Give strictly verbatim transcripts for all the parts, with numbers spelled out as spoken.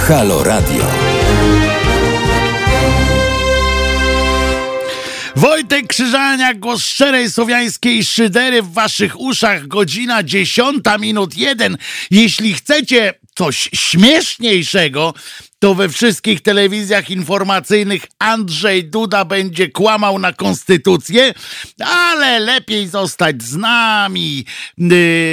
Halo Radio. Wojtek Krzyżaniak, głos szczerej słowiańskiej szydery w waszych uszach, godzina dziesiąta minut jeden. Jeśli chcecie coś śmieszniejszego, to we wszystkich telewizjach informacyjnych Andrzej Duda będzie kłamał na konstytucję, ale lepiej zostać z nami, yy,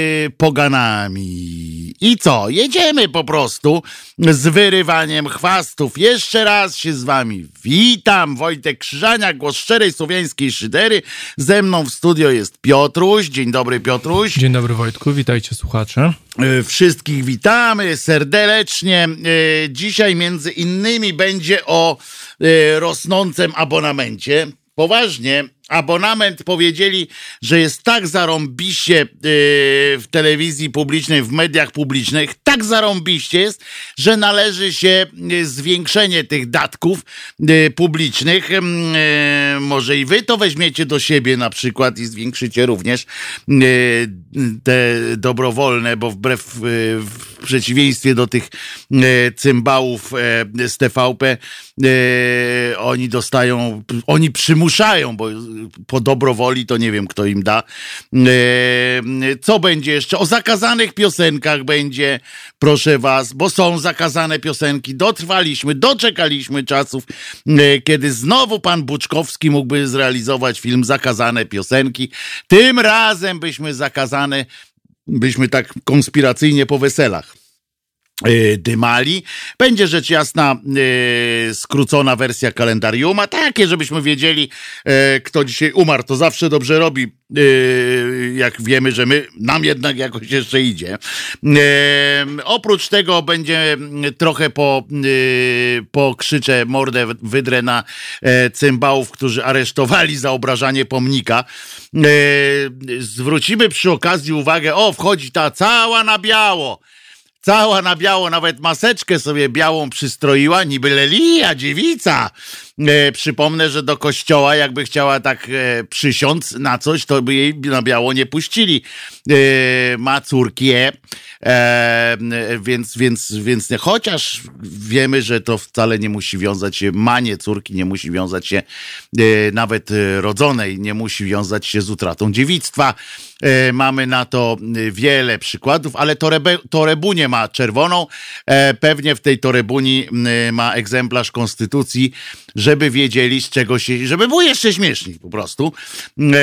poganami. I co? Jedziemy po prostu z wyrywaniem chwastów. Jeszcze raz się z wami witam. Wojtek Krzyżaniak, głos szczerej słowiańskiej szydery. Ze mną w studio jest Piotruś. Dzień dobry, Piotruś. Dzień dobry, Wojtku. Witajcie, słuchacze. Wszystkich witamy serdecznie. Dzisiaj między innymi będzie o rosnącym abonamencie. Poważnie, abonament powiedzieli, że jest tak zarąbiście w telewizji publicznej, w mediach publicznych, tak zarąbiście jest, że należy się zwiększenie tych datków publicznych. Może i wy to weźmiecie do siebie na przykład i zwiększycie również te dobrowolne, bo wbrew, w przeciwieństwie do tych cymbałów z T V P, oni dostają, oni przymuszają, bo po dobrowoli to nie wiem, kto im da. Co będzie jeszcze? O zakazanych piosenkach będzie, proszę was, bo są zakazane piosenki. Dotrwaliśmy, doczekaliśmy czasów, kiedy znowu pan Buczkowski mógłby zrealizować film Zakazane piosenki. Tym razem byśmy zakazane, byśmy tak konspiracyjnie po weselach dymali. Będzie rzecz jasna yy, skrócona wersja kalendariuma, takie, żebyśmy wiedzieli, yy, kto dzisiaj umarł. To zawsze dobrze robi, yy, jak wiemy, że my, nam jednak jakoś jeszcze idzie. Yy, oprócz tego będzie trochę po, yy, pokrzyczę mordę wydrę na yy, cymbałów, którzy aresztowali za obrażanie pomnika. Yy, zwrócimy przy okazji uwagę, o, wchodzi ta cała na biało. Cała na biało, nawet maseczkę sobie białą przystroiła, niby Lelia, dziewica. E, przypomnę, że do kościoła, jakby chciała tak e, przysiąc na coś, to by jej na biało nie puścili. E, ma córki, e, więc, więc, więc nie. Chociaż wiemy, że to wcale nie musi wiązać się, manie córki nie musi wiązać się, e, nawet rodzonej, nie musi wiązać się z utratą dziewictwa. E, mamy na to wiele przykładów, ale torebe, torebunię ma czerwoną. E, pewnie w tej torebuni e, ma egzemplarz konstytucji, żeby wiedzieli, z czego się, żeby było jeszcze śmieszniej po prostu. E,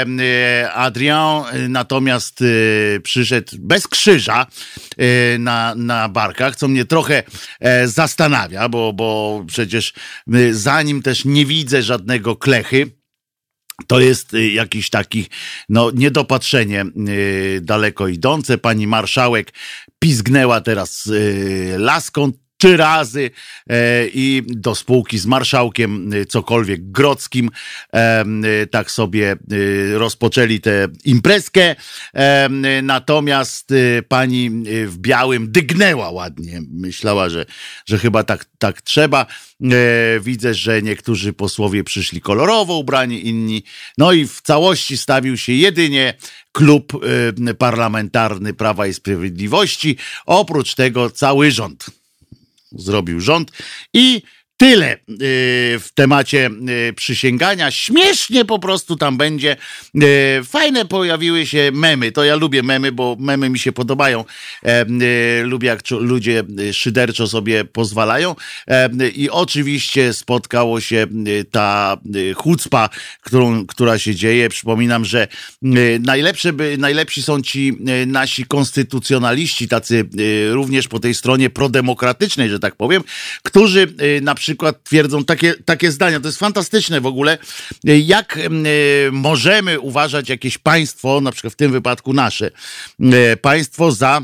e, Adrian natomiast e, przyszedł bez krzyża e, na, na barkach, co mnie trochę e, zastanawia, bo, bo przecież e, za nim też nie widzę żadnego klechy. To jest jakiś taki, no, niedopatrzenie yy, daleko idące. Pani marszałek pizgnęła teraz yy, laską trzy razy e, i do spółki z marszałkiem e, cokolwiek Grodzkim e, e, tak sobie e, rozpoczęli tę imprezkę, e, natomiast e, pani w białym dygnęła ładnie, myślała, że, że chyba tak, tak trzeba. E, widzę, że niektórzy posłowie przyszli kolorowo ubrani, inni, no i w całości stawił się jedynie klub e, parlamentarny Prawa i Sprawiedliwości, oprócz tego cały rząd. Zrobił rząd i tyle w temacie przysięgania. Śmiesznie po prostu tam będzie. Fajne pojawiły się memy. To ja lubię memy, bo memy mi się podobają. Lubię, jak ludzie szyderczo sobie pozwalają. I oczywiście spotkało się ta chucpa, którą, która się dzieje. Przypominam, że najlepsze by, najlepsi są ci nasi konstytucjonaliści, tacy również po tej stronie prodemokratycznej, że tak powiem, którzy na przykład przykład twierdzą takie, takie zdania. To jest fantastyczne w ogóle. Jak y, możemy uważać jakieś państwo, na przykład w tym wypadku nasze, y, państwo za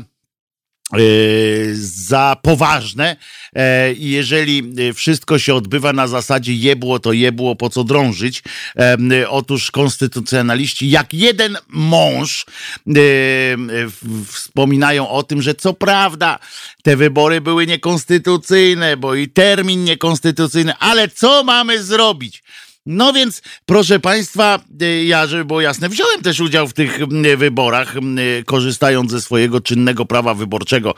za poważne i jeżeli wszystko się odbywa na zasadzie jebło to jebło, po co drążyć. Otóż konstytucjonaliści jak jeden mąż wspominają o tym, że co prawda te wybory były niekonstytucyjne, bo i termin niekonstytucyjny, ale co mamy zrobić? No więc, proszę państwa, ja, żeby było jasne, wziąłem też udział w tych wyborach, korzystając ze swojego czynnego prawa wyborczego.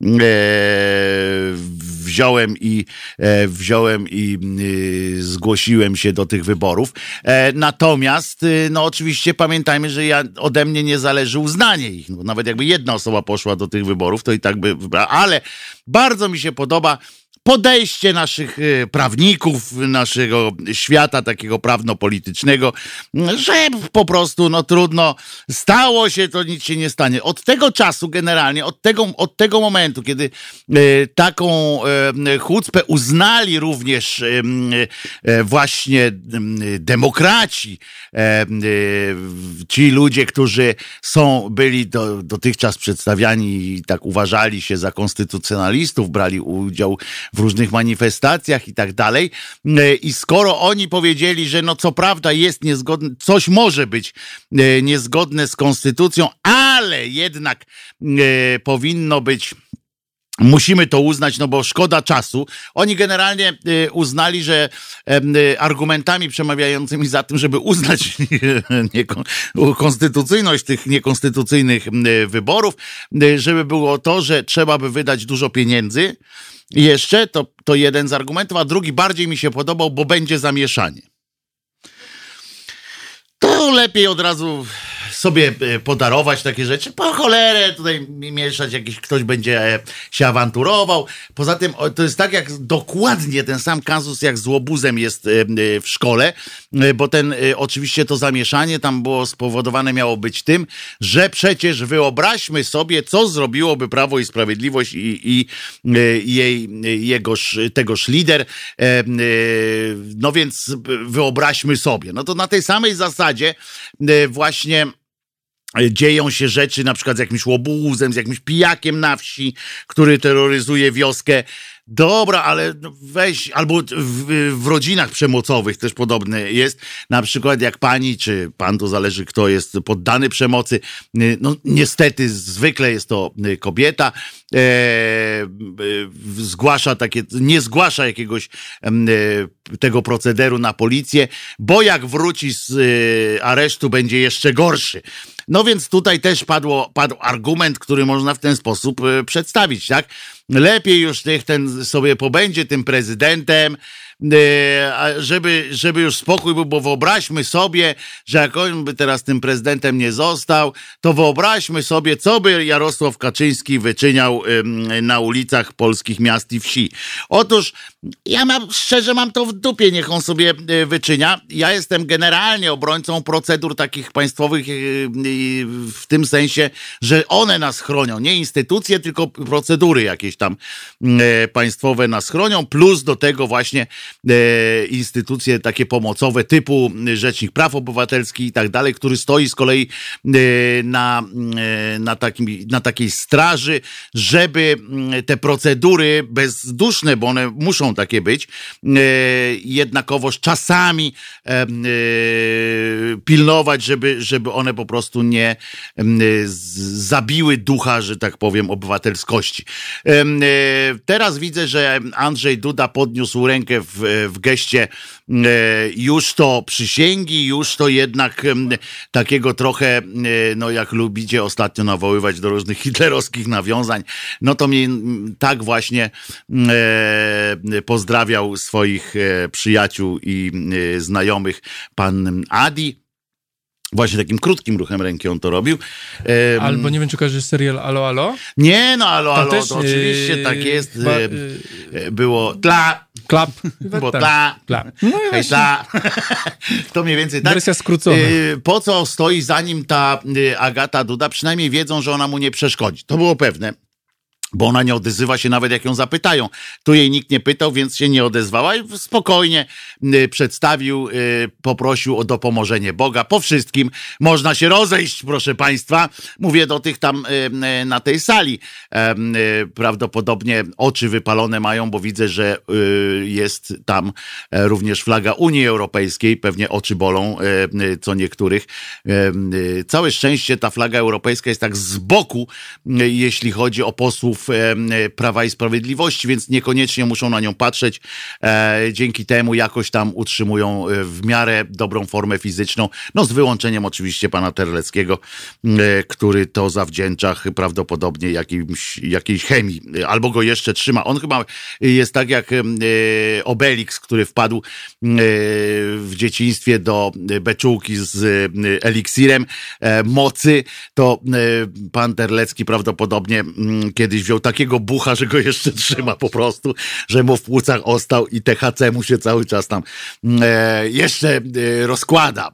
Wziąłem i wziąłem i zgłosiłem się do tych wyborów. Natomiast, no oczywiście pamiętajmy, że ja, ode mnie nie zależy uznanie ich. No, nawet jakby jedna osoba poszła do tych wyborów, to i tak by wybrała. Ale bardzo mi się podoba podejście naszych prawników, naszego świata takiego prawno-politycznego, że po prostu, no trudno, stało się, to nic się nie stanie. Od tego czasu generalnie, od tego, od tego momentu, kiedy e, taką e, chucpę uznali również e, e, właśnie e, demokraci, e, e, ci ludzie, którzy są, byli do, dotychczas przedstawiani i tak uważali się za konstytucjonalistów, brali udział w różnych manifestacjach i tak dalej. I skoro oni powiedzieli, że no co prawda jest niezgodne, coś może być niezgodne z konstytucją, ale jednak e, powinno być, musimy to uznać, no bo szkoda czasu. Oni generalnie y, uznali, że y, argumentami przemawiającymi za tym, żeby uznać y, konstytucyjność tych niekonstytucyjnych y, wyborów, y, żeby było to, że trzeba by wydać dużo pieniędzy. Jeszcze to, to jeden z argumentów, a drugi bardziej mi się podobał, bo będzie zamieszanie. To lepiej od razu sobie podarować takie rzeczy, po cholerę tutaj mieszać, jakiś ktoś będzie się awanturował. Poza tym to jest tak jak dokładnie ten sam kazus jak z łobuzem jest w szkole, bo ten oczywiście to zamieszanie tam było spowodowane miało być tym, że przecież wyobraźmy sobie, co zrobiłoby Prawo i Sprawiedliwość i, i, i jej, jegoż, tegoż lider. No więc wyobraźmy sobie. No to na tej samej zasadzie właśnie dzieją się rzeczy na przykład z jakimś łobuzem, z jakimś pijakiem na wsi, który terroryzuje wioskę. Dobra, ale weź, albo w, w rodzinach przemocowych też podobne jest, na przykład jak pani czy pan, to zależy kto jest poddany przemocy, no niestety zwykle jest to kobieta, e, e, zgłasza takie, nie zgłasza jakiegoś e, tego procederu na policję, bo jak wróci z e, aresztu będzie jeszcze gorszy. No więc tutaj też padło, padł argument, który można w ten sposób e, przedstawić, tak? Lepiej już niech ten sobie pobędzie tym prezydentem, żeby, żeby już spokój był, bo wyobraźmy sobie, że jak on by teraz tym prezydentem nie został, to wyobraźmy sobie, co by Jarosław Kaczyński wyczyniał na ulicach polskich miast i wsi. Otóż ja mam, szczerze mam to w dupie, niech on sobie wyczynia. Ja jestem generalnie obrońcą procedur takich państwowych w tym sensie, że one nas chronią, nie instytucje, tylko procedury jakieś tam państwowe nas chronią, plus do tego właśnie E, instytucje takie pomocowe typu Rzecznik Praw Obywatelskich i tak dalej, który stoi z kolei e, na, e, na, takim, na takiej straży, żeby te procedury bezduszne, bo one muszą takie być, e, jednakowoż czasami e, e, pilnować, żeby, żeby one po prostu nie e, zabiły ducha, że tak powiem, obywatelskości. E, e, teraz widzę, że Andrzej Duda podniósł rękę w w geście już to przysięgi, już to jednak takiego trochę, no jak lubicie ostatnio nawoływać do różnych hitlerowskich nawiązań, no to mnie tak właśnie pozdrawiał swoich przyjaciół i znajomych pan Adi. Właśnie takim krótkim ruchem ręki on to robił. Um, Albo nie wiem, czy kojarzysz serial Alo, Alo? Nie, no Alo, Alo, też, to oczywiście yy, tak jest. Ba, yy, było tla. Klap. Było tla. Klap. No i hej, tla. To mniej więcej tak. Wersja skrócona. Yy, po co stoi za nim ta yy, Agata Duda? Przynajmniej wiedzą, że ona mu nie przeszkodzi. To było pewne. Bo ona nie odzywa się nawet jak ją zapytają. Tu jej nikt nie pytał, więc się nie odezwała i spokojnie y, przedstawił, y, poprosił o dopomożenie Boga. Po wszystkim można się rozejść, proszę państwa. Mówię do tych tam y, na tej sali. Y, y, prawdopodobnie oczy wypalone mają, bo widzę, że y, jest tam y, również flaga Unii Europejskiej. Pewnie oczy bolą y, y, co niektórych. Y, y, całe szczęście ta flaga europejska jest tak z boku, y, jeśli chodzi o posłów polityków Prawa i Sprawiedliwości, więc niekoniecznie muszą na nią patrzeć. Dzięki temu jakoś tam utrzymują w miarę dobrą formę fizyczną, no z wyłączeniem oczywiście pana Terleckiego, który to zawdzięcza prawdopodobnie jakimś, jakiejś chemii, albo go jeszcze trzyma. On chyba jest tak jak Obelix, który wpadł w dzieciństwie do beczułki z eliksirem mocy, to pan Terlecki prawdopodobnie kiedyś wziął takiego bucha, że go jeszcze trzyma po prostu, że mu w płucach ostał i T H C mu się cały czas tam jeszcze rozkłada.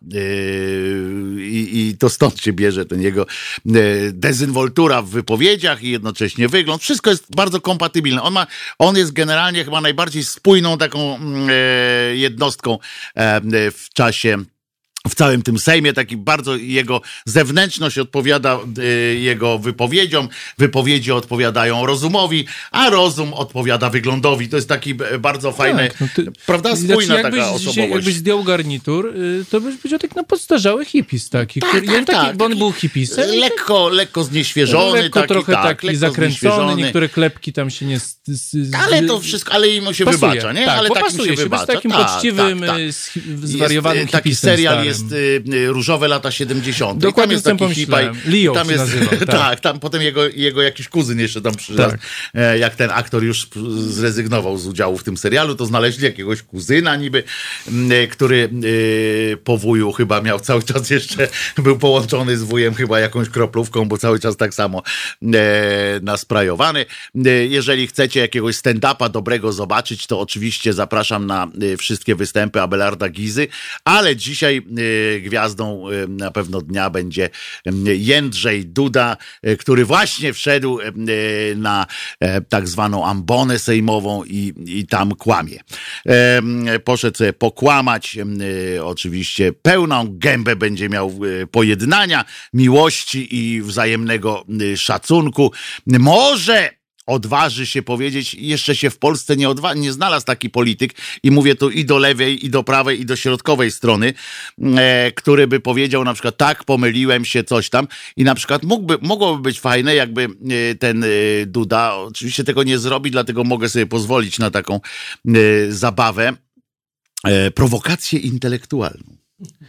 I, i to stąd się bierze ten jego dezynwoltura w wypowiedziach i jednocześnie wygląd. Wszystko jest bardzo kompatybilne. On ma, on jest generalnie chyba najbardziej spójną taką jednostką w czasie, w całym tym Sejmie, taki bardzo jego zewnętrzność odpowiada y, jego wypowiedziom, wypowiedzi odpowiadają rozumowi, a rozum odpowiada wyglądowi. To jest taki bardzo fajny, tak, no ty, prawda, spójna znaczy, jakbyś, taka osobowość. Jakbyś zdjął garnitur, y, to byś powiedział tak na podstarzały hipis taki, tak, który, tak, on taki, tak, bo on był hipisem. Lekko, lekko znieświeżony. Lekko taki, trochę tak, taki lekko zakręcony, niektóre klepki tam się nie... Z, z, ale to wszystko, ale im się pasuje, wybacza, nie? Tak, ale tak pasuje się się, wybacza. takim tak, poczciwym, tak, tak. zwariowanym jest, taki hipisem serial starym. jest y, Różowe lata siedemdziesiąte. Dokładnie I tam jest taki hipaj. Leo tam się jest, nazywał, tak. tak, tam potem jego, jego jakiś kuzyn jeszcze tam przyszedł. Tak. Jak ten aktor już zrezygnował z udziału w tym serialu, to znaleźli jakiegoś kuzyna niby, który po wuju chyba miał cały czas jeszcze, był połączony z wujem chyba jakąś kroplówką, bo cały czas tak samo nasprajowany. Jeżeli chcecie jakiegoś stand-upa dobrego zobaczyć, to oczywiście zapraszam na wszystkie występy Abelarda Gizy, ale dzisiaj gwiazdą na pewno dnia będzie Jędrzej Duda, który właśnie wszedł na tak zwaną ambonę sejmową i, i tam kłamie. Poszedł sobie pokłamać, oczywiście pełną gębę będzie miał pojednania, miłości i wzajemnego szacunku. Może odważy się powiedzieć, jeszcze się w Polsce nie, odwa- nie znalazł taki polityk i mówię tu i do lewej, i do prawej, i do środkowej strony, e, który by powiedział na przykład tak, pomyliłem się, coś tam i na przykład mógłby, mogłoby być fajne, jakby e, ten e, Duda, oczywiście tego nie zrobi, dlatego mogę sobie pozwolić na taką e, zabawę, e, prowokację intelektualną.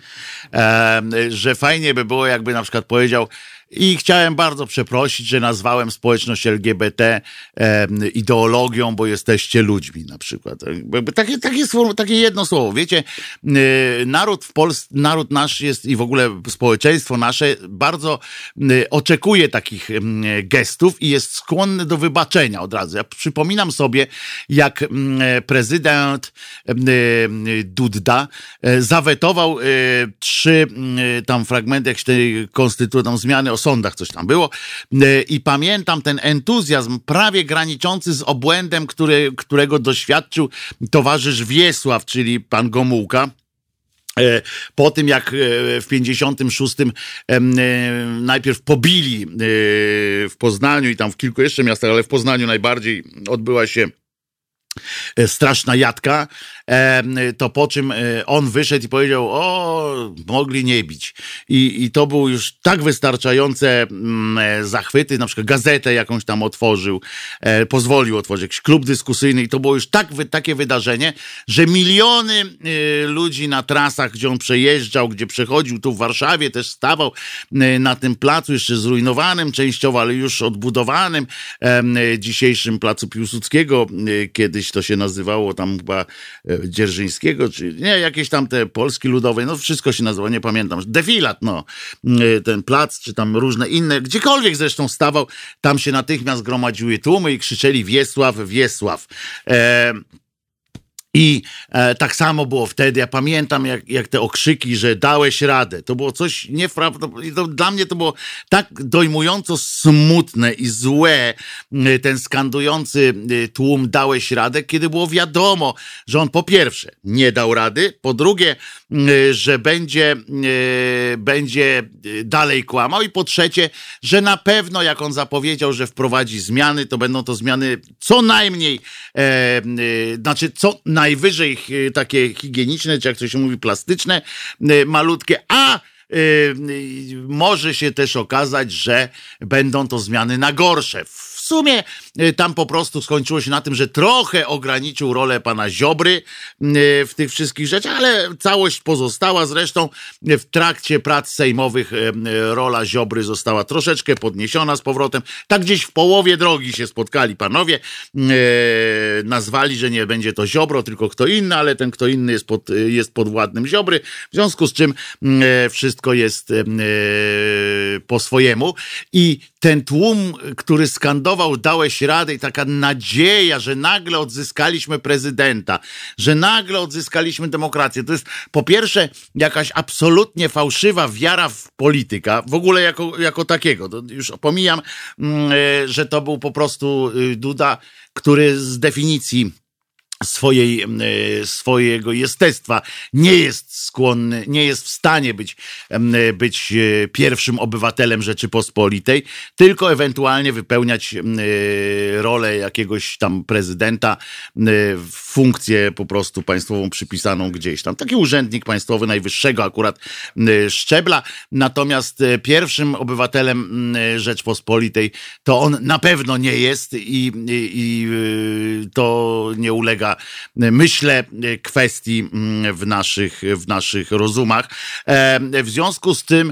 E, że fajnie by było, jakby na przykład powiedział: i chciałem bardzo przeprosić, że nazwałem społeczność L G B T e, ideologią, bo jesteście ludźmi na przykład. Takie, takie, słowo, takie jedno słowo. Wiecie, e, naród w Polsce, naród nasz jest i w ogóle społeczeństwo nasze bardzo e, oczekuje takich e, gestów i jest skłonny do wybaczenia od razu. Ja przypominam sobie, jak e, prezydent e, Duda e, zawetował e, trzy e, tam fragmenty jakiejś tej konstytucji, tam zmiany o sądach, coś tam było. I pamiętam ten entuzjazm prawie graniczący z obłędem, który, którego doświadczył towarzysz Wiesław, czyli pan Gomułka. Po tym, jak w pięćdziesiątym szóstym najpierw pobili w Poznaniu i tam w kilku jeszcze miastach, ale w Poznaniu najbardziej odbyła się straszna jadka, to po czym on wyszedł i powiedział: o, mogli nie bić. I, i to był już tak wystarczające zachwyty, na przykład gazetę jakąś tam otworzył, pozwolił otworzyć jakiś klub dyskusyjny i to było już tak, takie wydarzenie, że miliony ludzi na trasach, gdzie on przejeżdżał, gdzie przechodził, tu w Warszawie też stawał na tym placu, jeszcze zrujnowanym częściowo, ale już odbudowanym, dzisiejszym placu Piłsudskiego, kiedyś to się nazywało tam chyba Dzierżyńskiego, czy nie, jakieś tam te Polski Ludowej, no wszystko się nazywa, nie pamiętam, defilat, no, ten plac, czy tam różne inne, gdziekolwiek zresztą stawał, tam się natychmiast gromadziły tłumy i krzyczeli: Wiesław, Wiesław. E I e, tak samo było wtedy. Ja pamiętam, jak, jak te okrzyki, że dałeś radę. To było coś nieprawdopodobnego. Dla mnie to było tak dojmująco smutne i złe, ten skandujący tłum dałeś radę, kiedy było wiadomo, że on po pierwsze nie dał rady, po drugie, że będzie, będzie dalej kłamał i po trzecie, że na pewno jak on zapowiedział, że wprowadzi zmiany, to będą to zmiany co najmniej, e, znaczy co najwyżej takie higieniczne, czy jak to się mówi, plastyczne, malutkie, a może się też okazać, że będą to zmiany na gorsze, w sumie tam po prostu skończyło się na tym, że trochę ograniczył rolę pana Ziobry w tych wszystkich rzeczach, ale całość pozostała. Zresztą w trakcie prac sejmowych rola Ziobry została troszeczkę podniesiona z powrotem. Tak gdzieś w połowie drogi się spotkali panowie, nazwali, że nie będzie to Ziobro, tylko kto inny, ale ten kto inny jest, pod, jest podwładnym Ziobry, w związku z czym wszystko jest po swojemu i ten tłum, który skandował dałeś radę i taka nadzieja, że nagle odzyskaliśmy prezydenta, że nagle odzyskaliśmy demokrację. To jest po pierwsze jakaś absolutnie fałszywa wiara w polityka, w ogóle jako, jako takiego. To już pomijam, że to był po prostu Duda, który z definicji swojej, swojego jestestwa nie jest skłonny, nie jest w stanie być, być pierwszym obywatelem Rzeczypospolitej, tylko ewentualnie wypełniać rolę jakiegoś tam prezydenta, funkcję po prostu państwową przypisaną gdzieś tam. Taki urzędnik państwowy najwyższego akurat szczebla. Natomiast pierwszym obywatelem Rzeczpospolitej to on na pewno nie jest i, i, i to nie ulega, myślę, kwestii w naszych, w naszych rozumach. W związku z tym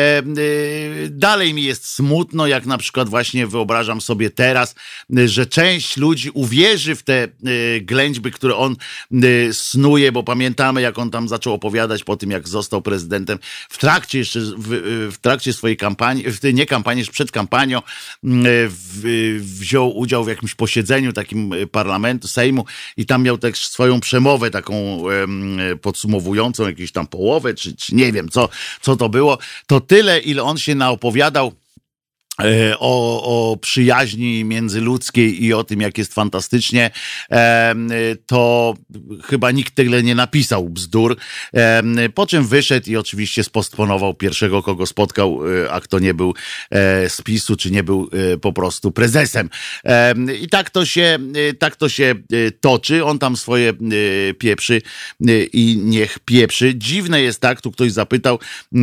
dalej mi jest smutno, jak na przykład właśnie wyobrażam sobie teraz, że część ludzi uwierzy w te ględźby, które on snuje, bo pamiętamy, jak on tam zaczął opowiadać po tym, jak został prezydentem, w trakcie jeszcze, w, w trakcie swojej kampanii, nie kampanii, przed kampanią w, wziął udział w jakimś posiedzeniu takim parlamentu, Sejmu i tam miał też swoją przemowę taką podsumowującą, jakąś tam połowę, czy, czy nie wiem, co, co to było. To tyle, ile on się naopowiadał O, o przyjaźni międzyludzkiej i o tym, jak jest fantastycznie, to chyba nikt tyle nie napisał bzdur, po czym wyszedł i oczywiście spostponował pierwszego, kogo spotkał, a kto nie był z PiSu, czy nie był po prostu prezesem. I tak to się, tak to się toczy. On tam swoje pieprzy i niech pieprzy. Dziwne jest, tak, tu ktoś zapytał,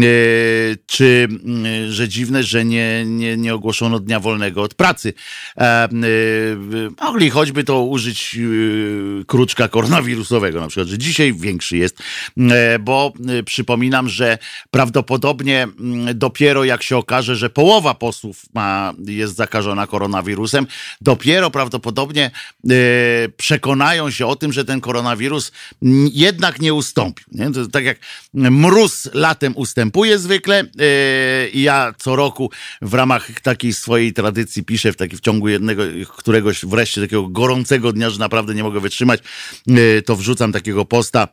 czy, że dziwne, że nie, nie nie ogłoszono dnia wolnego od pracy. E, e, mogli choćby to użyć e, kruczka koronawirusowego, na przykład, że dzisiaj większy jest, e, bo e, przypominam, że prawdopodobnie m, dopiero jak się okaże, że połowa posłów ma, jest zakażona koronawirusem, dopiero prawdopodobnie e, przekonają się o tym, że ten koronawirus m, jednak nie ustąpił. Nie? To tak jak mróz latem ustępuje zwykle i e, ja co roku w ramach takiej swojej tradycji piszę w, taki, w ciągu jednego, któregoś wreszcie takiego gorącego dnia, że naprawdę nie mogę wytrzymać, to wrzucam takiego posta.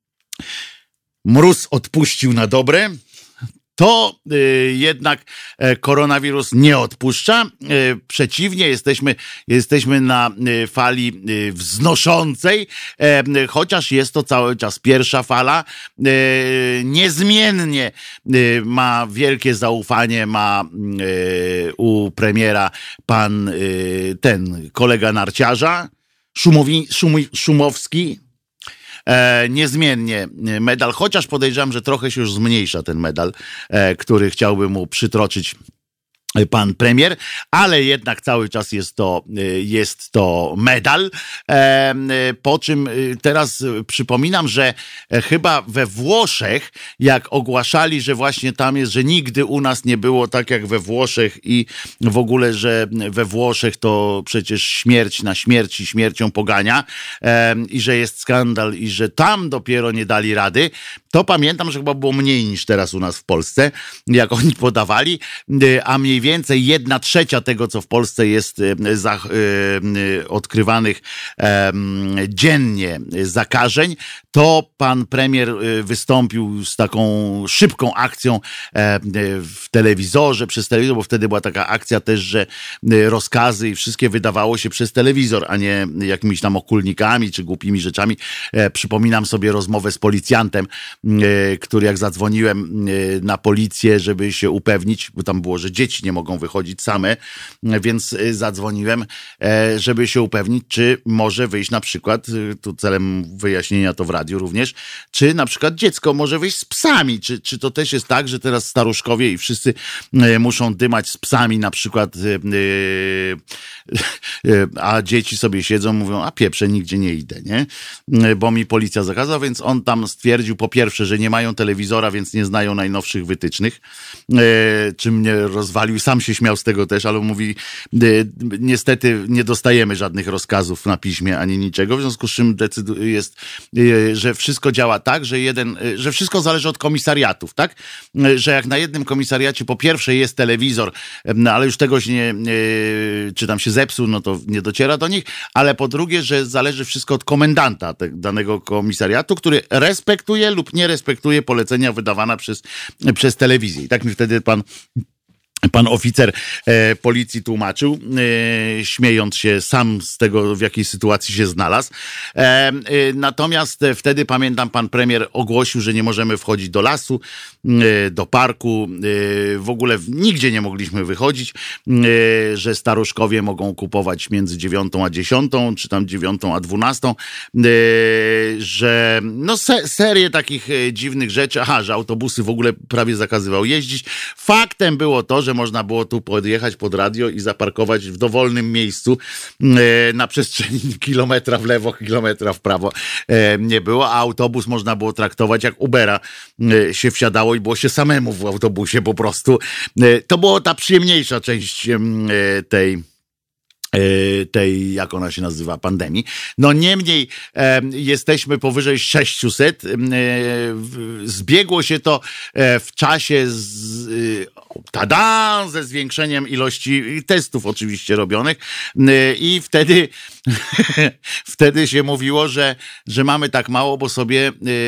Mróz odpuścił na dobre. To y, jednak y, koronawirus nie odpuszcza. Y, przeciwnie, jesteśmy, jesteśmy na y, fali y, wznoszącej, y, chociaż jest to cały czas pierwsza fala. Y, niezmiennie y, ma wielkie zaufanie, ma y, u premiera pan y, ten kolega narciarza, Szumowi, Szumi, Szumowski. E, niezmiennie medal, chociaż podejrzewam, że trochę się już zmniejsza ten medal, e, który chciałby mu przytroczyć pan premier, ale jednak cały czas jest to, jest to medal. Po czym teraz przypominam, że chyba we Włoszech, jak ogłaszali, że właśnie tam jest, że nigdy u nas nie było tak jak we Włoszech i w ogóle, że we Włoszech to przecież śmierć na śmierci śmiercią pogania i że jest skandal i że tam dopiero nie dali rady, to pamiętam, że chyba było mniej niż teraz u nas w Polsce, jak oni podawali, a mniej więcej jedna trzecia tego, co w Polsce jest za, y, odkrywanych y, dziennie zakażeń, to pan premier wystąpił z taką szybką akcją y, w telewizorze, przez telewizor, bo wtedy była taka akcja też, że rozkazy i wszystkie wydawało się przez telewizor, a nie jakimiś tam okulnikami czy głupimi rzeczami. Y, przypominam sobie rozmowę z policjantem, y, który jak zadzwoniłem y, na policję, żeby się upewnić, bo tam było, że dzieci nie mogą wychodzić same, więc zadzwoniłem, żeby się upewnić, czy może wyjść na przykład, tu celem wyjaśnienia to w radiu również, czy na przykład dziecko może wyjść z psami, czy, czy to też jest tak, że teraz staruszkowie i wszyscy muszą dymać z psami na przykład, a dzieci sobie siedzą, mówią, a pieprze, nigdzie nie idę, nie? Bo mi policja zakazała, więc on tam stwierdził po pierwsze, że nie mają telewizora, więc nie znają najnowszych wytycznych, czym mnie rozwalił, sam się śmiał z tego też, ale mówi, niestety nie dostajemy żadnych rozkazów na piśmie, ani niczego, w związku z czym decyduje jest, że wszystko działa tak, że jeden, że wszystko zależy od komisariatów, tak? Że jak na jednym komisariacie po pierwsze jest telewizor, no ale już tegoś nie, czy tam się zepsuł, no to nie dociera do nich, ale po drugie, że zależy wszystko od komendanta danego komisariatu, który respektuje lub nie respektuje polecenia wydawane przez, przez telewizję. I tak mi wtedy pan Pan oficer e, policji tłumaczył, e, śmiejąc się sam z tego, w jakiej sytuacji się znalazł. E, e, natomiast wtedy, pamiętam, pan premier ogłosił, że nie możemy wchodzić do lasu, e, do parku, e, w ogóle nigdzie nie mogliśmy wychodzić, e, że staruszkowie mogą kupować między dziewiątą a dziesiątą, czy tam dziewiątą a dwunastą, e, że no se, serię takich e, dziwnych rzeczy, aha, że autobusy w ogóle prawie zakazywał jeździć. Faktem było to, że można było tu podjechać pod radio i zaparkować w dowolnym miejscu e, na przestrzeni kilometra w lewo, kilometra w prawo e, nie było, a autobus można było traktować jak Ubera e, się wsiadało i było się samemu w autobusie po prostu. E, to była ta przyjemniejsza część e, tej tej, jak ona się nazywa, pandemii. No niemniej e, jesteśmy powyżej sześciuset. E, zbiegło się to e, w czasie z, e, tada, ze zwiększeniem ilości testów oczywiście robionych e, i wtedy wtedy się mówiło, że, że mamy tak mało, bo sobie e,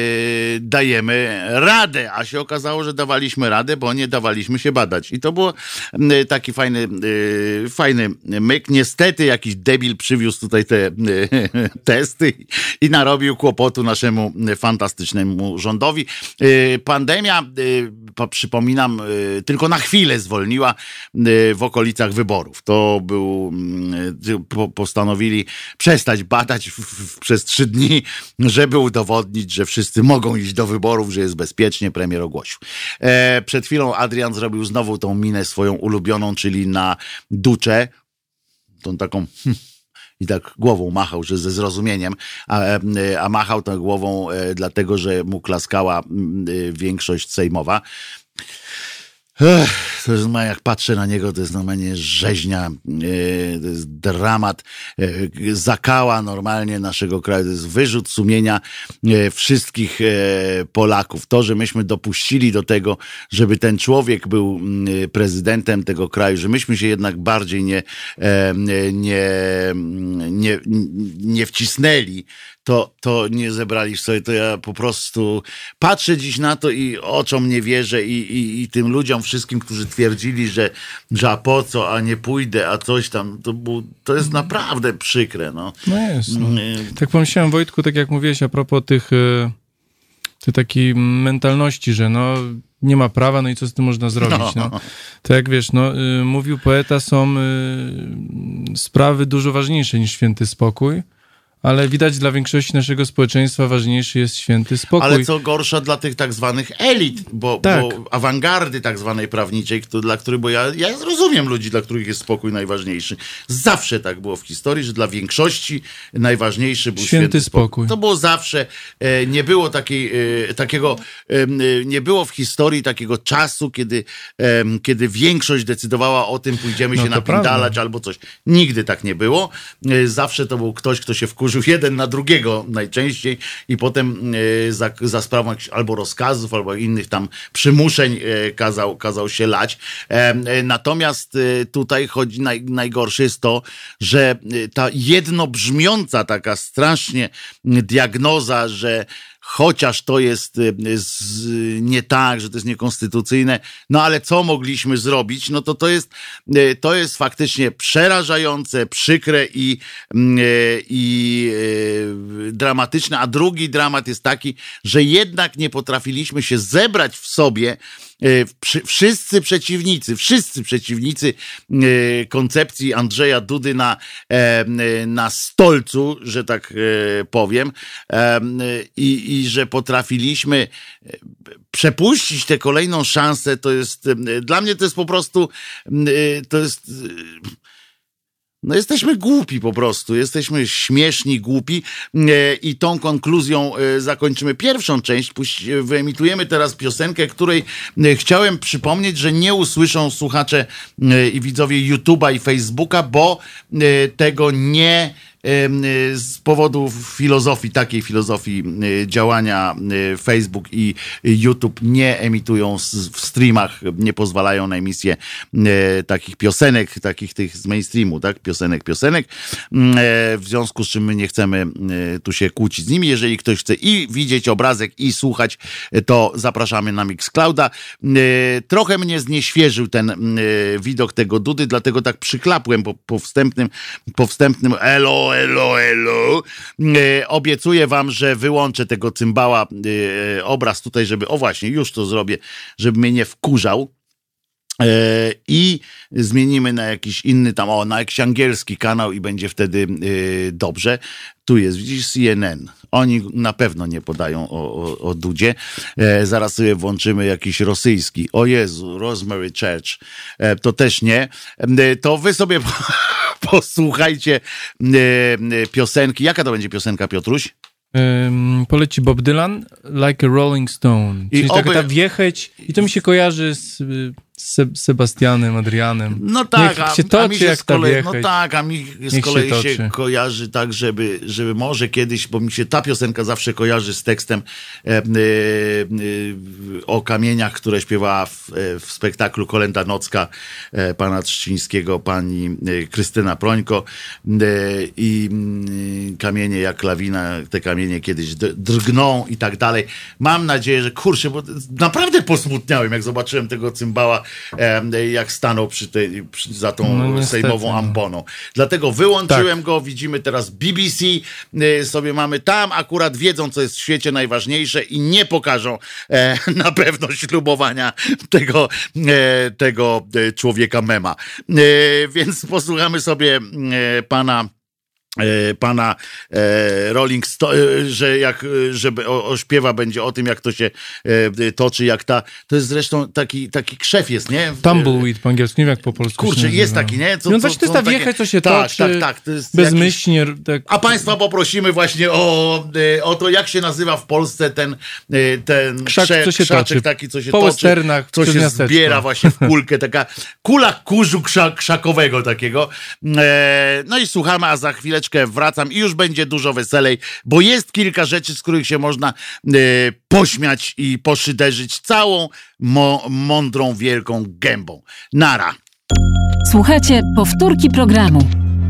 dajemy radę, a się okazało, że dawaliśmy radę, bo nie dawaliśmy się badać. I to był e, taki fajny e, fajny myk. Niestety Niestety jakiś debil przywiózł tutaj te testy i narobił kłopotu naszemu fantastycznemu rządowi. Pandemia, przypominam, tylko na chwilę zwolniła w okolicach wyborów. To był, postanowili przestać badać przez trzy dni, żeby udowodnić, że wszyscy mogą iść do wyborów, że jest bezpiecznie, premier ogłosił. Przed chwilą Adrian zrobił znowu tą minę swoją ulubioną, czyli na ducze, tą taką hm, i tak głową machał, że ze zrozumieniem, a, a machał tą głową e, dlatego, że mu klaskała e, większość sejmowa. Ech, to jest, jak patrzę na niego, to jest normalnie rzeźnia, e, to jest dramat, e, zakała normalnie naszego kraju, to jest wyrzut sumienia e, wszystkich e, Polaków. To, że myśmy dopuścili do tego, żeby ten człowiek był e, prezydentem tego kraju, że myśmy się jednak bardziej nie, e, nie, nie, nie wcisnęli, to, to nie zebrali sobie, to ja po prostu patrzę dziś na to i oczom nie wierzę i, i, i tym ludziom wszystkim, którzy twierdzili, że, że a po co, a nie pójdę, a coś tam, to, był, to jest naprawdę przykre. No, no jest. No. Tak pomyślałem, Wojtku, tak jak mówiłeś a propos tych, tej takiej mentalności, że no nie ma prawa, no i co z tym można zrobić, no. no. To jak wiesz, no mówił poeta, są sprawy dużo ważniejsze niż święty spokój. Ale widać, dla większości naszego społeczeństwa ważniejszy jest święty spokój. Ale co gorsza dla tych tak zwanych elit, bo, tak. bo awangardy tak zwanej prawniczej, kto, dla których, bo ja, ja zrozumiem ludzi, dla których jest spokój najważniejszy. Zawsze tak było w historii, że dla większości najważniejszy był święty, święty spokój. spokój. To było zawsze, e, nie było takiej, e, takiego, e, nie było w historii takiego czasu, kiedy, e, kiedy większość decydowała o tym, pójdziemy no się napindalać prawda. Albo coś. Nigdy tak nie było. E, zawsze to był ktoś, kto się wkurzył jeden na drugiego najczęściej i potem e, za, za sprawą albo rozkazów, albo innych tam przymuszeń e, kazał, kazał się lać. E, e, natomiast e, tutaj chodzi, naj, najgorsze jest to, że e, ta jednobrzmiąca taka strasznie diagnoza, że chociaż to jest z, nie tak, że to jest niekonstytucyjne, no ale co mogliśmy zrobić? No to to jest, to jest faktycznie przerażające, przykre i, i dramatyczne, a drugi dramat jest taki, że jednak nie potrafiliśmy się zebrać w sobie wszyscy przeciwnicy, wszyscy przeciwnicy koncepcji Andrzeja Dudy na, na stolcu, że tak powiem, i, i że potrafiliśmy przepuścić tę kolejną szansę, to jest, dla mnie to jest po prostu, to jest... No jesteśmy głupi po prostu, jesteśmy śmieszni, głupi i tą konkluzją zakończymy pierwszą część. Wyemitujemy teraz piosenkę, której chciałem przypomnieć, że nie usłyszą słuchacze i widzowie YouTube'a i Facebooka, bo tego nie... z powodu filozofii, takiej filozofii działania Facebook i YouTube nie emitują w streamach, nie pozwalają na emisję takich piosenek, takich tych z mainstreamu, tak? Piosenek, piosenek. W związku z czym my nie chcemy tu się kłócić z nimi. Jeżeli ktoś chce i widzieć obrazek, i słuchać, to zapraszamy na Mixclouda. Trochę mnie znieświeżył ten widok tego Dudy, dlatego tak przyklapłem po, po wstępnym, po wstępnym elo, elo, elo. E, obiecuję wam, że wyłączę tego cymbała e, obraz tutaj, żeby, o właśnie, już to zrobię, żeby mnie nie wkurzał. E, I zmienimy na jakiś inny tam, o, na jakiś angielski kanał i będzie wtedy e, dobrze. Tu jest, widzisz, C N N. Oni na pewno nie podają o, o, o Dudzie. E, zaraz sobie włączymy jakiś rosyjski. O Jezu, Rosemary Church. E, to też nie. E, to wy sobie posłuchajcie e, piosenki. Jaka to będzie piosenka, Piotruś? Um, poleci Bob Dylan, Like a Rolling Stone. Czyli I taka oby... ta wjechać. I to mi się kojarzy z... Z Sebastianem, Adrianem. No tak, Niech się toczy, a mi się jak z kolei, no tak, a mi z Niech kolei się, się kojarzy tak, żeby, żeby może kiedyś, bo mi się ta piosenka zawsze kojarzy z tekstem e, e, e, o kamieniach, które śpiewała w, w spektaklu Kolenda Nocka e, pana Trzcińskiego, pani e, Krystyna Prońko e, i e, kamienie jak lawina, te kamienie kiedyś drgną i tak dalej. Mam nadzieję, że kurczę, bo naprawdę posmutniałem, jak zobaczyłem tego cymbała, jak stanął przy tej, przy, za tą no, niestety, sejmową amponą. Dlatego wyłączyłem tak. go, widzimy teraz B B C, sobie mamy tam, akurat wiedzą, co jest w świecie najważniejsze i nie pokażą e, na pewno ślubowania tego, e, tego człowieka mema. E, więc posłuchamy sobie e, pana pana e, Rolling Stone, że jak, żeby o, o śpiewa będzie o tym, jak to się e, toczy, jak ta, to jest zresztą taki, taki krzew jest, nie? Tumbleweed po angielsku, nie jak po polsku. Kurczę, jest taki, nie? Co, no właśnie to jest ta wiecha, co się tak, toczy, tak, tak, to jest bezmyślnie. Jakiś... Tak. A państwa poprosimy właśnie o, o to, jak się nazywa w Polsce ten, ten Krzak, krze, co się krzaczek toczy. taki, co się po toczy, westernach, co się miasteczko. Zbiera właśnie w kulkę, taka kula kurzu krzak, krzakowego takiego. E, no i słuchamy, a za chwileczkę wracam i już będzie dużo weselej, bo jest kilka rzeczy, z których się można e, pośmiać i poszyderzyć całą mo- mądrą, wielką gębą. Nara. Słuchajcie powtórki programu.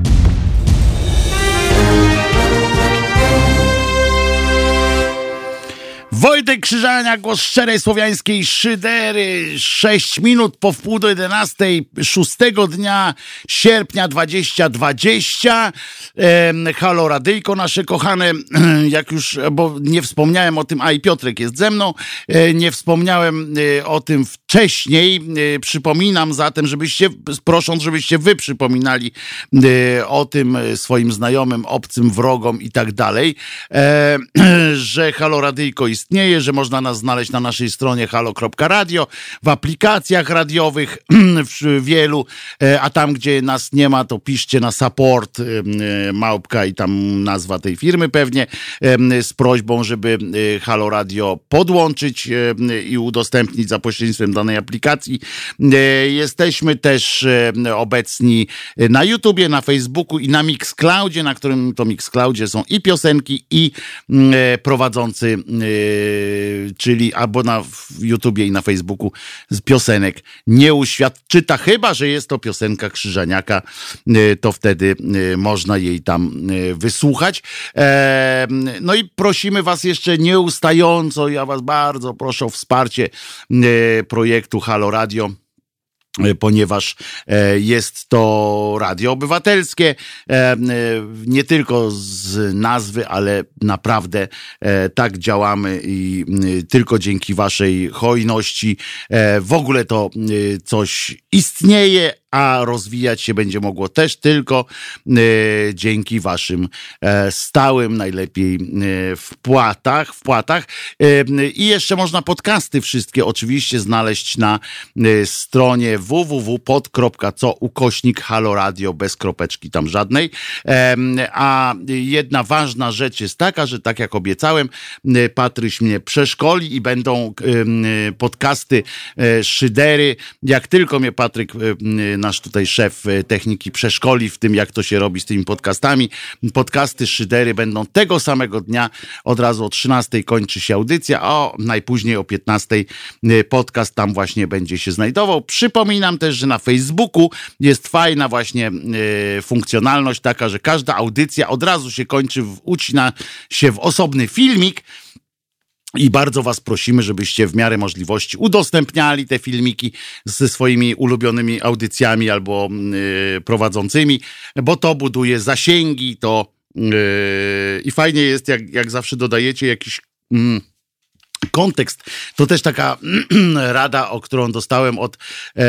Wojtek Krzyżania, głos szczerej słowiańskiej szydery. Sześć minut po wpół do jedenastej, szóstego dnia sierpnia dwudziestego dwudziestego. E, halo radyjko nasze kochane, jak już, bo nie wspomniałem o tym, a i Piotrek jest ze mną, e, nie wspomniałem e, o tym wcześniej. E, przypominam zatem, żebyście, prosząc, żebyście wy przypominali e, o tym swoim znajomym, obcym, wrogom i tak dalej, e, że halo radyjko istnieje. Istnieje, że można nas znaleźć na naszej stronie halo kropka radio, w aplikacjach radiowych w wielu, a tam, gdzie nas nie ma, to piszcie na support małpka i tam nazwa tej firmy pewnie, z prośbą, żeby Halo Radio podłączyć i udostępnić za pośrednictwem danej aplikacji. Jesteśmy też obecni na YouTubie, na Facebooku i na Mixcloudzie, na którym to Mixcloudzie są i piosenki, i prowadzący, czyli albo na YouTubie i na Facebooku z piosenek nie uświadczyta, chyba że jest to piosenka Krzyżaniaka, to wtedy można jej tam wysłuchać. No i prosimy was jeszcze nieustająco, ja was bardzo proszę o wsparcie projektu Halo Radio. ponieważ jest to radio obywatelskie, nie tylko z nazwy, ale naprawdę tak działamy i tylko dzięki waszej hojności w ogóle to coś istnieje, a rozwijać się będzie mogło też tylko e, dzięki waszym e, stałym, najlepiej e, wpłatach. wpłatach. E, I jeszcze można podcasty wszystkie oczywiście znaleźć na e, stronie w w w kropka pod kropka co ukośnik Halo Radio, bez kropeczki tam żadnej. E, a jedna ważna rzecz jest taka, że tak jak obiecałem, e, Patryś mnie przeszkoli i będą e, podcasty e, szydery. Jak tylko mnie Patryk e, nasz tutaj szef techniki przeszkoli w tym, jak to się robi z tymi podcastami. Podcasty szydery będą tego samego dnia, od razu o trzynastej kończy się audycja, a najpóźniej o piętnastej podcast tam właśnie będzie się znajdował. Przypominam też, że na Facebooku jest fajna właśnie y, funkcjonalność taka, że każda audycja od razu się kończy, w, ucina się w osobny filmik. I bardzo was prosimy, żebyście w miarę możliwości udostępniali te filmiki ze swoimi ulubionymi audycjami albo yy, prowadzącymi, bo to buduje zasięgi, to yy, i fajnie jest, jak, jak zawsze dodajecie jakiś yy, kontekst. To też taka rada, o którą dostałem od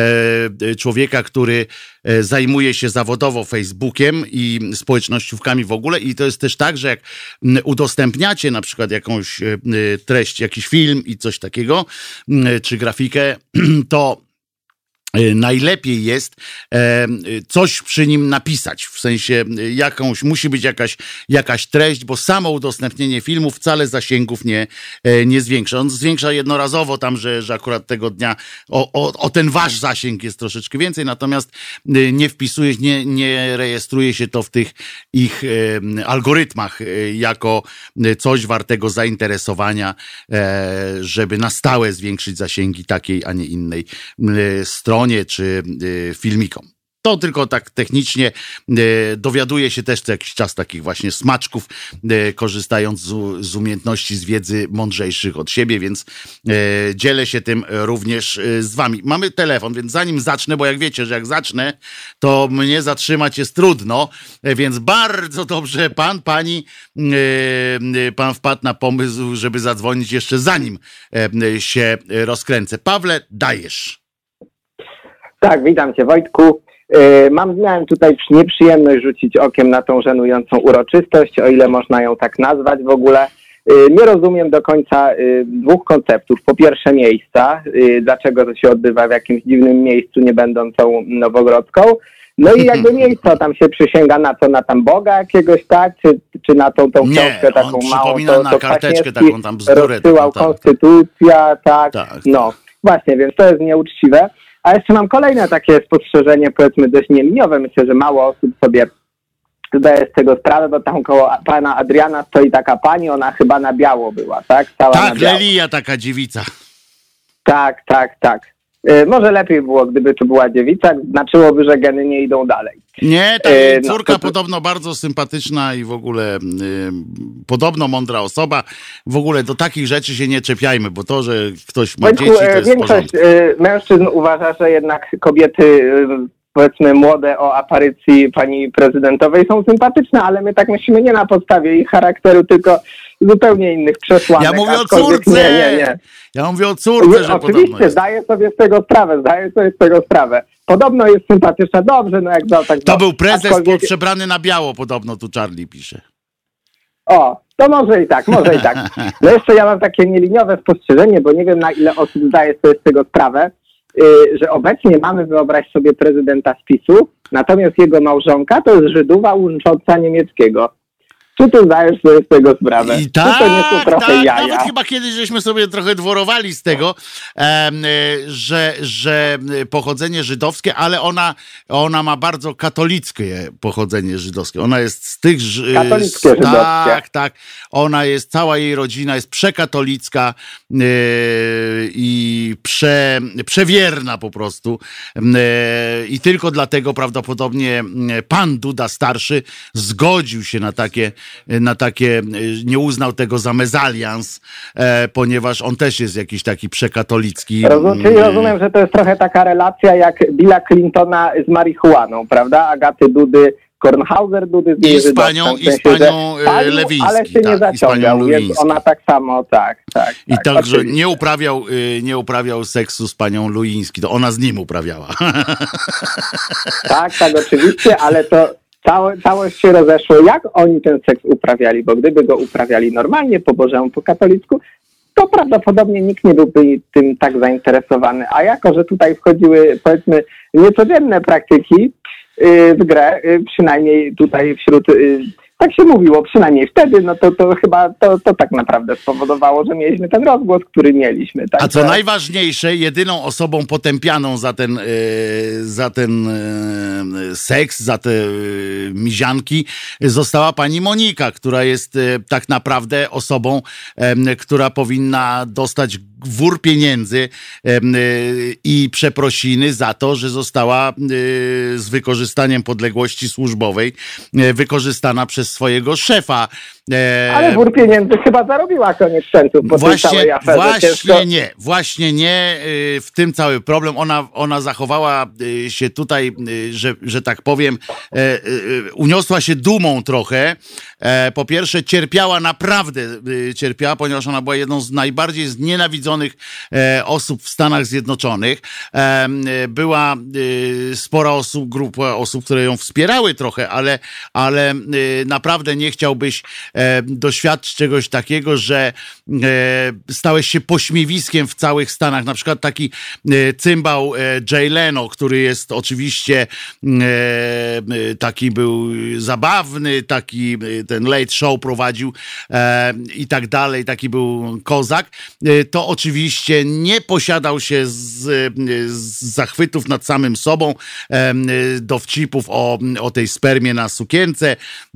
e, człowieka, który e, zajmuje się zawodowo Facebookiem i społecznościówkami w ogóle, i to jest też tak, że jak udostępniacie na przykład jakąś e, treść, jakiś film i coś takiego, e, czy grafikę, to najlepiej jest e, coś przy nim napisać, w sensie jakąś, musi być jakaś, jakaś treść, bo samo udostępnienie filmu wcale zasięgów nie, e, nie zwiększa. On zwiększa jednorazowo tam, że, że akurat tego dnia o, o, o ten wasz zasięg jest troszeczkę więcej, natomiast nie wpisuje, nie, nie rejestruje się to w tych ich e, algorytmach e, jako coś wartego zainteresowania, e, żeby na stałe zwiększyć zasięgi takiej, a nie innej e, stronie czy y, filmikom. To tylko tak technicznie y, dowiaduje się też co jakiś czas takich właśnie smaczków, y, korzystając z, z umiejętności, z wiedzy mądrzejszych od siebie, więc y, dzielę się tym również y, z wami. Mamy telefon, więc zanim zacznę, bo jak wiecie, że jak zacznę, to mnie zatrzymać jest trudno, y, więc bardzo dobrze pan, pani, y, y, pan wpadł na pomysł, żeby zadzwonić jeszcze zanim y, się rozkręcę. Pawle, dajesz. Tak, witam cię, Wojtku. Mam, miałem tutaj nieprzyjemność rzucić okiem na tą żenującą uroczystość, o ile można ją tak nazwać w ogóle. Nie rozumiem do końca dwóch konceptów. Po pierwsze miejsca, dlaczego to się odbywa w jakimś dziwnym miejscu, nie będącą Nowogrodzką. No i jakby miejsce, tam się przysięga na co, na tam Boga jakiegoś, tak? Czy, czy na tą, tą książkę taką małą, to, na to karteczkę taką tam bzdurę. Rozsyłał taką, tak, konstytucja, tak. tak. No, właśnie, więc to jest nieuczciwe. A jeszcze mam kolejne takie spostrzeżenie, powiedzmy dość nieliniowe. Myślę, że mało osób sobie zdaje z tego sprawę, bo tam koło pana Adriana stoi taka pani, ona chyba na biało była, tak? Cała tak, na biało. Lelia, taka dziewica. Tak, tak, tak. Yy, może lepiej było, gdyby to była dziewica, znaczyłoby, że geny nie idą dalej. Nie, ta yy, córka no, to... podobno bardzo sympatyczna i w ogóle yy, podobno mądra osoba. W ogóle do takich rzeczy się nie czepiajmy, bo to, że ktoś ma Wojtku, dzieci, to jest większość yy, mężczyzn uważa, że jednak kobiety... Yy, powiedzmy młode o aparycji pani prezydentowej są sympatyczne, ale my tak myślimy nie na podstawie ich charakteru, tylko zupełnie innych przesłanek. Ja mówię o córce! Nie, nie, nie. Ja mówię o córce, że oczywiście, zdaję sobie z tego sprawę, zdaję sobie z tego sprawę. Podobno jest sympatyczna, dobrze, no jak za tak. To był prezes aczkolwiek... przebrany na biało, podobno tu Charlie pisze. O, to może i tak, może i tak. No jeszcze ja mam takie nieliniowe spostrzeżenie, bo nie wiem na ile osób zdaje sobie z tego sprawę, że obecnie mamy, wyobraź sobie, prezydenta z PiSu, natomiast jego małżonka to jest Żydowa ucząca niemieckiego. Czy ty zdajesz sobie z tego sprawę? I tak, Czy to nie są trochę tak, jaja? nawet chyba kiedyś żeśmy sobie trochę dworowali z tego, e, że, że pochodzenie żydowskie, ale ona, ona ma bardzo katolickie pochodzenie żydowskie. Ona jest z tych... Katolickie z, żydowskie. Tak, tak. Ona jest, cała jej rodzina jest przekatolicka e, i prze, przewierna po prostu. E, I tylko dlatego prawdopodobnie pan Duda starszy zgodził się na takie na takie, nie uznał tego za mezalians, e, ponieważ on też jest jakiś taki przekatolicki. Rozum, czyli rozumiem, że to jest trochę taka relacja jak Billa Clintona z marihuaną, prawda? Agaty Dudy, Kornhauser Dudy z I z panią, i z panią palił, Lewiński. Ale się tak, nie zaciągał, jest ona tak samo, tak, tak. I tak, także nie uprawiał, nie uprawiał seksu z panią Luiński, to ona z nim uprawiała. Tak, tak, oczywiście, ale to całe, całość się rozeszło, jak oni ten seks uprawiali, bo gdyby go uprawiali normalnie, po bożemu, po katolicku, to prawdopodobnie nikt nie byłby tym tak zainteresowany. A jako, że tutaj wchodziły, powiedzmy, niecodzienne praktyki w grę, przynajmniej tutaj wśród, tak się mówiło, przynajmniej wtedy, no to, to chyba to, to tak naprawdę spowodowało, że mieliśmy ten rozgłos, który mieliśmy. Tak? A co najważniejsze, jedyną osobą potępianą za ten, za ten seks, za te mizianki została pani Monika, która jest tak naprawdę osobą, która powinna dostać wór pieniędzy i przeprosiny za to, że została z wykorzystaniem podległości służbowej wykorzystana przez swojego szefa. Ale wór pieniędzy chyba zarobiła koniec końców po właśnie, tej całej aferze. Właśnie Ciężko... nie, właśnie nie. W tym cały problem. Ona, ona zachowała się tutaj, że, że tak powiem, uniosła się dumą trochę. Po pierwsze, cierpiała, naprawdę cierpiała, ponieważ ona była jedną z najbardziej znienawidzonych osób w Stanach Zjednoczonych. Była spora osób, grupa osób, które ją wspierały trochę, ale, ale naprawdę nie chciałbyś doświadczyć czegoś takiego, że stałeś się pośmiewiskiem w całych Stanach. Na przykład taki cymbał Jay Leno, który jest oczywiście taki był zabawny, taki ten late show prowadził i tak dalej, taki był kozak, to oczywiście nie posiadał się z, z zachwytów nad samym sobą, dowcipów o, o tej spermie na sukience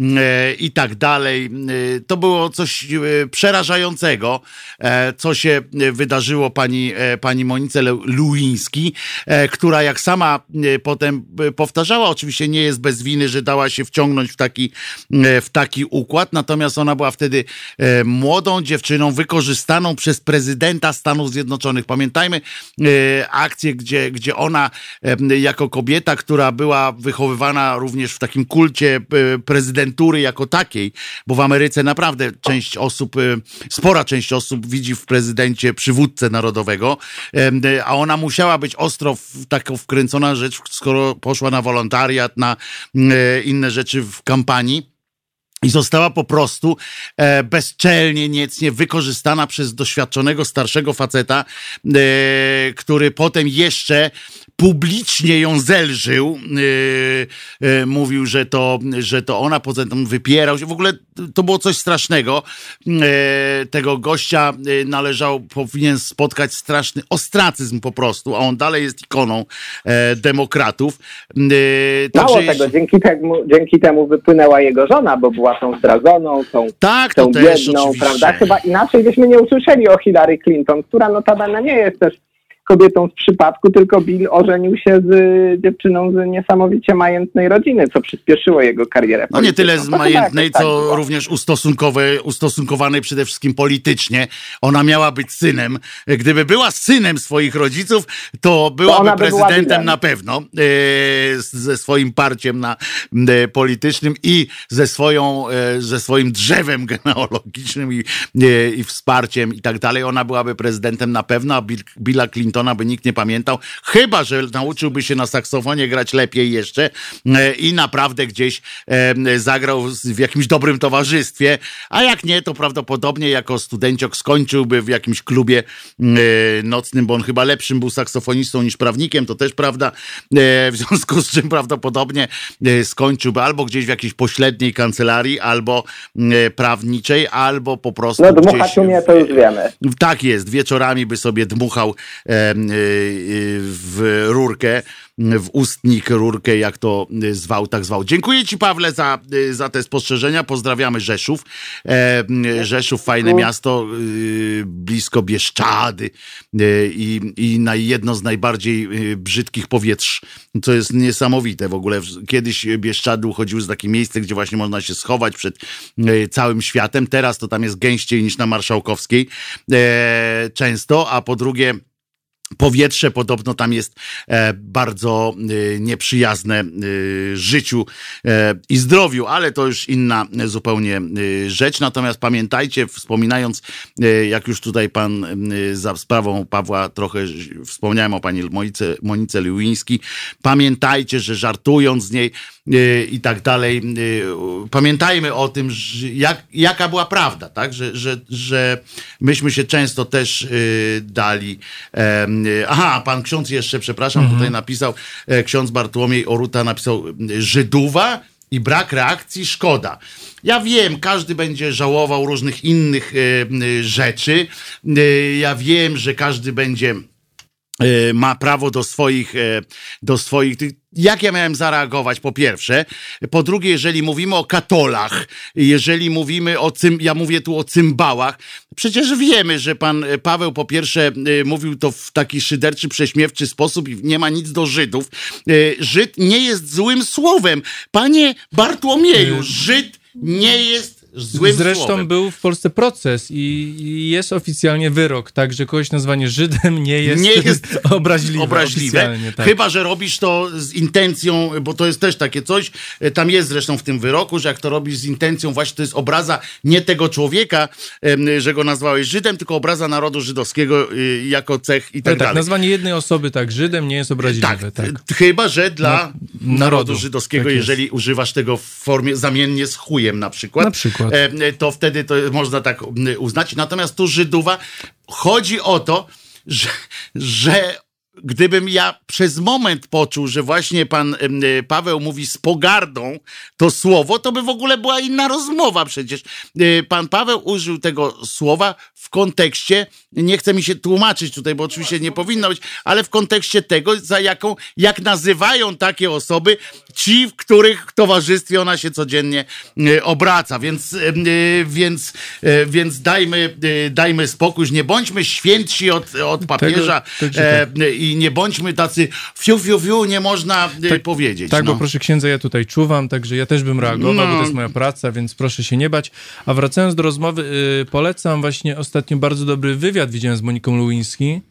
i tak dalej. To było coś przerażającego, co się wydarzyło pani, pani Monice Lewiński, która jak sama potem powtarzała, oczywiście nie jest bez winy, że dała się wciągnąć w taki, w taki układ, natomiast ona była wtedy młodą dziewczyną wykorzystaną przez prezydenta Stanów Zjednoczonych. Pamiętajmy akcję, gdzie, gdzie ona jako kobieta, która była wychowywana również w takim kulcie prezydentury jako takiej, bo w Ameryce naprawdę część osób, spora część osób widzi w prezydencie przywódcę narodowego, a ona musiała być ostro w taką wkręcona rzecz, skoro poszła na wolontariat, na inne rzeczy w kampanii. I została po prostu e, bezczelnie, niecnie wykorzystana przez doświadczonego starszego faceta, e, który potem jeszcze publicznie ją zelżył. E, e, mówił, że to, że to ona, poza tym wypierał się. W ogóle to było coś strasznego. E, tego gościa należał, powinien spotkać straszny ostracyzm po prostu, a on dalej jest ikoną e, demokratów. E, Mało także tego, dzięki temu, dzięki temu wypłynęła jego żona, bo była tą zdradzoną, tą, tak, tą to też biedną, oczywiście. prawda? Chyba inaczej byśmy nie usłyszeli o Hillary Clinton, która notabene nie jest też kobietą z przypadku, tylko Bill ożenił się z dziewczyną z niesamowicie majętnej rodziny, co przyspieszyło jego karierę polityczną. No nie tyle z To majętnej, tak, co tak również ustosunkowe, ustosunkowanej przede wszystkim politycznie. Ona miała być synem. Gdyby była synem swoich rodziców, to byłaby to by prezydentem była na pewno, e, ze swoim parciem na, e, politycznym i ze, swoją, e, ze swoim drzewem genealogicznym i, e, i wsparciem i tak dalej. Ona byłaby prezydentem na pewno, a Bill, Billa Clintona by nikt nie pamiętał, chyba że nauczyłby się na saksofonie grać lepiej jeszcze e, i naprawdę gdzieś e, zagrał w jakimś dobrym towarzystwie, a jak nie, to prawdopodobnie jako studenciok skończyłby w jakimś klubie e, nocnym, bo on chyba lepszym był saksofonistą niż prawnikiem, to też prawda, e, w związku z czym prawdopodobnie e, skończyłby albo gdzieś w jakiejś pośredniej kancelarii, albo e, prawniczej, albo po prostu no gdzieś... dmuchać umie, to już wiemy. Tak jest, wieczorami by sobie dmuchał e, w rurkę, w ustnik, rurkę, jak to zwał, tak zwał. Dziękuję ci, Pawle, za, za te spostrzeżenia. Pozdrawiamy Rzeszów. Rzeszów, fajne miasto, blisko Bieszczady i, i na jedno z najbardziej brzydkich powietrz, co jest niesamowite w ogóle. Kiedyś Bieszczady uchodziły z takie miejsce, gdzie właśnie można się schować przed całym światem. Teraz to tam jest gęściej niż na Marszałkowskiej często, a po drugie powietrze podobno tam jest e, bardzo e, nieprzyjazne e, życiu e, i zdrowiu, ale to już inna e, zupełnie e, rzecz. Natomiast pamiętajcie, wspominając, e, jak już tutaj pan e, za sprawą Pawła trochę wspomniałem o pani Monice, Monice Lewiński, pamiętajcie, że żartując z niej e, i tak dalej, e, pamiętajmy o tym, że jak, jaka była prawda, tak? Że, że, że myśmy się często też e, dali e, Aha, pan ksiądz jeszcze, przepraszam, mhm. tutaj napisał, e, ksiądz Bartłomiej Oruta napisał Żydowa i brak reakcji, szkoda. Ja wiem, każdy będzie żałował różnych innych e, rzeczy. E, ja wiem, że każdy będzie e, ma prawo do swoich, e, do swoich tych. Jak ja miałem zareagować, po pierwsze? Po drugie, jeżeli mówimy o katolach, jeżeli mówimy o cym, ja mówię tu o cymbałach, przecież wiemy, że pan Paweł po pierwsze mówił to w taki szyderczy, prześmiewczy sposób i nie ma nic do Żydów. Żyd nie jest złym słowem. Panie Bartłomieju, Żyd nie jest złym Zresztą słowem. był w Polsce proces i jest oficjalnie wyrok, tak, że kogoś nazwanie Żydem nie jest, nie jest obraźliwe. obraźliwe. Tak. Chyba że robisz to z intencją, bo to jest też takie coś, tam jest zresztą w tym wyroku, że jak to robisz z intencją, właśnie to jest obraza nie tego człowieka, że go nazwałeś Żydem, tylko obraza narodu żydowskiego jako cech i tak, tak dalej. Nazwanie jednej osoby tak Żydem nie jest obraźliwe. Tak, tak. Chyba że dla Na, narodu, narodu żydowskiego, tak jeżeli używasz tego w formie zamiennie z chujem na przykład. Na przykład. To wtedy to można tak uznać. Natomiast tu Żydowa chodzi o to, że, że gdybym ja przez moment poczuł, że właśnie pan Paweł mówi z pogardą to słowo, to by w ogóle była inna rozmowa przecież. Pan Paweł użył tego słowa w kontekście, nie chcę mi się tłumaczyć tutaj, bo oczywiście nie powinno być, ale w kontekście tego, za jaką, jak nazywają takie osoby ci, w których towarzystwie ona się codziennie obraca. Więc, więc, więc dajmy, dajmy spokój, nie bądźmy świętsi od, od papieża tego, tego, i nie bądźmy tacy fiu, fiu, fiu, nie można tak, powiedzieć. Tak, no. bo proszę księdza, ja tutaj czuwam, także ja też bym reagował, no. bo to jest moja praca, więc proszę się nie bać. A wracając do rozmowy, yy, polecam właśnie ostatnio bardzo dobry wywiad widziałem z Moniką Lewiński,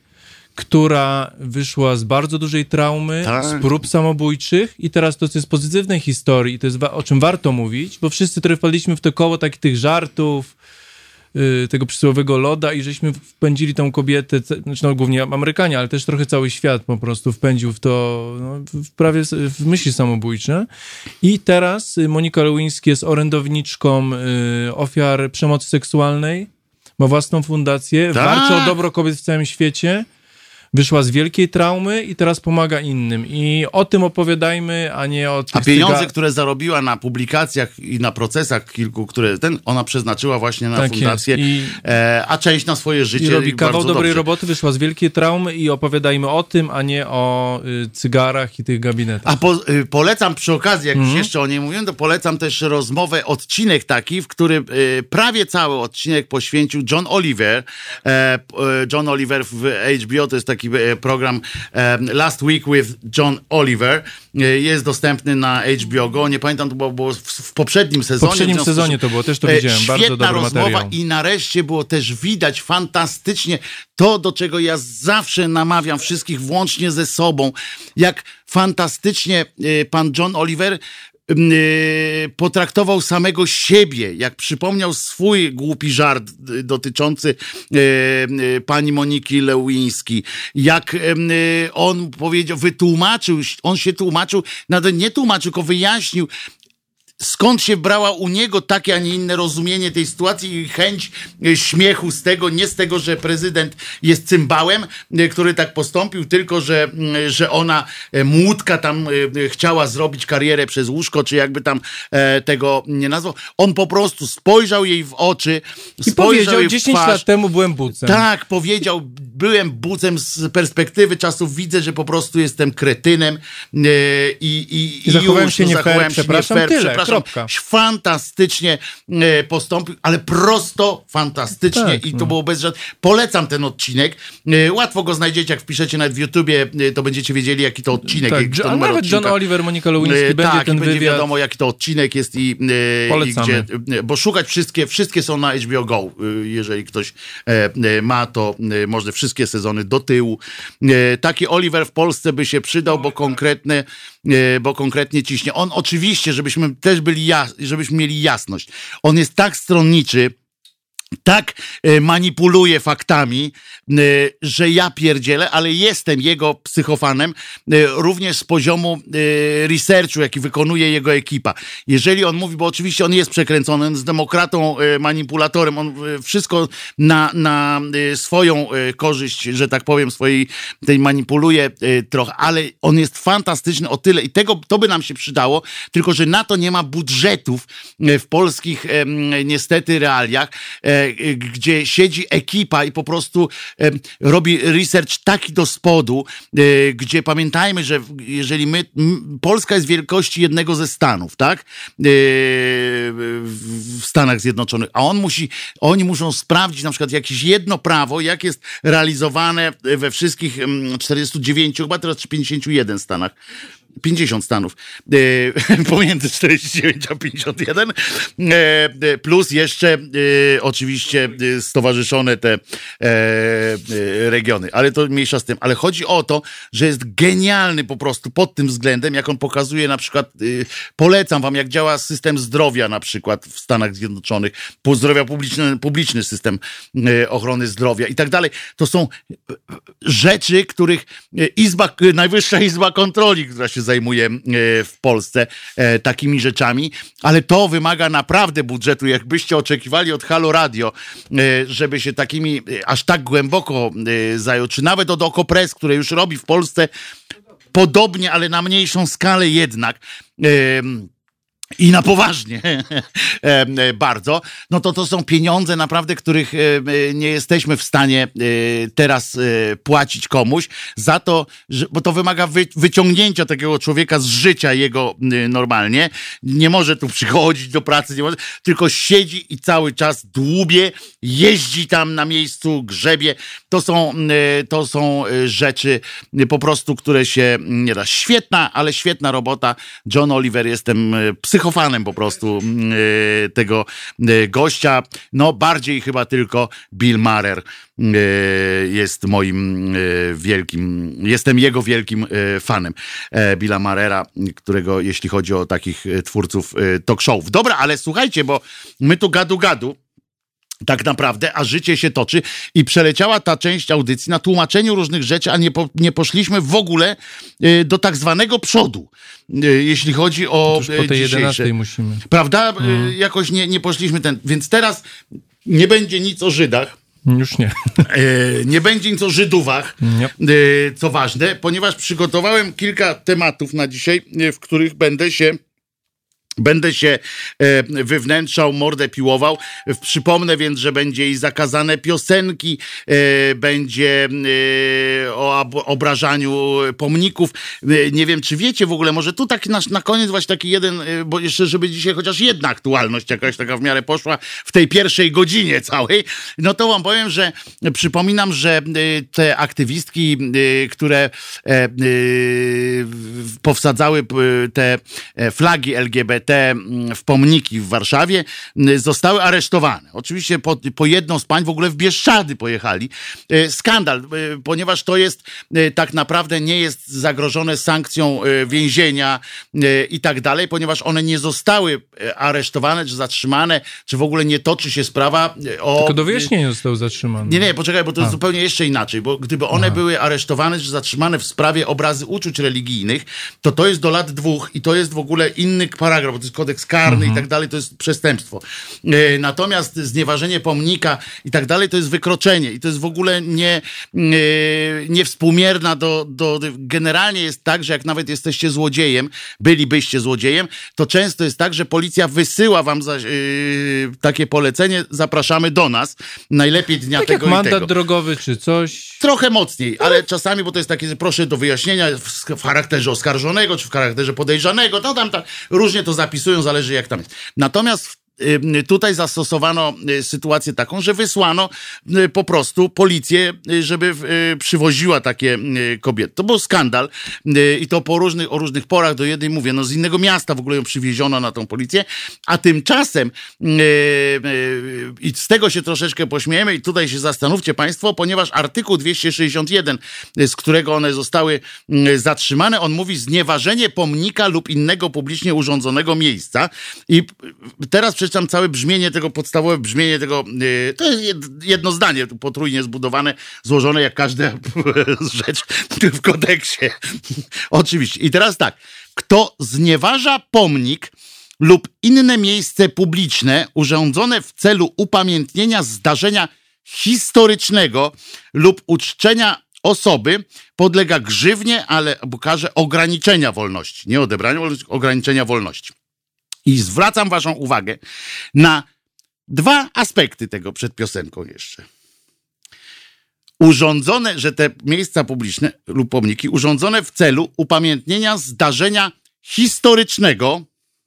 która wyszła z bardzo dużej traumy, tak. z prób samobójczych i teraz to, co jest pozytywnej historii, to jest wa- o czym warto mówić, bo wszyscy trochę wpadliśmy w to koło takich tych żartów, yy, tego przysłowiowego loda i żeśmy wpędzili tą kobietę, znaczy no głównie Amerykanie, ale też trochę cały świat po prostu wpędził w to, no, w prawie w myśli samobójcze. I teraz Monika Lewiński jest orędowniczką yy, ofiar przemocy seksualnej, ma własną fundację, tak. walczy o dobro kobiet w całym świecie. Wyszła z wielkiej traumy i teraz pomaga innym. I o tym opowiadajmy, a nie o tych... A pieniądze, styga... które zarobiła na publikacjach i na procesach kilku, które ten, ona przeznaczyła właśnie na tak fundację, I... e, a część na swoje życie. I robi i kawał dobrej dobrze. roboty, wyszła z wielkiej traumy i opowiadajmy o tym, a nie o y, cygarach i tych gabinetach. A po, y, polecam przy okazji, jak mm-hmm. już jeszcze o niej mówiłem, to polecam też rozmowę, odcinek taki, w którym y, prawie cały odcinek poświęcił John Oliver. E, John Oliver w H B O, to jest taki program Last Week with John Oliver. Jest dostępny na H B O Go. Nie pamiętam, to było, było w, w poprzednim sezonie. W poprzednim sezonie to było, też to widziałem. Bardzo dobry rozmowa materiał. I nareszcie było też widać fantastycznie to, do czego ja zawsze namawiam wszystkich, włącznie ze sobą, jak fantastycznie pan John Oliver potraktował samego siebie, jak przypomniał swój głupi żart dotyczący e, pani Moniki Lewiński, jak e, on powiedział, wytłumaczył, on się tłumaczył, nawet nie tłumaczył, tylko wyjaśnił, skąd się brała u niego takie, a nie inne rozumienie tej sytuacji i chęć śmiechu z tego, nie z tego, że prezydent jest cymbałem, który tak postąpił, tylko że, że ona, młódka tam chciała zrobić karierę przez łóżko, czy jakby tam tego nie nazwał. On po prostu spojrzał jej w oczy, i spojrzał powiedział, jej w dziesięć twarz. lat temu byłem bucem. Tak, powiedział, byłem bucem z perspektywy czasów, widzę, że po prostu jestem kretynem yy, i, i, I zachowałem już się nie zachowałem fair, się przepraszam, nie fair, tyle, przepraszam. kropka. Fantastycznie yy, postąpił, ale prosto fantastycznie tak, i to no. było bez żadnych... Polecam ten odcinek. Yy, łatwo go znajdziecie, jak wpiszecie nawet w YouTubie, yy, to będziecie wiedzieli, jaki to odcinek. Tak, jaki to ale numer nawet odcinka. John Oliver, Monika Lewinsky, Yy, będzie tak, ten będzie wywiad. wiadomo, jaki to odcinek jest i, yy, i Polecamy. gdzie, yy, bo szukać wszystkie, wszystkie są na H B O Go. Yy, jeżeli ktoś e, e, ma, to e, może wszystkie sezony do tyłu. E, taki Oliver w Polsce by się przydał, bo konkretne, e, bo konkretnie ciśnie. On oczywiście, żebyśmy też byli, jas- żebyśmy mieli jasność. On jest tak stronniczy, tak e, manipuluje faktami, e, że ja pierdzielę, ale jestem jego psychofanem e, również z poziomu e, researchu, jaki wykonuje jego ekipa. Jeżeli on mówi, bo oczywiście on jest przekręcony, on jest demokratą, e, manipulatorem, on e, wszystko na, na e, swoją e, korzyść, że tak powiem, swojej tej manipuluje e, trochę, ale on jest fantastyczny o tyle i tego to by nam się przydało, tylko że na to nie ma budżetów e, w polskich e, niestety realiach, e, gdzie siedzi ekipa i po prostu e, robi research taki do spodu, e, gdzie pamiętajmy, że jeżeli my, m, Polska jest wielkości jednego ze Stanów, tak? E, w, w Stanach Zjednoczonych, a on musi, oni muszą sprawdzić na przykład jakieś jedno prawo, jak jest realizowane we wszystkich m, czterdziestu dziewięciu, chyba teraz czy pięćdziesięciu jeden Stanach. pięćdziesiąt stanów, e, pomiędzy czterdzieści dziewięć a pięćdziesiąt jeden, e, plus jeszcze e, oczywiście e, stowarzyszone te e, e, regiony, ale to mniejsza z tym, ale chodzi o to, że jest genialny po prostu pod tym względem, jak on pokazuje na przykład, e, polecam wam, jak działa system zdrowia na przykład w Stanach Zjednoczonych, zdrowia publiczny, publiczny system e, ochrony zdrowia i tak dalej, to są rzeczy, których Izba, Najwyższa Izba Kontroli, która się zajmuje w Polsce e, takimi rzeczami, ale to wymaga naprawdę budżetu. Jakbyście oczekiwali od Halo Radio, e, żeby się takimi e, aż tak głęboko e, zajął, czy nawet od Okopres, które już robi w Polsce podobnie, ale na mniejszą skalę jednak, e, i na poważnie bardzo, no to to są pieniądze naprawdę, których nie jesteśmy w stanie teraz płacić komuś za to, że, bo to wymaga wy, wyciągnięcia takiego człowieka z życia jego normalnie. Nie może tu przychodzić do pracy, nie może, tylko siedzi i cały czas dłubie, jeździ tam na miejscu, grzebie. To są, to są rzeczy po prostu, które się nie da. Świetna, ale świetna robota. John Oliver, jestem psychofanem po prostu y, tego y, gościa. No bardziej chyba tylko Bill Maher y, jest moim y, wielkim, jestem jego wielkim y, fanem. Y, Billa Mahera, którego jeśli chodzi o takich y, twórców y, talk showów. Dobra, ale słuchajcie, bo my tu gadu gadu tak naprawdę, a życie się toczy i przeleciała ta część audycji na tłumaczeniu różnych rzeczy, a nie, po, nie poszliśmy w ogóle y, do tak zwanego przodu, y, jeśli chodzi o Otóż po tej dzisiejsze. jedenastej musimy. Prawda? Mm. Y, jakoś nie, nie poszliśmy ten. Więc teraz nie będzie nic o Żydach. Już nie. Y, nie będzie nic o Żydówach, Nie. y, co ważne, ponieważ przygotowałem kilka tematów na dzisiaj, y, w których będę się Będę się e, wywnętrzał, mordę piłował. Przypomnę więc, że będzie i zakazane piosenki, e, będzie e, o ab- obrażaniu pomników. E, nie wiem, czy wiecie w ogóle, może tu tak na, na koniec właśnie taki jeden, e, bo jeszcze, żeby dzisiaj chociaż jedna aktualność jakaś taka w miarę poszła w tej pierwszej godzinie całej, no to wam powiem, że przypominam, że e, te aktywistki, e, które e, e, powsadzały e, te flagi L G B T w pomniki w Warszawie, zostały aresztowane. Oczywiście po, po jedną z pań w ogóle w Bieszczady pojechali. Skandal, ponieważ to jest tak naprawdę nie jest zagrożone sankcją więzienia i tak dalej, ponieważ one nie zostały aresztowane, czy zatrzymane, czy w ogóle nie toczy się sprawa o... Tylko do wyjaśnienia został zatrzymany. Nie, nie, poczekaj, bo to jest A. zupełnie jeszcze inaczej, bo gdyby one Aha. były aresztowane, czy zatrzymane w sprawie obrazy uczuć religijnych, to to jest do lat dwóch i to jest w ogóle inny paragraf dopiero, bo to jest kodeks karny mhm. i tak dalej, to jest przestępstwo. E, natomiast znieważenie pomnika i tak dalej, to jest wykroczenie i to jest w ogóle nie, e, niewspółmierna do, do... Generalnie jest tak, że jak nawet jesteście złodziejem, bylibyście złodziejem, to często jest tak, że policja wysyła wam za, e, takie polecenie, zapraszamy do nas, najlepiej dnia tak tego jak i mandat tego. drogowy czy coś. Trochę mocniej, ale czasami, bo to jest takie, proszę do wyjaśnienia w, w charakterze oskarżonego, czy w charakterze podejrzanego, no tam, tam różnie to zapisują, zależy jak tam jest. Natomiast tutaj zastosowano sytuację taką, że wysłano po prostu policję, żeby przywoziła takie kobiety. To był skandal i to po różnych, o różnych porach. Do jednej mówię, no z innego miasta w ogóle ją przywieziono na tą policję, a tymczasem i z tego się troszeczkę pośmiejemy i tutaj się zastanówcie państwo, ponieważ artykuł dwieście sześćdziesiąt jeden, z którego one zostały zatrzymane, on mówi znieważenie pomnika lub innego publicznie urządzonego miejsca i teraz przeczytam całe brzmienie tego, podstawowe brzmienie tego, yy, to jest jedno zdanie, potrójnie zbudowane, złożone jak każda rzecz w kodeksie. Oczywiście. I teraz tak, kto znieważa pomnik lub inne miejsce publiczne urządzone w celu upamiętnienia zdarzenia historycznego lub uczczenia osoby, podlega grzywnie, ale karze ograniczenia wolności. Nie odebrania wolności, ograniczenia wolności. I zwracam waszą uwagę na dwa aspekty tego przed piosenką jeszcze. Urządzone, że te miejsca publiczne lub pomniki urządzone w celu upamiętnienia zdarzenia historycznego,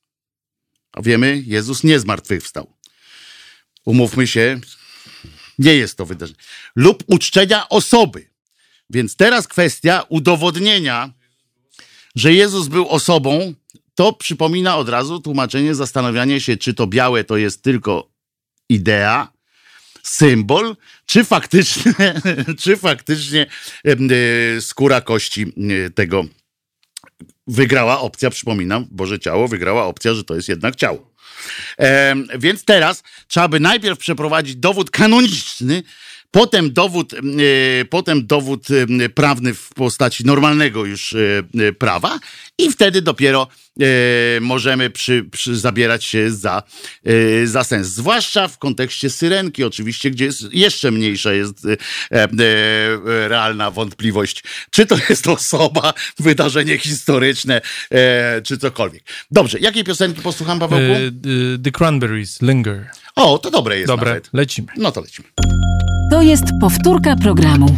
a wiemy, Jezus nie zmartwychwstał. Umówmy się, nie jest to wydarzenie. Lub uczczenia osoby. Więc teraz kwestia udowodnienia, że Jezus był osobą, to przypomina od razu tłumaczenie, zastanawianie się, czy to białe to jest tylko idea, symbol, czy faktycznie, czy faktycznie e, skóra kości tego wygrała opcja, przypominam, Boże Ciało, wygrała opcja, że to jest jednak ciało. E, więc teraz trzeba by najpierw przeprowadzić dowód kanoniczny, potem dowód, e, potem dowód e, prawny w postaci normalnego już e, prawa i wtedy dopiero e, możemy przy, przy zabierać się za, e, za sens. Zwłaszcza w kontekście Syrenki oczywiście, gdzie jest, jeszcze mniejsza jest e, e, realna wątpliwość, czy to jest osoba, wydarzenie historyczne, e, czy cokolwiek. Dobrze, jakiej piosenki posłucham, Pawełku? E, The Cranberries, Linger. O, to dobre jest Dobre, nawet. lecimy. No to lecimy. To jest powtórka programu.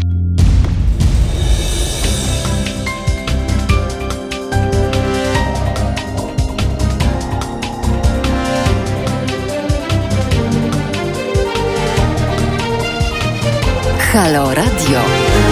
Halo Radio.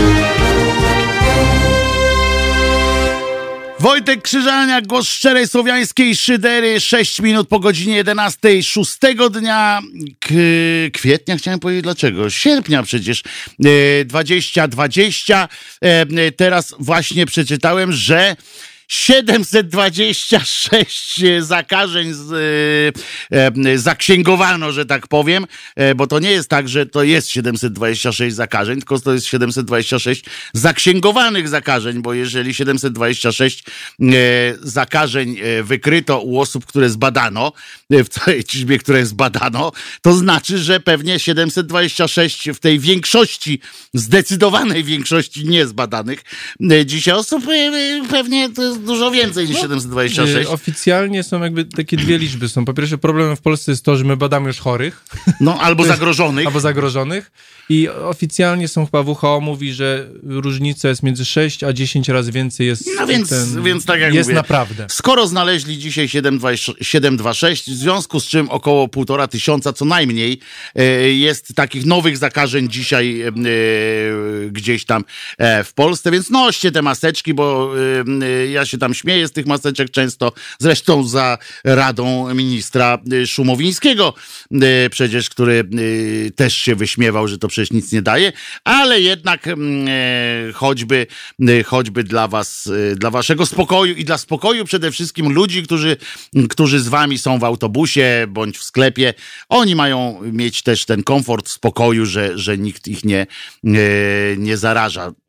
Wojtek Krzyżaniak, głos szczerej słowiańskiej szydery, sześć minut po godzinie jedenastej, szóstego dnia k- kwietnia, chciałem powiedzieć dlaczego, sierpnia przecież, e, dwadzieścia dwadzieścia. E, teraz właśnie przeczytałem, że siedemset dwadzieścia sześć zakażeń z, e, e, zaksięgowano, że tak powiem, e, bo to nie jest tak, że to jest siedemset dwadzieścia sześć zakażeń, tylko to jest siedemset dwadzieścia sześć zaksięgowanych zakażeń, bo jeżeli siedemset dwadzieścia sześć e, zakażeń e, wykryto u osób, które zbadano, e, w całej liczbie, które zbadano, to znaczy, że pewnie siedemset dwadzieścia sześć w tej większości, zdecydowanej większości niezbadanych e, dzisiaj osób e, pewnie to jest dużo więcej niż no, siedemset dwadzieścia sześć. Oficjalnie są jakby takie dwie liczby. Są po pierwsze problemem w Polsce jest to, że my badamy już chorych. No albo jest, zagrożonych. Albo zagrożonych. I oficjalnie są chyba W H O mówi, że różnica jest między sześć a dziesięć razy więcej jest. No więc, ten, więc tak jak jest mówię, naprawdę. Skoro znaleźli dzisiaj siedem dwa sześć, w związku z czym około półtora tysiąca co najmniej e, jest takich nowych zakażeń dzisiaj e, gdzieś tam e, w Polsce, więc noście te maseczki, bo e, ja się tam śmieję z tych maseczek często, zresztą za radą ministra Szumowińskiego e, przecież, który e, też się wyśmiewał, że to przecież nic nie daje, ale jednak e, choćby, e, choćby dla was, e, dla waszego spokoju i dla spokoju przede wszystkim ludzi, którzy, którzy z wami są w autobusie bądź w sklepie, oni mają mieć też ten komfort spokoju, że, że nikt ich nie, e, nie zaraża.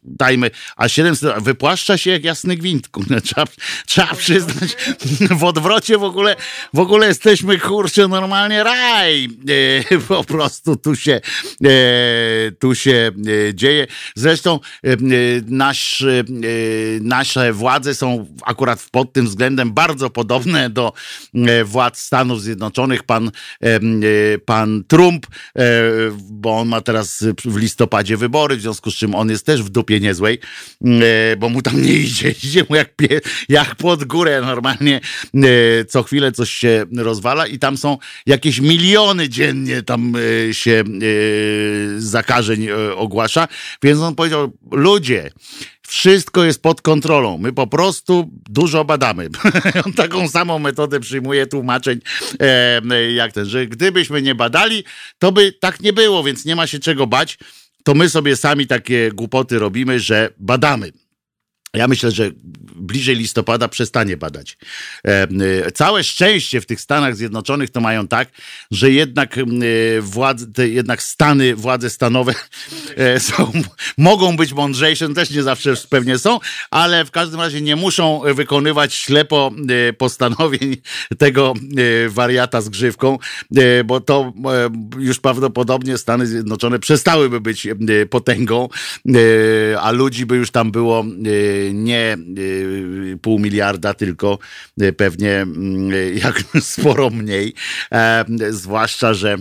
dajmy, a siedemset wypłaszcza się jak jasny gwint. Trzeba, trzeba przyznać, w odwrocie w ogóle, w ogóle jesteśmy, kurczę, normalnie raj. E, po prostu tu się, e, tu się e, dzieje. Zresztą e, nasz, e, nasze władze są akurat pod tym względem bardzo podobne do e, władz Stanów Zjednoczonych. Pan, e, e, pan Trump, e, bo on ma teraz w listopadzie wybory, w związku z czym on jest też w dupie niezłej, e, bo mu tam nie idzie, idzie mu jak, pie, jak pod górę normalnie, e, co chwilę coś się rozwala i tam są jakieś miliony dziennie tam e, się e, zakażeń e, ogłasza, więc on powiedział, ludzie, wszystko jest pod kontrolą. My po prostu dużo badamy. On taką samą metodę przyjmuje tłumaczeń e, jak ten, że gdybyśmy nie badali, to by tak nie było, więc nie ma się czego bać. To my sobie sami takie głupoty robimy, że badamy. Ja myślę, że bliżej listopada przestanie badać. E, e, całe szczęście w tych Stanach Zjednoczonych to mają tak, że jednak e, władze, te jednak stany, władze stanowe e, są, mogą być mądrzejsze, no też nie zawsze pewnie są, ale w każdym razie nie muszą wykonywać ślepo e, postanowień tego e, wariata z grzywką, e, bo to e, już prawdopodobnie Stany Zjednoczone przestałyby być e, potęgą, e, a ludzi by już tam było e, nie y, pół miliarda, tylko y, pewnie y, jak sporo mniej. E, zwłaszcza, że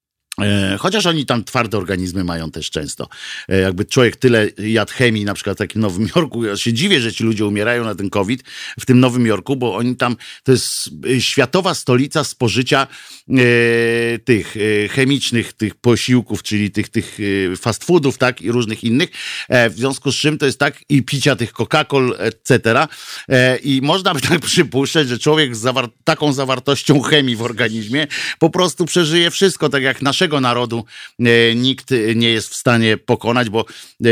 chociaż oni tam twarde organizmy mają też często. Jakby człowiek tyle jadł chemii, na przykład w takim Nowym Jorku, ja się dziwię, że ci ludzie umierają na ten COVID w tym Nowym Jorku, bo oni tam, to jest światowa stolica spożycia e, tych e, chemicznych, tych posiłków, czyli tych, tych e, fast foodów, tak, i różnych innych. E, w związku z czym to jest tak, i picia tych Coca-Col, et cetera. E, I można by tak przypuszczać, że człowiek z zawar- taką zawartością chemii w organizmie po prostu przeżyje wszystko, tak jak naszego narodu e, nikt nie jest w stanie pokonać, bo e,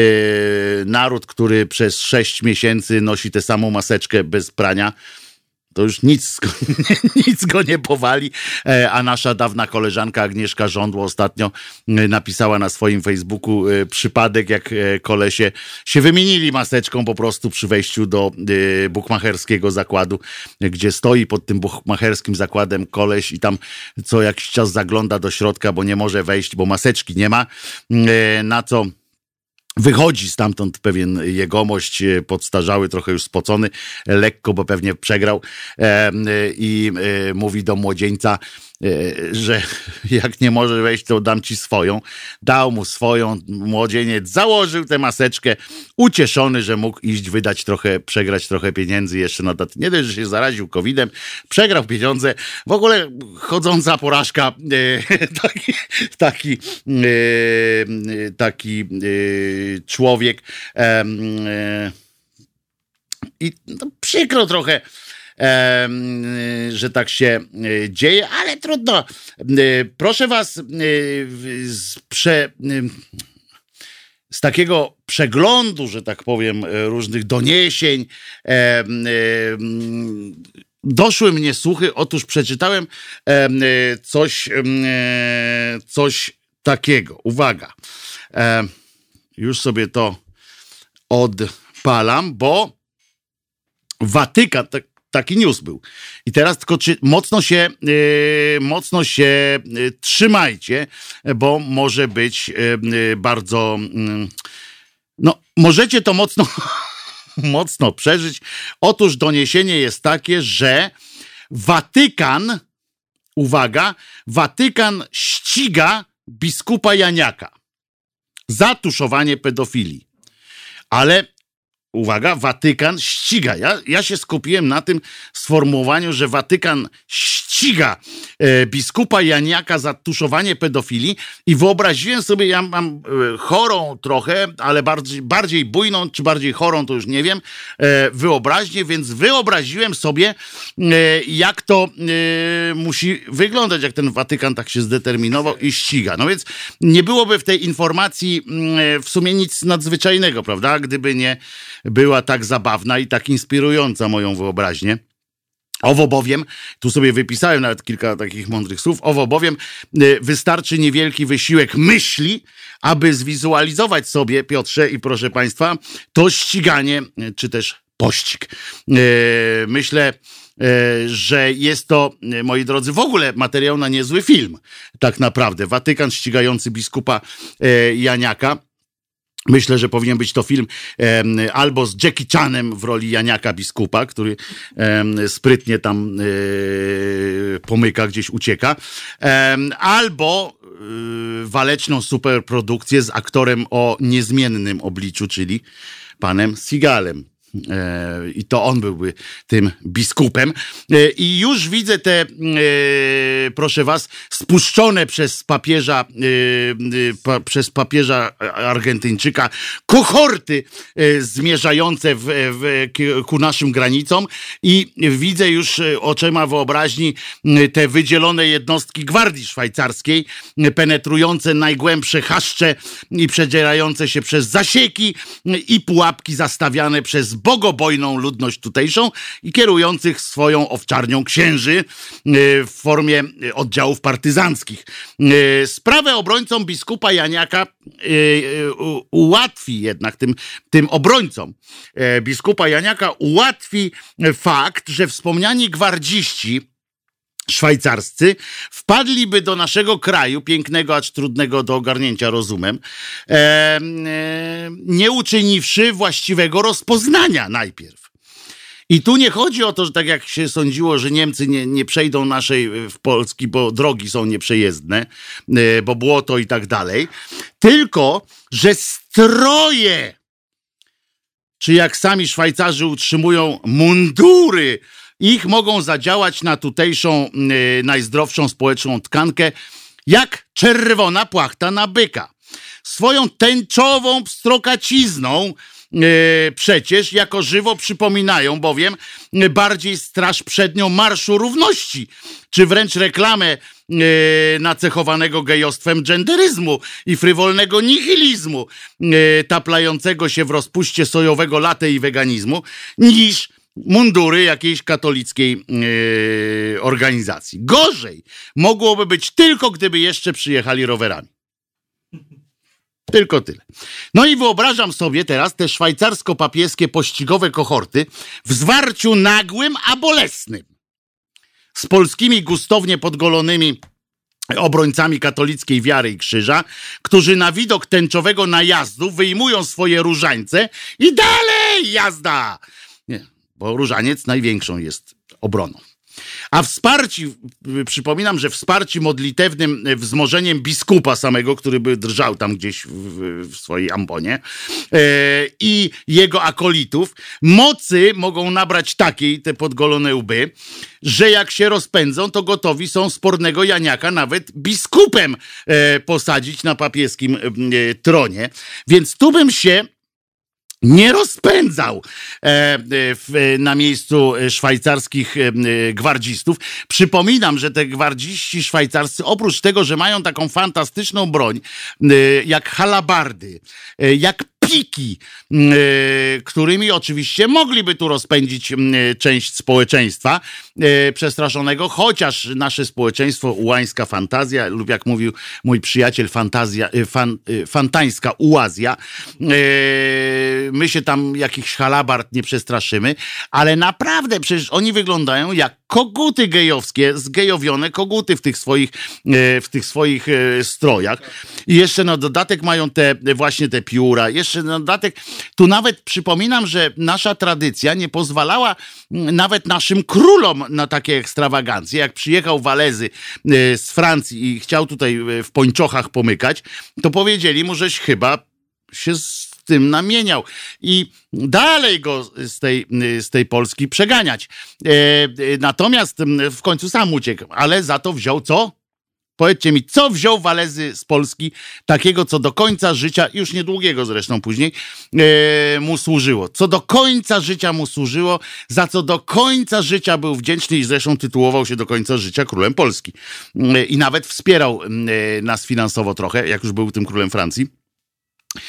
naród, który przez sześć miesięcy nosi tę samą maseczkę bez prania, to już nic, nic go nie powali, e, a nasza dawna koleżanka Agnieszka Żądło ostatnio e, napisała na swoim Facebooku e, przypadek, jak e, kolesie się wymienili maseczką po prostu przy wejściu do e, bukmacherskiego zakładu, e, gdzie stoi pod tym bukmacherskim zakładem koleś i tam co jakiś czas zagląda do środka, bo nie może wejść, bo maseczki nie ma, e, na co wychodzi stamtąd pewien jegomość, podstarzały, trochę już spocony, lekko, bo pewnie przegrał, e, i e, mówi do młodzieńca, e, że jak nie może wejść, to dam ci swoją. Dał mu swoją, młodzieniec założył tę maseczkę, ucieszony, że mógł iść, wydać trochę, przegrać trochę pieniędzy jeszcze na dat. Nie dość, że się zaraził kowidem, przegrał pieniądze, w ogóle chodząca porażka, e, taki, taki, e, taki e, człowiek e, e, i no, przykro trochę, e, że tak się dzieje, ale trudno. E, proszę was e, z, prze, e, z takiego przeglądu, że tak powiem, różnych doniesień e, e, doszły mnie słuchy. Otóż przeczytałem e, coś, e, coś takiego. Uwaga. E, Już sobie to odpalam, bo Watykan, tak, taki news był. I teraz tylko czy, mocno się, yy, mocno się yy, trzymajcie, bo może być yy, bardzo, yy, no możecie to mocno, mocno przeżyć. Otóż doniesienie jest takie, że Watykan, uwaga, Watykan ściga biskupa Janiaka za tuszowanie pedofilii. Ale uwaga, Watykan ściga. Ja, ja się skupiłem na tym sformułowaniu, że Watykan ściga e, biskupa Janiaka za tuszowanie pedofilii i wyobraziłem sobie, ja mam e, chorą trochę, ale bardziej, bardziej bujną, czy bardziej chorą, to już nie wiem, e, wyobraźnię, więc wyobraziłem sobie, e, jak to e, musi wyglądać, jak ten Watykan tak się zdeterminował i ściga. No więc nie byłoby w tej informacji e, w sumie nic nadzwyczajnego, prawda? Gdyby nie była tak zabawna i tak inspirująca moją wyobraźnię. Owo bowiem, tu sobie wypisałem nawet kilka takich mądrych słów, owo bowiem wystarczy niewielki wysiłek myśli, aby zwizualizować sobie, Piotrze i proszę państwa, to ściganie, czy też pościg. Myślę, że jest to, moi drodzy, w ogóle materiał na niezły film, tak naprawdę. Watykan ścigający biskupa Janiaka. Myślę, że powinien być to film e, albo z Jackie Chanem w roli Janiaka biskupa, który e, sprytnie tam e, pomyka, gdzieś ucieka, e, albo e, waleczną superprodukcję z aktorem o niezmiennym obliczu, czyli panem Seagalem. I to on byłby tym biskupem. I już widzę te, proszę was, spuszczone przez papieża, przez papieża Argentyńczyka kohorty zmierzające w, w, ku naszym granicom i widzę już oczyma wyobraźni te wydzielone jednostki gwardii szwajcarskiej, penetrujące najgłębsze chaszcze i przedzierające się przez zasieki i pułapki zastawiane przez bogobojną ludność tutejszą i kierujących swoją owczarnią księży w formie oddziałów partyzanckich. Sprawę obrońcom biskupa Janiaka ułatwi jednak tym, tym obrońcom biskupa Janiaka ułatwi fakt, że wspomniani gwardziści szwajcarscy wpadliby do naszego kraju, pięknego, acz trudnego do ogarnięcia rozumem, e, e, nie uczyniwszy właściwego rozpoznania najpierw. I tu nie chodzi o to, że tak jak się sądziło, że Niemcy nie, nie przejdą naszej w Polski, bo drogi są nieprzejezdne, e, bo błoto i tak dalej, tylko, że stroje, czy jak sami Szwajcarzy utrzymują, mundury, ich mogą zadziałać na tutejszą y, najzdrowszą społeczną tkankę jak czerwona płachta na byka. Swoją tęczową pstrokacizną y, przecież jako żywo przypominają bowiem y, bardziej straż przednią Marszu Równości, czy wręcz reklamę y, nacechowanego gejostwem genderyzmu i frywolnego nihilizmu y, taplającego się w rozpuście sojowego latte i weganizmu, niż mundury jakiejś katolickiej yy, organizacji. Gorzej mogłoby być tylko, gdyby jeszcze przyjechali rowerami. Tylko tyle. No i wyobrażam sobie teraz te szwajcarsko-papieskie pościgowe kohorty w zwarciu nagłym, a bolesnym. Z polskimi gustownie podgolonymi obrońcami katolickiej wiary i krzyża, którzy na widok tęczowego najazdu wyjmują swoje różańce i dalej jazda! Nie. Bo różaniec największą jest obroną. A wsparci, przypominam, że wsparci modlitewnym wzmożeniem biskupa samego, który by drżał tam gdzieś w, w swojej ambonie, e, i jego akolitów, mocy mogą nabrać takiej, te podgolone łby, że jak się rozpędzą, to gotowi są spornego Janiaka nawet biskupem e, posadzić na papieskim e, tronie. Więc tu bym się nie rozpędzał e, w, na miejscu szwajcarskich e, gwardzistów. Przypominam, że te gwardziści szwajcarscy, oprócz tego, że mają taką fantastyczną broń, e, jak halabardy, e, jak piki, e, którymi oczywiście mogliby tu rozpędzić e, część społeczeństwa e, przestraszonego, chociaż nasze społeczeństwo, ułańska fantazja, lub jak mówił mój przyjaciel, fantazja, e, fan, e, fantańska ułazja, e, my się tam jakichś halabard nie przestraszymy, ale naprawdę przecież oni wyglądają jak koguty gejowskie, zgejowione koguty w tych swoich, w tych swoich strojach. I jeszcze na dodatek mają te właśnie te pióra, jeszcze na dodatek, tu nawet przypominam, że nasza tradycja nie pozwalała nawet naszym królom na takie ekstrawagancje. Jak przyjechał Walezy z Francji i chciał tutaj w pończochach pomykać, to powiedzieli mu, żeś chyba się z tym namieniał i dalej go z tej, z tej Polski przeganiać. E, natomiast w końcu sam uciekł, ale za to wziął co? Powiedzcie mi, co wziął Walezy z Polski takiego, co do końca życia, już niedługiego zresztą później, e, mu służyło. Co do końca życia mu służyło, za co do końca życia był wdzięczny i zresztą tytułował się do końca życia królem Polski. E, I nawet wspierał e, nas finansowo trochę, jak już był tym królem Francji.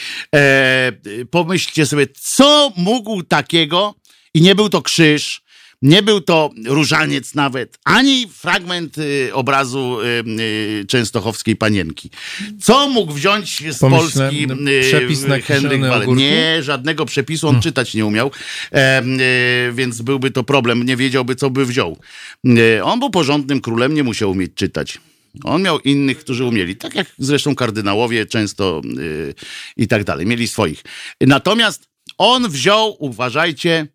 E, pomyślcie sobie, co mógł takiego, i nie był to krzyż, Nie był to różaniec nawet, ani fragment y, obrazu y, y, częstochowskiej panienki. Co mógł wziąć z Pomyślę, Polski y, przepis na Henryk Waler? Nie, żadnego przepisu on hmm. czytać nie umiał, e, y, więc byłby to problem, nie wiedziałby, co by wziął. Y, on był porządnym królem, nie musiał umieć czytać. On miał innych, którzy umieli, tak jak zresztą kardynałowie często y, i tak dalej, mieli swoich. Natomiast on wziął, uważajcie,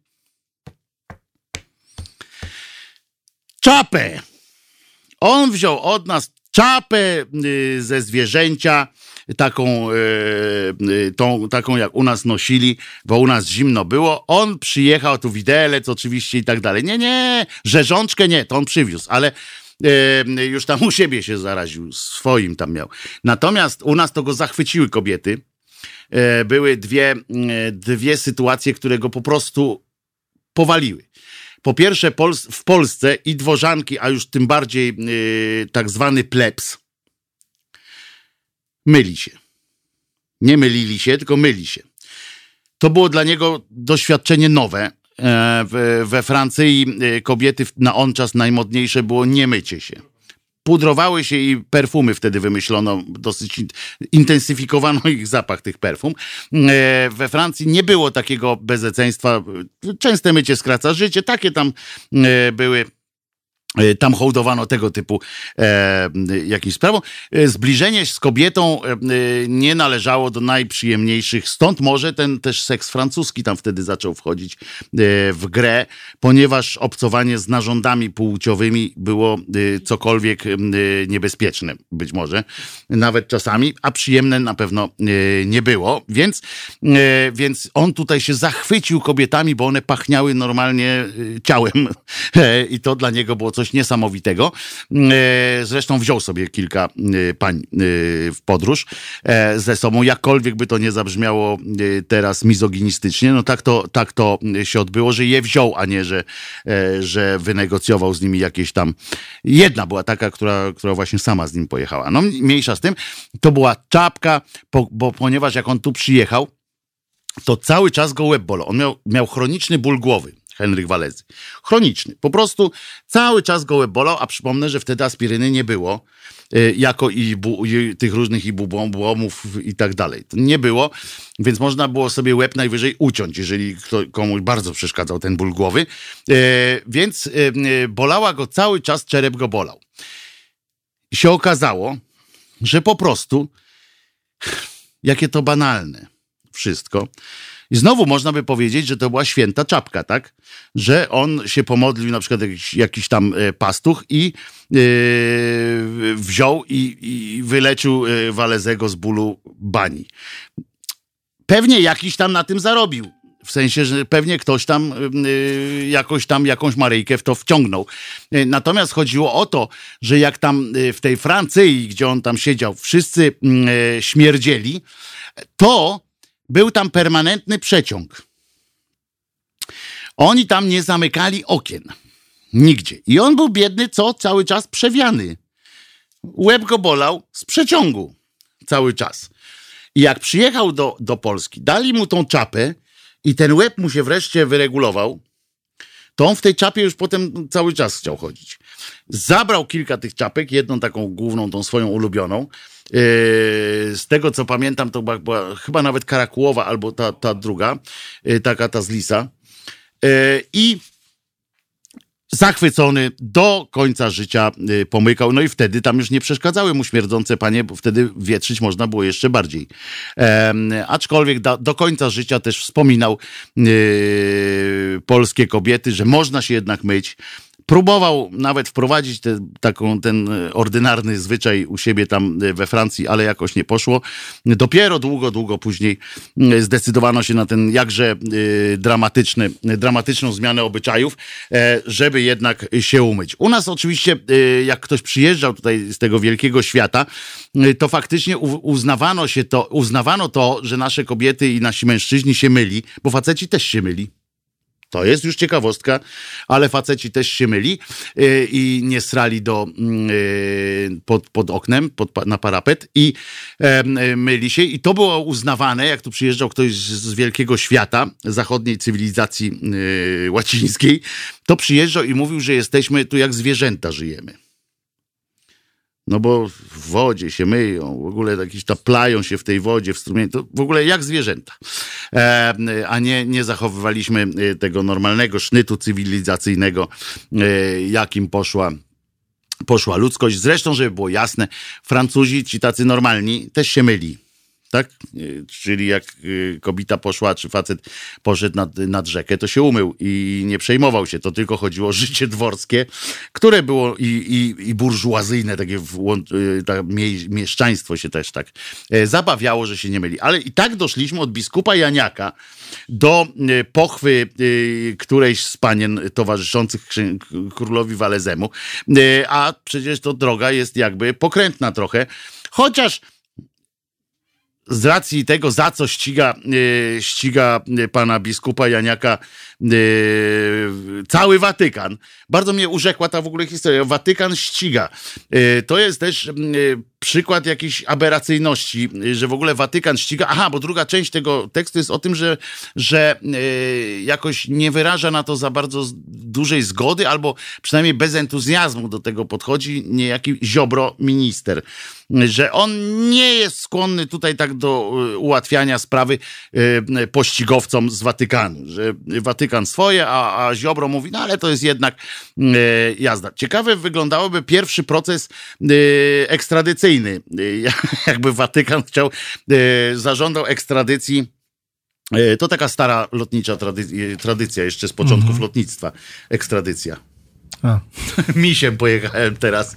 czapę. On wziął od nas czapę y, ze zwierzęcia, taką, y, y, tą, taką jak u nas nosili, bo u nas zimno było. On przyjechał, tu widelec oczywiście i tak dalej. Nie, nie, rzeżączkę nie, to on przywiózł, ale y, już tam u siebie się zaraził, swoim tam miał. Natomiast u nas to go zachwyciły kobiety. Y, były dwie, y, dwie sytuacje, które go po prostu powaliły. Po pierwsze, Pols- w Polsce i dworzanki, a już tym bardziej yy, tak zwany plebs, myli się. Nie mylili się, tylko myli się. To było dla niego doświadczenie nowe. E, w, we Francji yy, kobiety na on czas najmodniejsze było nie mycie się. Pudrowały się i perfumy wtedy wymyślono, dosyć intensyfikowano ich zapach tych perfum. E, we Francji nie było takiego bezeceństwa. Częste mycie skraca życie. Takie tam e, były. Tam hołdowano tego typu e, jakimś sprawom. E, zbliżenie z kobietą e, nie należało do najprzyjemniejszych. Stąd może ten też seks francuski tam wtedy zaczął wchodzić e, w grę, ponieważ obcowanie z narządami płciowymi było e, cokolwiek e, niebezpieczne, być może, nawet czasami, a przyjemne na pewno e, nie było. Więc, e, więc on tutaj się zachwycił kobietami, bo one pachniały normalnie e, ciałem e, i to dla niego było coś coś niesamowitego. Zresztą wziął sobie kilka pań w podróż ze sobą, jakkolwiek by to nie zabrzmiało teraz mizoginistycznie, no tak to, tak to się odbyło, że je wziął, a nie, że, że wynegocjował z nimi jakieś tam. Jedna była taka, która, która właśnie sama z nim pojechała. No mniejsza z tym, to była czapka, bo, bo ponieważ jak on tu przyjechał, to cały czas go łeb bolał. On miał, miał chroniczny ból głowy. Henryk Walezy. Chroniczny. Po prostu cały czas go łeb bolał, a przypomnę, że wtedy aspiryny nie było, y, jako i, bu, i tych różnych ibuprofenów i tak dalej. To nie było, więc można było sobie łeb najwyżej uciąć, jeżeli kto, komuś bardzo przeszkadzał ten ból głowy. Y, więc y, y, bolała go cały czas, czerep go bolał. I się okazało, że po prostu jakie to banalne wszystko. I znowu można by powiedzieć, że to była święta czapka, tak? Że on się pomodlił, na przykład jakiś, jakiś tam e, pastuch i e, wziął i, i wyleczył e, Walezego z bólu bani. Pewnie jakiś tam na tym zarobił. W sensie, że pewnie ktoś tam y, jakoś tam jakąś Maryjkę w to wciągnął. Y, natomiast chodziło o to, że jak tam y, w tej Francji, gdzie on tam siedział, wszyscy y, śmierdzieli, to był tam permanentny przeciąg. Oni tam nie zamykali okien. Nigdzie. I on był biedny, co? Cały czas przewiany. Łeb go bolał z przeciągu. Cały czas. I jak przyjechał do, do Polski, dali mu tą czapę i ten łeb mu się wreszcie wyregulował, to on w tej czapie już potem cały czas chciał chodzić. Zabrał kilka tych czapek, jedną taką główną, tą swoją ulubioną. Yy, z tego, co pamiętam, to była, była chyba nawet karakułowa, albo ta, ta druga, yy, taka ta z lisa. Yy, I zachwycony do końca życia yy, pomykał. No i wtedy tam już nie przeszkadzały mu śmierdzące panie, bo wtedy wietrzyć można było jeszcze bardziej. Yy, aczkolwiek do, do końca życia też wspominał yy, polskie kobiety, że można się jednak myć. Próbował nawet wprowadzić te, taką, ten ordynarny zwyczaj u siebie tam we Francji, ale jakoś nie poszło. Dopiero długo, długo później zdecydowano się na ten jakże y, dramatyczny, dramatyczną zmianę obyczajów, e, żeby jednak się umyć. U nas oczywiście, y, jak ktoś przyjeżdżał tutaj z tego wielkiego świata, y, to faktycznie u, uznawano się to, uznawano to, że nasze kobiety i nasi mężczyźni się myli, bo faceci też się myli. To jest już ciekawostka, ale faceci też się myli yy, i nie srali do, yy, pod, pod oknem, pod, na parapet i yy, myli się. I to było uznawane, jak tu przyjeżdżał ktoś z, z wielkiego świata, zachodniej cywilizacji yy, łacińskiej, to przyjeżdżał i mówił, że jesteśmy tu jak zwierzęta żyjemy. No bo w wodzie się myją, w ogóle jakieś taplają się w tej wodzie, w strumieniu, to w ogóle jak zwierzęta. E, a nie, nie zachowywaliśmy tego normalnego sznytu cywilizacyjnego, e, jakim poszła, poszła ludzkość. Zresztą, żeby było jasne, Francuzi, ci tacy normalni, też się myli. Tak? Czyli jak kobieta poszła, czy facet poszedł nad, nad rzekę, to się umył i nie przejmował się. To tylko chodziło o życie dworskie, które było i, i, i burżuazyjne, takie tak, mie, mieszczaństwo się też tak zabawiało, że się nie myli. Ale i tak doszliśmy od biskupa Janiaka do pochwy którejś z panien towarzyszących królowi Walezemu. A przecież to droga jest jakby pokrętna trochę. Chociaż z racji tego, za co ściga, yy, ściga pana biskupa Janiaka yy, cały Watykan. Bardzo mnie urzekła ta w ogóle historia. Watykan ściga. Yy, to jest też yy, przykład jakiejś aberracyjności, yy, że w ogóle Watykan ściga. Aha, bo druga część tego tekstu jest o tym, że, że yy, jakoś nie wyraża na to za bardzo dużej zgody, albo przynajmniej bez entuzjazmu do tego podchodzi niejaki Ziobro minister. Że on nie jest skłonny tutaj tak do ułatwiania sprawy y, pościgowcom z Watykanu, że Watykan swoje, a, a Ziobro mówi, no ale to jest jednak y, jazda. Ciekawe wyglądałoby pierwszy proces y, ekstradycyjny, y, jakby Watykan chciał, y, zażądał ekstradycji. To taka stara lotnicza trady- tradycja jeszcze z początków mhm. lotnictwa, ekstradycja. A. Misiem pojechałem teraz.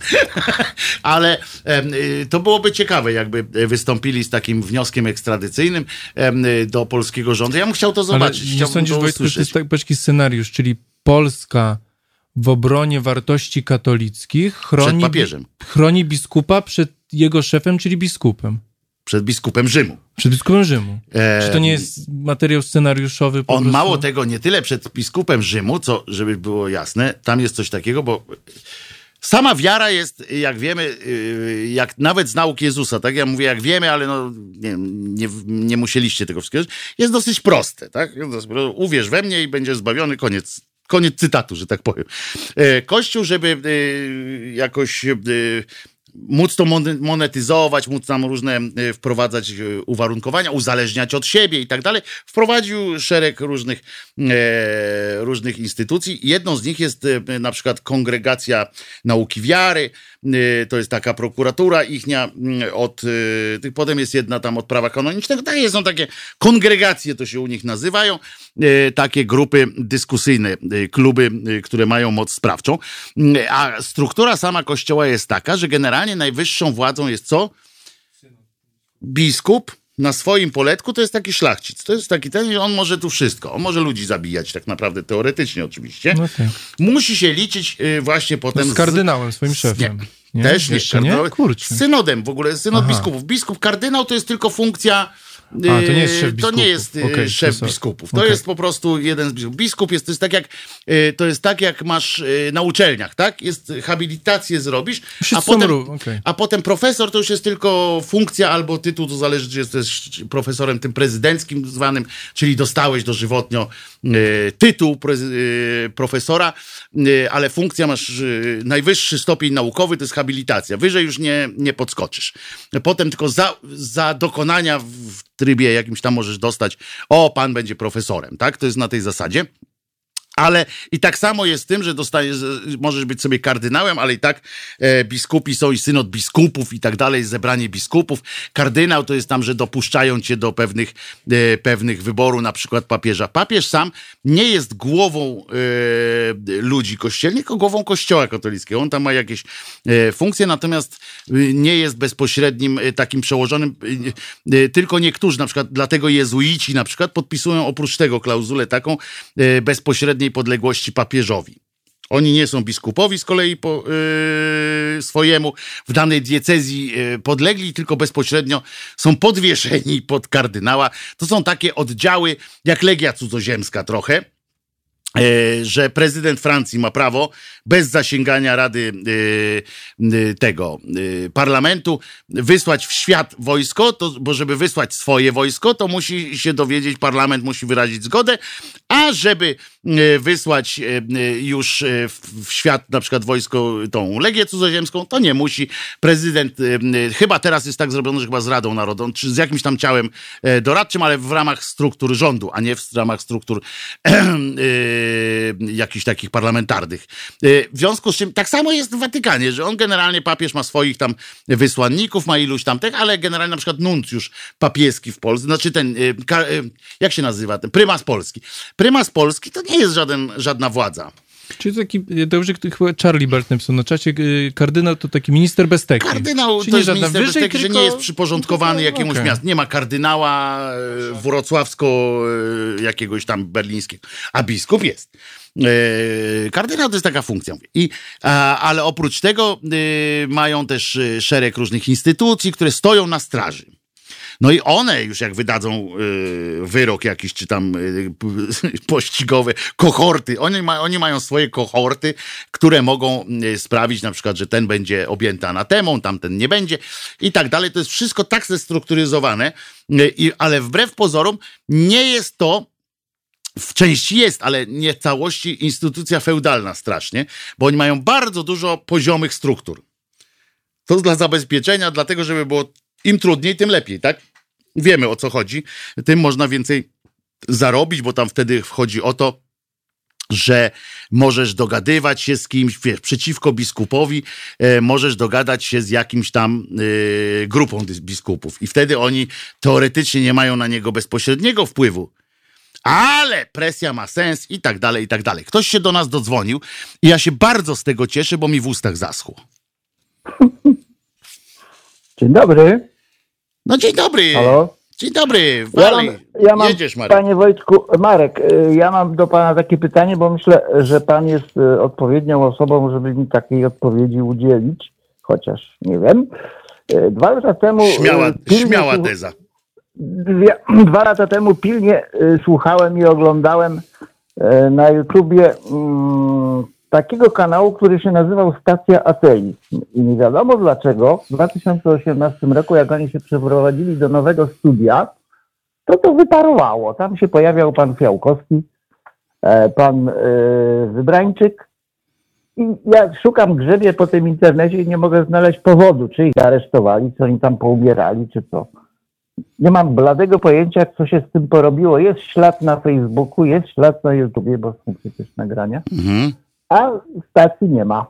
Ale e, to byłoby ciekawe, jakby wystąpili z takim wnioskiem ekstradycyjnym e, do polskiego rządu. Ja bym chciał to zobaczyć. Ale nie sądzisz, Wojtku, że to jest taki scenariusz, czyli Polska w obronie wartości katolickich chroni, przed papieżem. Chroni biskupa przed jego szefem, czyli biskupem. Przed biskupem Rzymu. Przed biskupem Rzymu. E... Czy to nie jest materiał scenariuszowy? Po on prostu? Mało tego, nie tyle przed biskupem Rzymu, co, żeby było jasne, tam jest coś takiego, bo sama wiara jest, jak wiemy, jak nawet z nauk Jezusa, tak? Ja mówię, jak wiemy, ale no, nie, nie, nie musieliście tego wszystkiego, jest dosyć proste, tak? Uwierz we mnie i będziesz zbawiony, koniec. Koniec cytatu, że tak powiem. Kościół, żeby jakoś móc to monetyzować, móc tam różne wprowadzać uwarunkowania, uzależniać od siebie i tak dalej, wprowadził szereg różnych, e, różnych instytucji. Jedną z nich jest e, na przykład Kongregacja Nauki Wiary, e, to jest taka prokuratura ichnia od, e, potem jest jedna tam od prawa kanonicznego, tak, są takie kongregacje, to się u nich nazywają, e, takie grupy dyskusyjne, e, kluby, e, które mają moc sprawczą, e, a struktura sama Kościoła jest taka, że generalnie najwyższą władzą jest co? Biskup na swoim poletku to jest taki szlachcic. To jest taki ten, on może tu wszystko. On może ludzi zabijać tak naprawdę, teoretycznie oczywiście. No tak. Musi się liczyć y, właśnie potem no z kardynałem, z... swoim szefem. Nie. Nie? Też nie. Jeszcze nie? Kurczę. Z synodem w ogóle, synod Aha. biskupów. Biskup, kardynał to jest tylko funkcja... A, to nie jest szef biskupów. To nie jest okay, szef to biskupów. To okay. jest po prostu jeden z biskupów. Biskup jest, to jest tak jak, to jest tak jak masz na uczelniach, tak? Jest habilitację zrobisz, a potem, okay. a potem profesor to już jest tylko funkcja albo tytuł, to zależy, czy jesteś profesorem tym prezydenckim zwanym, czyli dostałeś dożywotnio tytuł profesora, ale funkcja masz najwyższy stopień naukowy, to jest habilitacja. Wyżej już nie, nie podskoczysz. Potem tylko za, za dokonania w trybie jakimś tam możesz dostać, o, pan będzie profesorem, tak? To jest na tej zasadzie. Ale i tak samo jest z tym, że dostajesz, możesz być sobie kardynałem, ale i tak e, biskupi są i synod biskupów i tak dalej, zebranie biskupów. Kardynał to jest tam, że dopuszczają cię do pewnych, e, pewnych wyborów, na przykład papieża. Papież sam nie jest głową e, ludzi kościelnych, tylko głową kościoła katolickiego. On tam ma jakieś e, funkcje, natomiast nie jest bezpośrednim e, takim przełożonym. E, e, tylko niektórzy, na przykład dlatego jezuici na przykład podpisują oprócz tego klauzulę taką e, bezpośredniej podległości papieżowi. Oni nie są biskupowi z kolei po yy, swojemu w danej diecezji yy, podlegli, tylko bezpośrednio są podwieszeni pod kardynała. To są takie oddziały jak Legia Cudzoziemska trochę, że prezydent Francji ma prawo bez zasięgania Rady tego parlamentu wysłać w świat wojsko, to, bo żeby wysłać swoje wojsko, to musi się dowiedzieć, parlament musi wyrazić zgodę, a żeby wysłać już w świat na przykład wojsko, tą Legię Cudzoziemską, to nie musi. Prezydent, chyba teraz jest tak zrobione, że chyba z Radą Narodową, czy z jakimś tam ciałem doradczym, ale w ramach struktur rządu, a nie w ramach struktur jakichś takich parlamentarnych. W związku z czym tak samo jest w Watykanie, że on generalnie, papież ma swoich tam wysłanników, ma iluś tam tych, ale generalnie na przykład nuncjusz papieski w Polsce, znaczy ten, jak się nazywa, ten prymas Polski. Prymas Polski to nie jest żaden, żadna władza. Czyli taki, dobrze, chyba Charlie Bert napisał na czacie, kardynał to taki minister bez teki. Kardynał Czyli to nie jest minister wyżej, bez teki, tylko... że nie jest przyporządkowany no, jakiemuś okay. miastu. Nie ma kardynała wrocławsko jakiegoś tam berlińskiego, a biskup jest. Kardynał to jest taka funkcja. I, a, ale oprócz tego y, mają też szereg różnych instytucji, które stoją na straży. No i one już jak wydadzą y, wyrok jakiś, czy tam y, pościgowe, kohorty, oni, ma, oni mają swoje kohorty, które mogą y, sprawić na przykład, że ten będzie objęty anatemą, tamten nie będzie i tak dalej. To jest wszystko tak zestrukturyzowane, y, y, ale wbrew pozorom nie jest to, w części jest, ale nie w całości, instytucja feudalna strasznie, bo oni mają bardzo dużo poziomych struktur. To dla zabezpieczenia, dlatego żeby było im trudniej, tym lepiej, tak? Wiemy, o co chodzi. Tym można więcej zarobić, bo tam wtedy wchodzi o to, że możesz dogadywać się z kimś, wiesz, przeciwko biskupowi, e, możesz dogadać się z jakimś tam e, grupą biskupów. I wtedy oni teoretycznie nie mają na niego bezpośredniego wpływu. Ale presja ma sens i tak dalej, i tak dalej. Ktoś się do nas dodzwonił i ja się bardzo z tego cieszę, bo mi w ustach zaschło. Dzień dobry. No dzień dobry. Halo? Dzień dobry. Ja Wali. mam, ja mam, Jedziesz, Marek. Panie Wojtku, Marek, ja mam do pana takie pytanie, bo myślę, że pan jest odpowiednią osobą, żeby mi takiej odpowiedzi udzielić, chociaż nie wiem. Dwa lata temu... Śmiała, pilnie, śmiała teza. Dwie, dwa lata temu pilnie słuchałem i oglądałem na YouTubie um, takiego kanału, który się nazywał Stacja Ateizm. I nie wiadomo dlaczego w dwa tysiące osiemnastym roku, jak oni się przeprowadzili do nowego studia, to to wyparowało. Tam się pojawiał pan Fiałkowski, pan Wybrańczyk. I ja szukam, grzebię po tym internecie i nie mogę znaleźć powodu, czy ich aresztowali, co oni tam poubierali, czy co. Nie mam bladego pojęcia, co się z tym porobiło. Jest ślad na Facebooku, jest ślad na YouTubie, bo są przecież nagrania. Mhm. A stacji nie ma.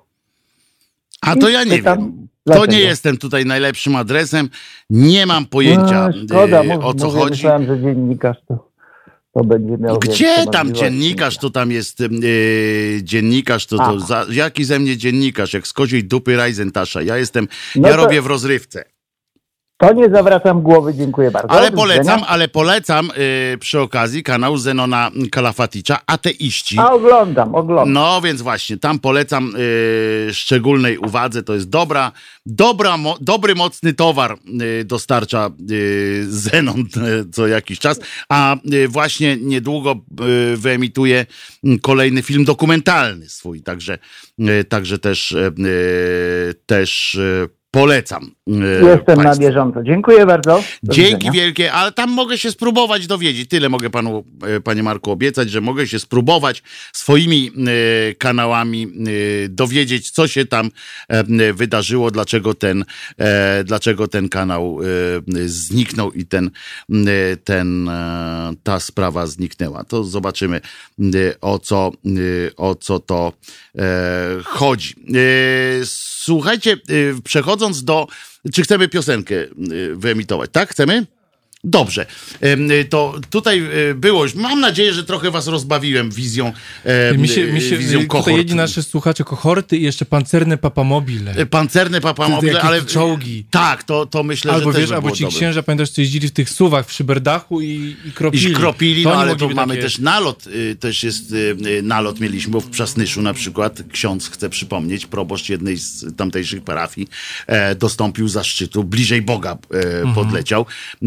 A to ja nie wiem. To nie jestem tutaj najlepszym adresem. Nie mam pojęcia, no, szkoda, yy, o co chodzi. Myślałem, że dziennikarz to, to będzie miał... Gdzie tam dziennikarz, to tam jest yy, dziennikarz, to, to za, jaki ze mnie dziennikarz, jak z koziej dupy Reisentasza. Ja jestem, no ja to... robię w rozrywce. To nie zawracam głowy, dziękuję bardzo. Ale polecam, ale polecam yy, przy okazji kanał Zenona Kalafaticza, Ateiści. A oglądam, oglądam. No więc właśnie, tam polecam yy, szczególnej uwadze, to jest dobra, dobra mo, dobry, mocny towar yy, dostarcza yy, Zenon yy, co jakiś czas, a yy, właśnie niedługo yy, wyemituje yy, kolejny film dokumentalny swój, także, yy, także też, yy, też yy, polecam. Jestem Państwu na bieżąco. Dziękuję bardzo. Do Dzięki widzenia. wielkie, ale tam mogę się spróbować dowiedzieć. Tyle mogę panu, panie Marku, obiecać, że mogę się spróbować swoimi y, kanałami y, dowiedzieć, co się tam y, wydarzyło, dlaczego ten, y, dlaczego ten kanał y, zniknął i ten, y, ten, y, ta sprawa zniknęła. To zobaczymy, y, o, co, y, o co to y, chodzi. Y, słuchajcie, y, przechodząc do... Czy chcemy piosenkę wyemitować? Tak? Chcemy? Dobrze. To tutaj było już. Mam nadzieję, że trochę was rozbawiłem wizją mi się, mi się, wizją kohort. Tutaj jedni nasze słuchacze kohorty i jeszcze pancerne papamobile. Pancerne papamobile, ale czołgi. Tak, to, to myślę, albo że wiesz, też albo ci dobre. księża, pamiętasz, co jeździli w tych suwach w szyberdachu i, i kropili. I kropili, to no ale to mamy takie... też nalot. Też jest nalot mieliśmy, bo w Przasnyszu na przykład ksiądz, chcę przypomnieć, proboszcz jednej z tamtejszych parafii e, dostąpił zaszczytu, bliżej Boga e, podleciał. E,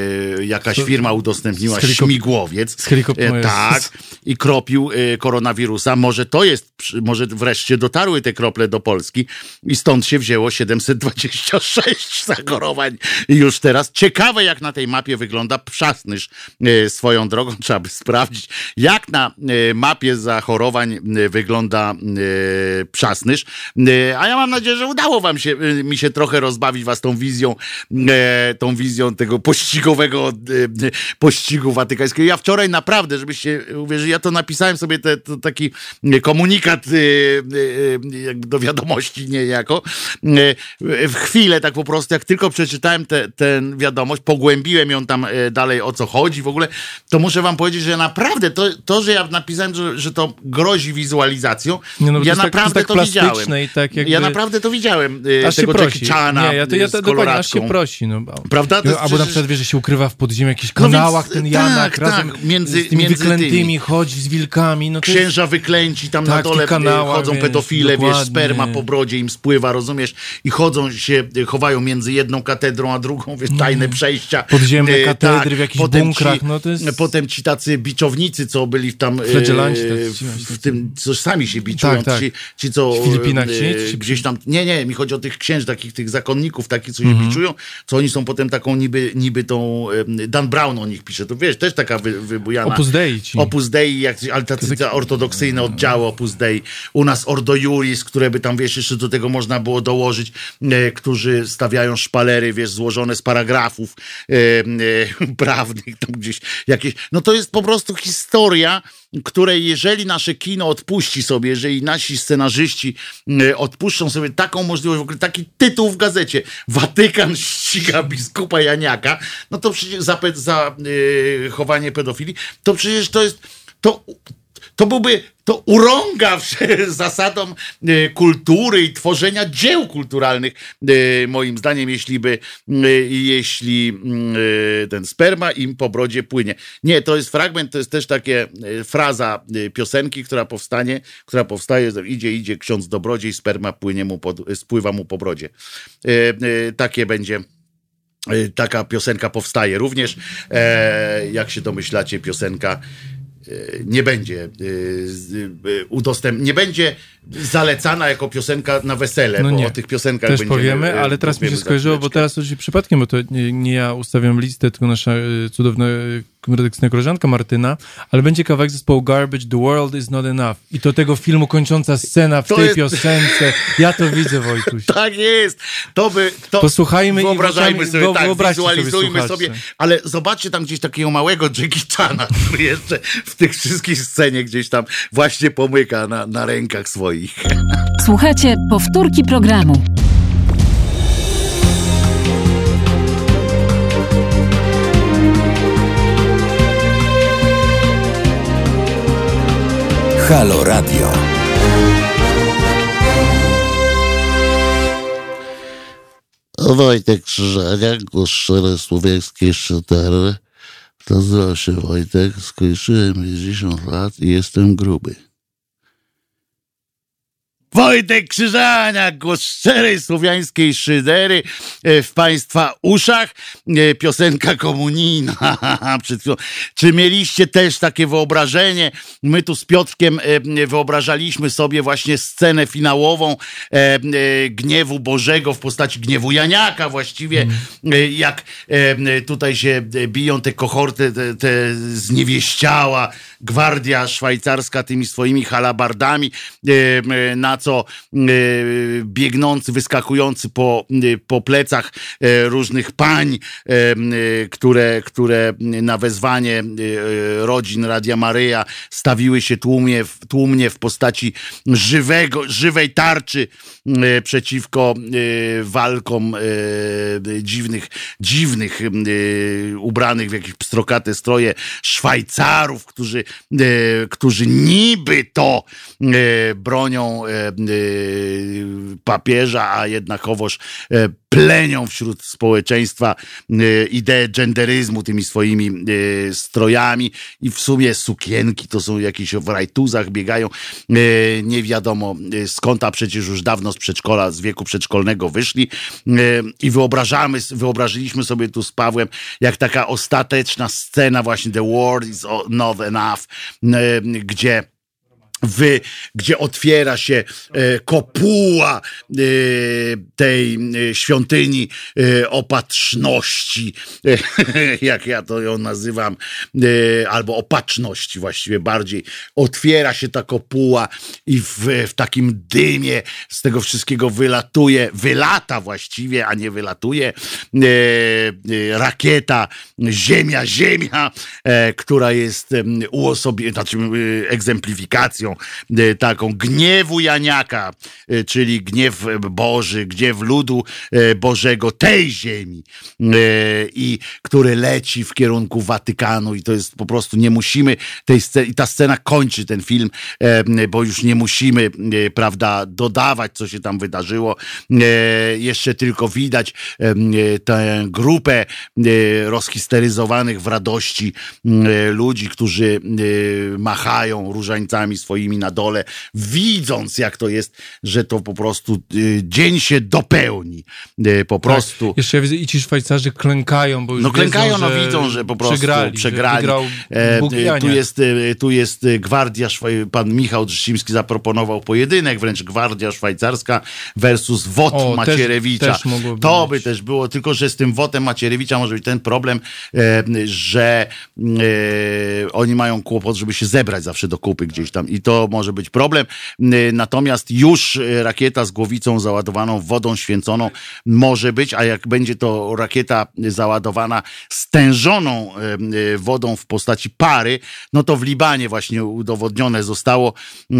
e, jakaś firma udostępniła z helikop- śmigłowiec. Z helikopterem. E, tak, i kropił e, koronawirusa. Może to jest, może wreszcie dotarły te krople do Polski i stąd się wzięło siedemset dwadzieścia sześć zachorowań już teraz. Ciekawe, jak na tej mapie wygląda Przasnysz e, swoją drogą. Trzeba by sprawdzić, jak na e, mapie zachorowań e, wygląda e, Przasnysz. E, a ja mam nadzieję, że udało wam się, e, mi się trochę rozbawić was tą wizją, e, tą wizją tego pościgowego e, pościgu watykańskiego. Ja wczoraj naprawdę, żebyście uwierzyli, ja to napisałem sobie te, to taki komunikat e, e, jakby do wiadomości niejako. E, w chwilę tak po prostu, jak tylko przeczytałem tę wiadomość, pogłębiłem ją tam e, dalej, o co chodzi w ogóle, to muszę wam powiedzieć, że naprawdę to, to że ja napisałem, że, że to grozi wizualizacją, nie, no, ja to naprawdę tak, to, to tak widziałem. I tak jakby... Ja naprawdę to widziałem. E, aż tego się prosi. Jackie Chana nie, ja to, ja to, z dokładnie, aż się koloratką. prosi. No. Prawda? To jest Albo na przecież... przykład, wie, że się ukrywa w podziemiu jakichś No kanałach, więc, ten tak, Janak, razem tak, między, z tymi między wyklętymi tymi. chodzi z wilkami. No to Księża jest... wyklęci tam tak, na dole kanałach, chodzą wiesz, pedofile, dokładnie. wiesz, sperma po brodzie im spływa, rozumiesz? I chodzą się, chowają między jedną katedrą a drugą, wiesz, tajne przejścia. Podziemne E, katedry tak. w jakichś Potem bunkrach, ci, no to jest... Potem ci tacy biczownicy, co byli tam e, Flagelanci w, tacy, w tym, co sami się biczują, tak, tak. Ci, ci co W Filipinach e, ci, czy- gdzieś tam, nie, nie, mi chodzi o tych księży, takich tych zakonników, takich, co się Mhm. biczują, co oni są potem taką niby, niby tą, e, Dan Brown o nich pisze, to wiesz, też taka wy, wybujana. Opus Dei ci. Opus Dei, jak, ale tacy To ortodoksyjne oddziały Opus Dei. U nas Ordo Iuris, które by tam, wiesz, jeszcze do tego można było dołożyć, e, którzy stawiają szpalery, wiesz, złożone z paragrafów e, e, prawnych, tam gdzieś jakieś. No to jest po prostu historia, której jeżeli nasze kino odpuści sobie, jeżeli nasi scenarzyści e, odpuszczą sobie taką możliwość, w ogóle taki tytuł w gazecie, Watykan ściga biskupa Janiaka, no to przecież za, pe- za e, chowanie pedofilii, to przecież to jest, to To byłby, to urąga zasadom e, kultury i tworzenia dzieł kulturalnych, e, moim zdaniem, jeśli by, e, jeśli e, ten sperma im po brodzie płynie. Nie, to jest fragment, to jest też takie e, fraza e, piosenki, która powstanie, która powstaje, idzie, idzie ksiądz dobrodziej i sperma płynie mu pod, spływa mu po brodzie. E, e, takie będzie. Taka piosenka powstaje również. E, jak się domyślacie, piosenka nie będzie udostęp... nie będzie zalecana jako piosenka na wesele, no bo nie. o tych piosenkach też będziemy, powiemy, ale teraz mi się skojarzyło, bo teraz oczywiście przypadkiem, bo to nie, nie ja ustawiam listę, tylko nasza cudowna redakcyjna koleżanka Martyna, ale będzie kawałek zespołu Garbage, The World Is Not Enough. I to tego filmu kończąca scena w to tej jest... piosence. Ja to widzę, Wojtuś. Tak jest. To by... To... Posłuchajmy i wyobrażajmy sobie, wyobraźcie tak, sobie, wizualizujmy sobie, ale zobaczcie tam gdzieś takiego małego Jackie Chana, który jeszcze w tych wszystkich scenie gdzieś tam właśnie pomyka na, na rękach swoich. Słuchajcie, powtórki programu. Halo Radio. Wojtek Krzyżaniak, głos szczery słowiańskiej szydery. Nazywam się Wojtek, skończyłem pięćdziesiąt lat i jestem gruby. Wojtek Krzyżaniak, głos szczerej słowiańskiej szydery w państwa uszach. Piosenka komunijna. Przed chwilą. Czy mieliście też takie wyobrażenie? My tu z Piotrkiem wyobrażaliśmy sobie właśnie scenę finałową gniewu Bożego w postaci gniewu Janiaka właściwie. Jak tutaj się biją te kohorty, te, te zniewieściała gwardia szwajcarska tymi swoimi halabardami, na co biegnący, wyskakujący po, po plecach różnych pań, które, które na wezwanie rodzin Radia Maryja stawiły się tłumnie, tłumnie w postaci żywego, żywej tarczy przeciwko walkom dziwnych, dziwnych ubranych w jakieś pstrokate stroje Szwajcarów, którzy, którzy niby to bronią papieża, a jednakowoż plenią wśród społeczeństwa ideę genderyzmu tymi swoimi strojami i w sumie sukienki to są jakieś w rajtuzach biegają, nie wiadomo skąd, a przecież już dawno z przedszkola, z wieku przedszkolnego wyszli i wyobrażamy, wyobrażyliśmy sobie tu z Pawłem, jak taka ostateczna scena właśnie The World is Not Enough, gdzie Wy, gdzie otwiera się e, kopuła e, tej e, świątyni e, opatrzności, e, jak ja to ją nazywam, e, albo opatrzności właściwie bardziej. Otwiera się ta kopuła i w, w takim dymie z tego wszystkiego wylatuje, wylata właściwie, a nie wylatuje e, e, rakieta Ziemia, Ziemia, e, która jest e, uosobieniem, znaczy e, egzemplifikacją taką gniewu Janiaka, czyli gniew Boży, gniew ludu Bożego tej ziemi, i który leci w kierunku Watykanu i to jest po prostu, nie musimy tej sceny, i ta scena kończy ten film, bo już nie musimy, prawda, dodawać, co się tam wydarzyło. Jeszcze tylko widać tę grupę rozhisteryzowanych w radości ludzi, którzy machają różańcami swoimi na dole, widząc jak to jest, że to po prostu y, dzień się dopełni. Y, po prostu. Tak. Jeszcze i ci Szwajcarzy klękają, bo już no wiedzą, klękają, że no widzą, że po prostu przegrali. przegrali. E, tu, jest, tu jest gwardia, pan Michał Drzycimski zaproponował pojedynek, wręcz gwardia szwajcarska versus wot o, Macierewicza. Też, też to by też było, tylko że z tym wotem Macierewicza może być ten problem, e, że e, oni mają kłopot, żeby się zebrać zawsze do kupy gdzieś tam i to może być problem. Natomiast już rakieta z głowicą załadowaną wodą święconą może być, a jak będzie to rakieta załadowana stężoną wodą w postaci pary, no to w Libanie właśnie udowodnione zostało,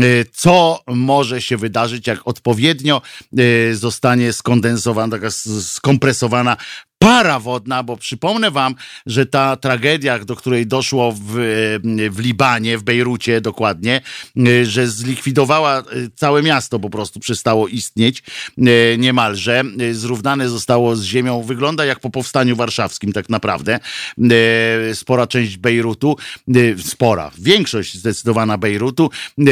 co może się wydarzyć, jak odpowiednio zostanie skondensowana, taka skompresowana para wodna, bo przypomnę wam, że ta tragedia, do której doszło w, w Libanie, w Bejrucie dokładnie, że zlikwidowała całe miasto, po prostu przestało istnieć niemalże, zrównane zostało z ziemią, wygląda jak po powstaniu warszawskim tak naprawdę. Spora część Bejrutu, spora, większość zdecydowana Bejrutu,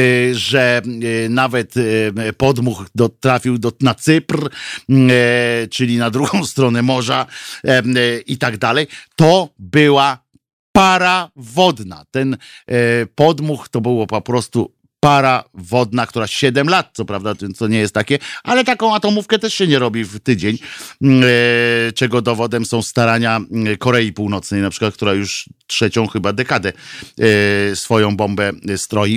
że nawet podmuch do, trafił do, na Cypr, czyli na drugą stronę morza, i tak dalej, to była para wodna. Ten podmuch to było po prostu para wodna, która siedem lat, co prawda, co nie jest takie, ale taką atomówkę też się nie robi w tydzień, czego dowodem są starania Korei Północnej, na przykład, która już trzecią chyba dekadę swoją bombę stroi.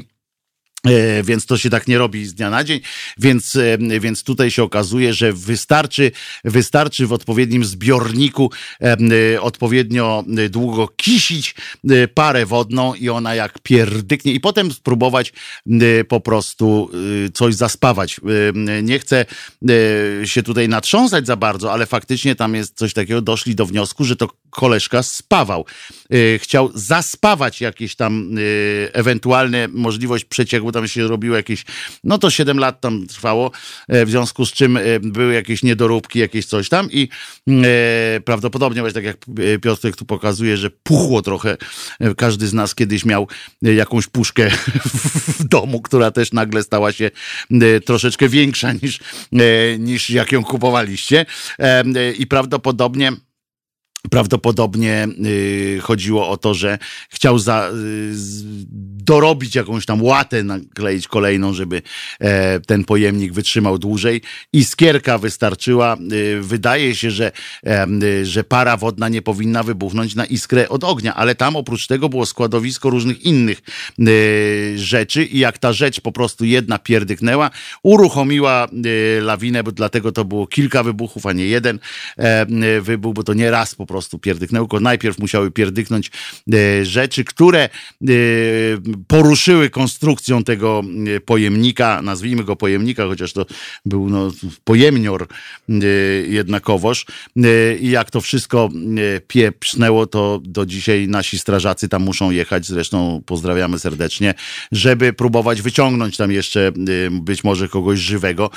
Więc to się tak nie robi z dnia na dzień, więc, więc tutaj się okazuje, że wystarczy, wystarczy w odpowiednim zbiorniku e, odpowiednio długo kisić e, parę wodną i ona jak pierdyknie i potem spróbować e, po prostu e, coś zaspawać. E, nie chcę e, się tutaj natrząsać za bardzo, ale faktycznie tam jest coś takiego, doszli do wniosku, że to koleżka spawał. E, chciał zaspawać jakieś tam e, ewentualne możliwość przecieku, tam się robiło jakieś, no to siedem lat tam trwało, w związku z czym były jakieś niedoróbki, jakieś coś tam i e, prawdopodobnie, właśnie tak jak Piotrek tu pokazuje, że puchło trochę. Każdy z nas kiedyś miał jakąś puszkę w domu, która też nagle stała się troszeczkę większa niż, niż jak ją kupowaliście e, i prawdopodobnie Prawdopodobnie y, chodziło o to, że chciał za, y, dorobić jakąś tam łatę, nakleić kolejną, żeby e, ten pojemnik wytrzymał dłużej. Iskierka wystarczyła. Y, wydaje się, że, e, y, że para wodna nie powinna wybuchnąć na iskrę od ognia, ale tam oprócz tego było składowisko różnych innych y, rzeczy i jak ta rzecz po prostu jedna pierdyknęła, uruchomiła y, lawinę, bo dlatego to było kilka wybuchów, a nie jeden e, wybuch, bo to nie raz po prostu prostu pierdyknęło, najpierw musiały pierdyknąć e, rzeczy, które e, poruszyły konstrukcją tego pojemnika, nazwijmy go pojemnika, chociaż to był no, pojemnior jednakowoż. I jak to wszystko pieprznęło, to do dzisiaj nasi strażacy tam muszą jechać, zresztą pozdrawiamy serdecznie, żeby próbować wyciągnąć tam jeszcze być może kogoś żywego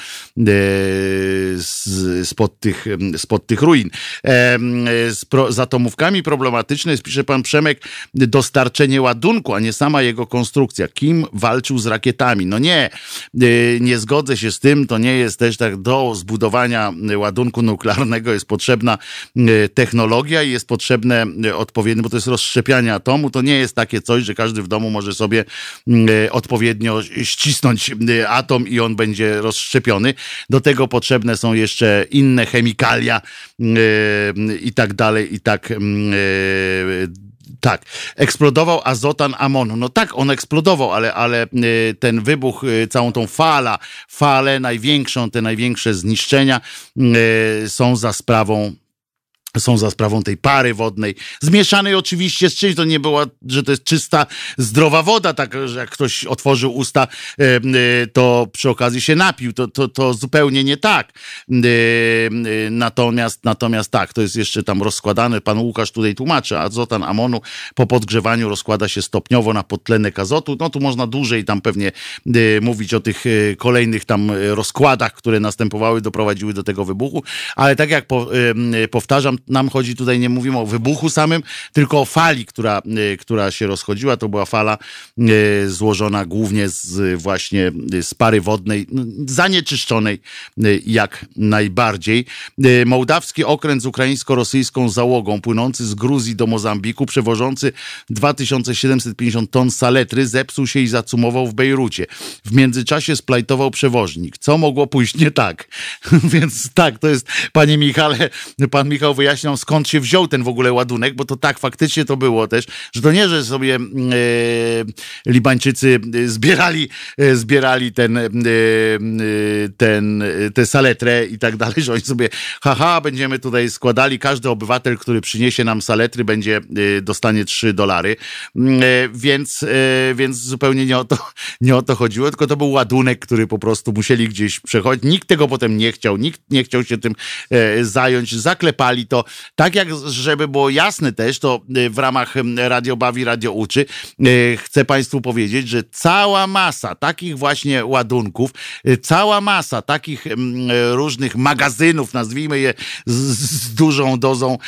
spod tych, spod tych ruin. Z, pro, z atomówkami problematyczne jest, pisze pan Przemek, dostarczenie ładunku, a nie sama jego konstrukcja. Kim walczył z rakietami? No nie, nie zgodzę się z tym, to nie jest też tak, do zbudowania ładunku nuklearnego jest potrzebna technologia i jest potrzebne odpowiednie, bo to jest rozszczepianie atomu, to nie jest takie coś, że każdy w domu może sobie odpowiednio ścisnąć atom i on będzie rozszczepiony. Do tego potrzebne są jeszcze inne chemikalia i tak dalej, i tak tak, eksplodował azotan amonu. No tak, on eksplodował, ale, ale ten wybuch, całą tą falę, falę największą, te największe zniszczenia są za sprawą są za sprawą tej pary wodnej, zmieszanej oczywiście z czymś, to nie było, że to jest czysta, zdrowa woda, tak, że jak ktoś otworzył usta, to przy okazji się napił, to, to, to zupełnie nie tak. Natomiast, natomiast tak, to jest jeszcze tam rozskładane, pan Łukasz tutaj tłumaczy, azotan amonu po podgrzewaniu rozkłada się stopniowo na podtlenek azotu, no tu można dłużej tam pewnie mówić o tych kolejnych tam rozkładach, które następowały, doprowadziły do tego wybuchu, ale tak jak po, powtarzam, nam chodzi tutaj, nie mówimy o wybuchu samym, tylko o fali, która, która się rozchodziła. To była fala złożona głównie z właśnie z pary wodnej, zanieczyszczonej jak najbardziej. Mołdawski okręt z ukraińsko-rosyjską załogą płynący z Gruzji do Mozambiku, przewożący dwa tysiące siedemset pięćdziesiąt ton saletry, zepsuł się i zacumował w Bejrucie. W międzyczasie splajtował przewoźnik. Co mogło pójść nie tak? Więc tak, to jest, panie Michale, pan Michał wyjaśniał, skąd się wziął ten w ogóle ładunek, bo to tak faktycznie to było też, że to nie, że sobie e, Libańczycy zbierali, e, zbierali ten, e, ten, tę saletrę i tak dalej, że oni sobie haha, będziemy tutaj składali, każdy obywatel, który przyniesie nam saletry, będzie, e, dostanie trzy dolary, e, więc, e, więc zupełnie nie o to, nie o to chodziło, tylko to był ładunek, który po prostu musieli gdzieś przechodzić. Nikt tego potem nie chciał, nikt nie chciał się tym e, zająć, zaklepali to. Tak jak, żeby było jasne też, to w ramach Radio Bawi, Radio Uczy, chcę państwu powiedzieć, że cała masa takich właśnie ładunków, cała masa takich różnych magazynów, nazwijmy je z, z dużą dozą,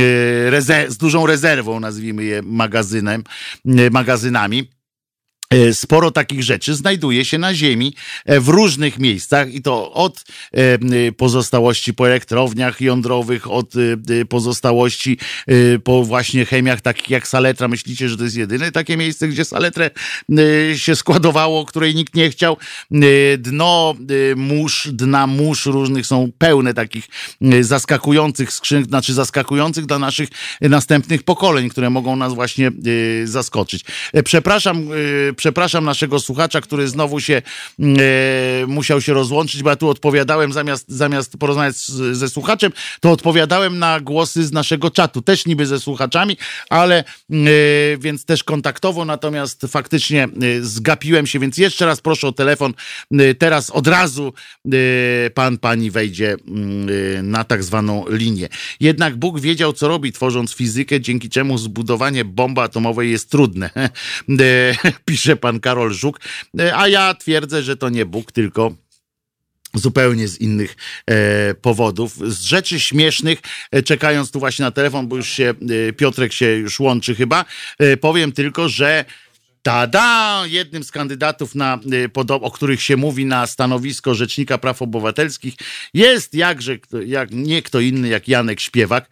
z dużą rezerwą, nazwijmy je magazynem, magazynami, sporo takich rzeczy znajduje się na ziemi w różnych miejscach i to od pozostałości po elektrowniach jądrowych, od pozostałości po właśnie chemiach takich jak saletra. Myślicie, że to jest jedyne takie miejsce, gdzie saletrę się składowało, której nikt nie chciał? Dno mórz, dna mórz różnych są pełne takich zaskakujących skrzynek, znaczy zaskakujących dla naszych następnych pokoleń, które mogą nas właśnie zaskoczyć. Przepraszam, Przepraszam naszego słuchacza, który znowu się e, musiał się rozłączyć, bo ja tu odpowiadałem, zamiast, zamiast porozmawiać z, ze słuchaczem, to odpowiadałem na głosy z naszego czatu, też niby ze słuchaczami, ale e, więc też kontaktowo, natomiast faktycznie e, zgapiłem się, więc jeszcze raz proszę o telefon. E, teraz od razu e, pan, pani wejdzie e, na tak zwaną linię. Jednak Bóg wiedział, co robi, tworząc fizykę, dzięki czemu zbudowanie bomby atomowej jest trudne. E, pisze pan Karol Żuk, a ja twierdzę, że to nie Bóg, tylko zupełnie z innych e, powodów. Z rzeczy śmiesznych, e, czekając tu właśnie na telefon, bo już się e, Piotrek się już łączy chyba, e, powiem tylko, że tada! Jednym z kandydatów, na, o których się mówi na stanowisko Rzecznika Praw Obywatelskich jest jakże, jak nie kto inny jak Janek Śpiewak.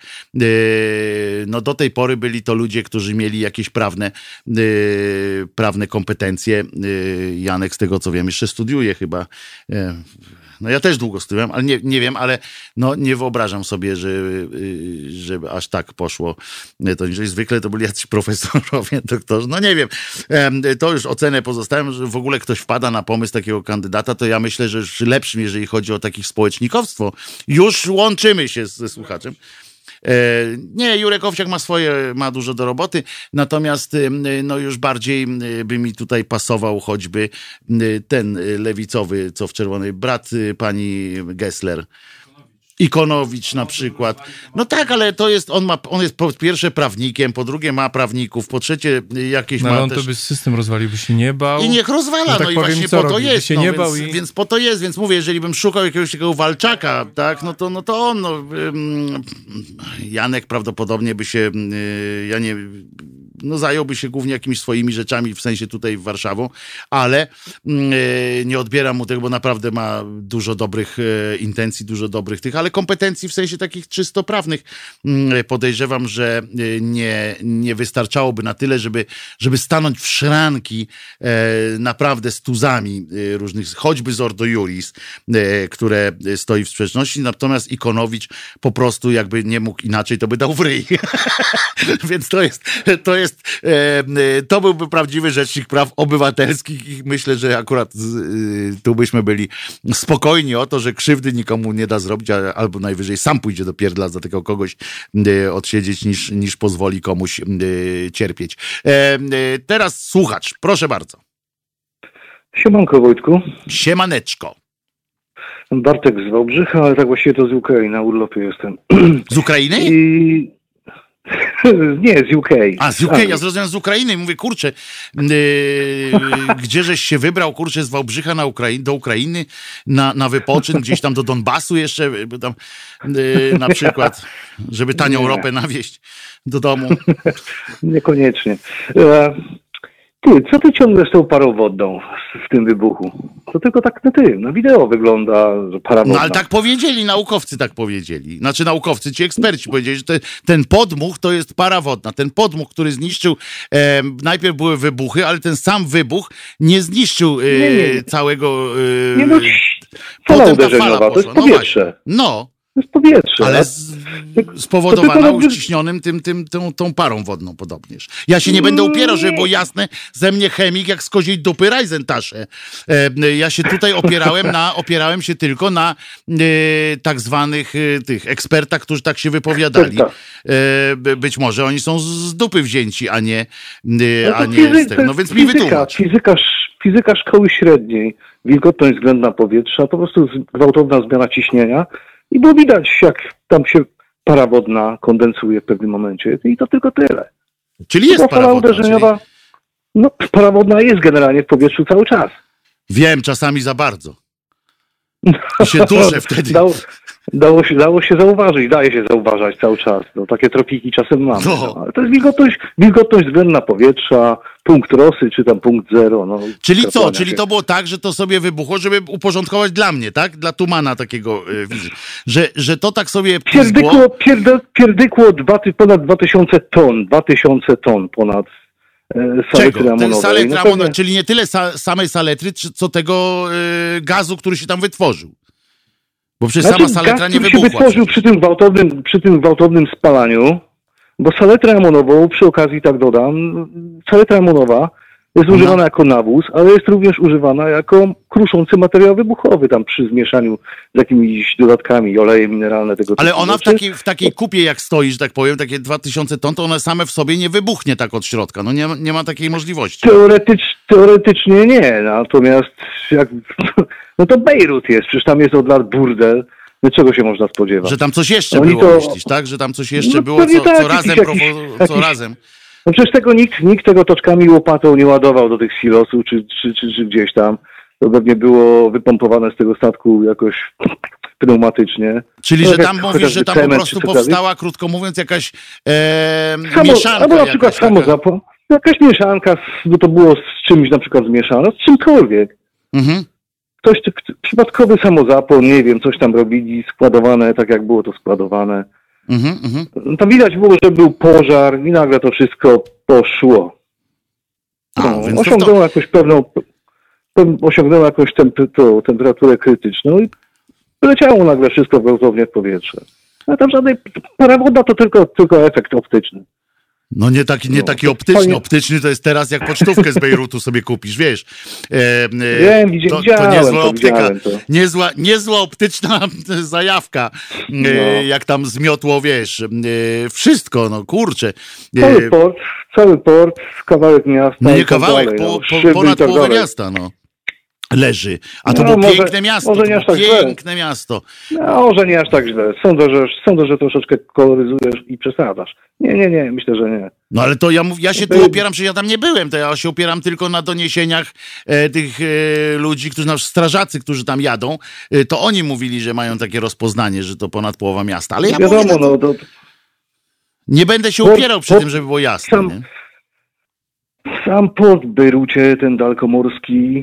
No do tej pory byli to ludzie, którzy mieli jakieś prawne, prawne kompetencje. Janek, z tego co wiem, jeszcze studiuje chyba. No ja też długo studiowałem, ale nie, nie wiem, ale no nie wyobrażam sobie, że, żeby aż tak poszło. To jeżeli zwykle to byli jacyś profesorowie, doktorzy, no nie wiem. To już ocenę pozostawiam, że w ogóle ktoś wpada na pomysł takiego kandydata, to ja myślę, że już lepszym, jeżeli chodzi o takie społecznikowstwo. Już łączymy się ze słuchaczem. Nie, Jurek Owsiak ma swoje, ma dużo do roboty, natomiast no już bardziej by mi tutaj pasował choćby ten lewicowy, co w czerwonej, brat pani Gessler. Ikonowicz na przykład. No tak, ale to jest, on ma, on jest po pierwsze prawnikiem, po drugie ma prawników, po trzecie jakieś no, ma on też... to by system rozwalił, by się nie bał. I niech rozwala, no, no, tak i powiem, właśnie co po to robi? jest, się no, nie więc, bał i... więc po to jest, więc mówię, jeżeli bym szukał jakiegoś takiego walczaka, tak, no to, no to on, no, um, Janek prawdopodobnie by się, y, ja nie, no zająłby się głównie jakimiś swoimi rzeczami, w sensie tutaj Warszawą, ale y, nie odbieram mu tego, bo naprawdę ma dużo dobrych y, intencji, dużo dobrych tych, ale kompetencji w sensie takich czysto prawnych. Y, podejrzewam, że y, nie, nie wystarczałoby na tyle, żeby, żeby stanąć w szranki y, naprawdę z tuzami y, różnych, choćby z Ordo Iuris, y, które stoi w sprzeczności, natomiast Ikonowicz po prostu jakby nie mógł inaczej, to by dał w ryj. Więc to jest, to jest to byłby prawdziwy rzecznik praw obywatelskich i myślę, że akurat tu byśmy byli spokojni o to, że krzywdy nikomu nie da zrobić, albo najwyżej sam pójdzie do pierdla za tego kogoś odsiedzieć, niż, niż pozwoli komuś cierpieć. Teraz słuchacz, proszę bardzo. Siemanko Wojtku. Siemaneczko. Bartek z Wałbrzycha, ale tak właściwie to z Ukrainy, na urlopie jestem. Z Ukrainy? I... Nie, z U K. A, z U K, ja zrozumiałem z Ukrainy. Mówię, kurczę, yy, gdzieżeś się wybrał, kurczę, z Wałbrzycha na Ukrai- do Ukrainy na, na wypoczyn, gdzieś tam do Donbasu jeszcze, tam, yy, na przykład, żeby tanią Nie. ropę nawieźć do domu. Niekoniecznie. E, ty, co ty ciągniesz z tą parą wodną w tym wybuchu? To tylko tak na tym, na wideo wygląda, że para wodna. No ale tak powiedzieli, naukowcy tak powiedzieli. Znaczy naukowcy, ci eksperci powiedzieli, że te, ten podmuch to jest para wodna. Ten podmuch, który zniszczył, e, najpierw były wybuchy, ale ten sam wybuch nie zniszczył e, nie, nie. całego... E, nie, no, fala uderzeniowa, to jest powietrze. No, no. To jest powietrze. Ale z, spowodowana uściśnionym tym, tym, tą, tą parą wodną podobnież. Ja się nie będę upierał, żeby było jasne, ze mnie chemik jak z koziej dupy Rajzentasze. E, ja się tutaj opierałem na, opierałem się tylko na e, tak zwanych e, tych ekspertach, którzy tak się wypowiadali. E, być może oni są z dupy wzięci, a nie, e, a nie z tego. No więc mi wytłumacz. Fizyka, fizyka szkoły średniej, wilgotność względna powietrza, po prostu gwałtowna zmiana ciśnienia. I było widać, jak tam się para wodna kondensuje w pewnym momencie. I to tylko tyle. Czyli jest para wodna, uderzeniowa. Czyli... No, para wodna jest generalnie w powietrzu cały czas. Wiem, czasami za bardzo. I się duszę wtedy. Dało, dało, się, dało się zauważyć, daje się zauważać cały czas. No, takie tropiki czasem mamy. No. No, ale to jest wilgotność, wilgotność względna powietrza, punkt Rosy, czy tam punkt zero. No, czyli co? Czyli to było tak, że to sobie wybuchło, żeby uporządkować dla mnie, tak? Dla Tumana takiego yy, wizji. Że, że to tak sobie pierdykło, pierd, pierdykło dwa, ponad dwa tysiące ton. dwa tysiące ton ponad e, saletry amonowej. Saletry no, amonowej, czyli nie tyle sa, samej saletry, co tego yy, gazu, który się tam wytworzył. Bo przecież znaczy, sama saletra gaz, nie wybuchła. Się wytworzył przy tym, gwałtownym, przy tym gwałtownym spalaniu, bo saletrę amonową, przy okazji tak dodam, saletra amonowa jest używana no. jako nawóz, ale jest również używana jako kruszący materiał wybuchowy tam przy zmieszaniu z jakimiś dodatkami, oleje mineralne tego typu. Ale ona w takiej, w takiej kupie jak stoi, że tak powiem, takie dwa tysiące ton, to one same w sobie nie wybuchnie tak od środka. No nie, nie ma takiej możliwości. Teoretycz, teoretycznie nie, natomiast jak, no to Bejrut jest, przecież tam jest od lat burdel. No czego się można spodziewać? Że tam coś jeszcze Oni było, to... myślisz, tak? Że tam coś jeszcze no, było, co, tak, co razem, jakiś, prowo- jakiś, co razem. No przecież tego nikt, nikt tego toczkami łopatą nie ładował do tych silosów, czy, czy, czy, czy gdzieś tam. To pewnie było wypompowane z tego statku jakoś pneumatycznie. Czyli, no, że tam mówisz, że tam po prostu powstała, krótko mówiąc, jakaś e, Samo, mieszanka. Albo na przykład samozapłon. Jakaś mieszanka, bo to było z czymś na przykład zmieszane, z czymkolwiek. Mhm. Ktoś, przypadkowy samozapłon, nie wiem, coś tam robili, składowane, tak jak było to składowane. Mhm, mhm. Tam widać było, że był pożar i nagle to wszystko poszło. A, no, więc osiągnęło to... jakąś pewną, osiągnęło jakąś temp- to, temperaturę krytyczną i leciało nagle wszystko gwałtownie w powietrze. A tam żadnej, para wodna to tylko, tylko efekt optyczny. No nie taki, nie No, taki to optyczny. fajnie. Optyczny to jest teraz jak pocztówkę z Bejrutu sobie kupisz, wiesz. E, e, Wiem, widzi- to, to widziałem niezła to, optyka, widziałem to. niezła, niezła optyczna zajawka. E, No. Jak tam zmiotło, wiesz, e, wszystko, no kurczę. E, Cały port, cały port, kawałek miasta no nie i tak kawałek, dalej, po, no, po, szyby i ponad tak połowę dalej. miasta, no. Leży. A to No, było może- piękne miasto, może to nie było aż tak źle. piękne miasto. No, może nie aż tak źle. Sądzę, że, sądzę, że troszeczkę koloryzujesz i przesadzasz. Nie, nie, nie, myślę, że nie. No ale to ja, mów, ja się tu opieram, że ja tam nie byłem, to ja się opieram tylko na doniesieniach e, tych e, ludzi, którzy, nasz strażacy, którzy tam jadą, e, to oni mówili, że mają takie rozpoznanie, że to ponad połowa miasta, ale ja Wiadomo, mówię, no, to, nie będę się Port- opierał przy port- tym, żeby było jasne. sam- Nie? sam port w Bejrucie, ten dalkomorski,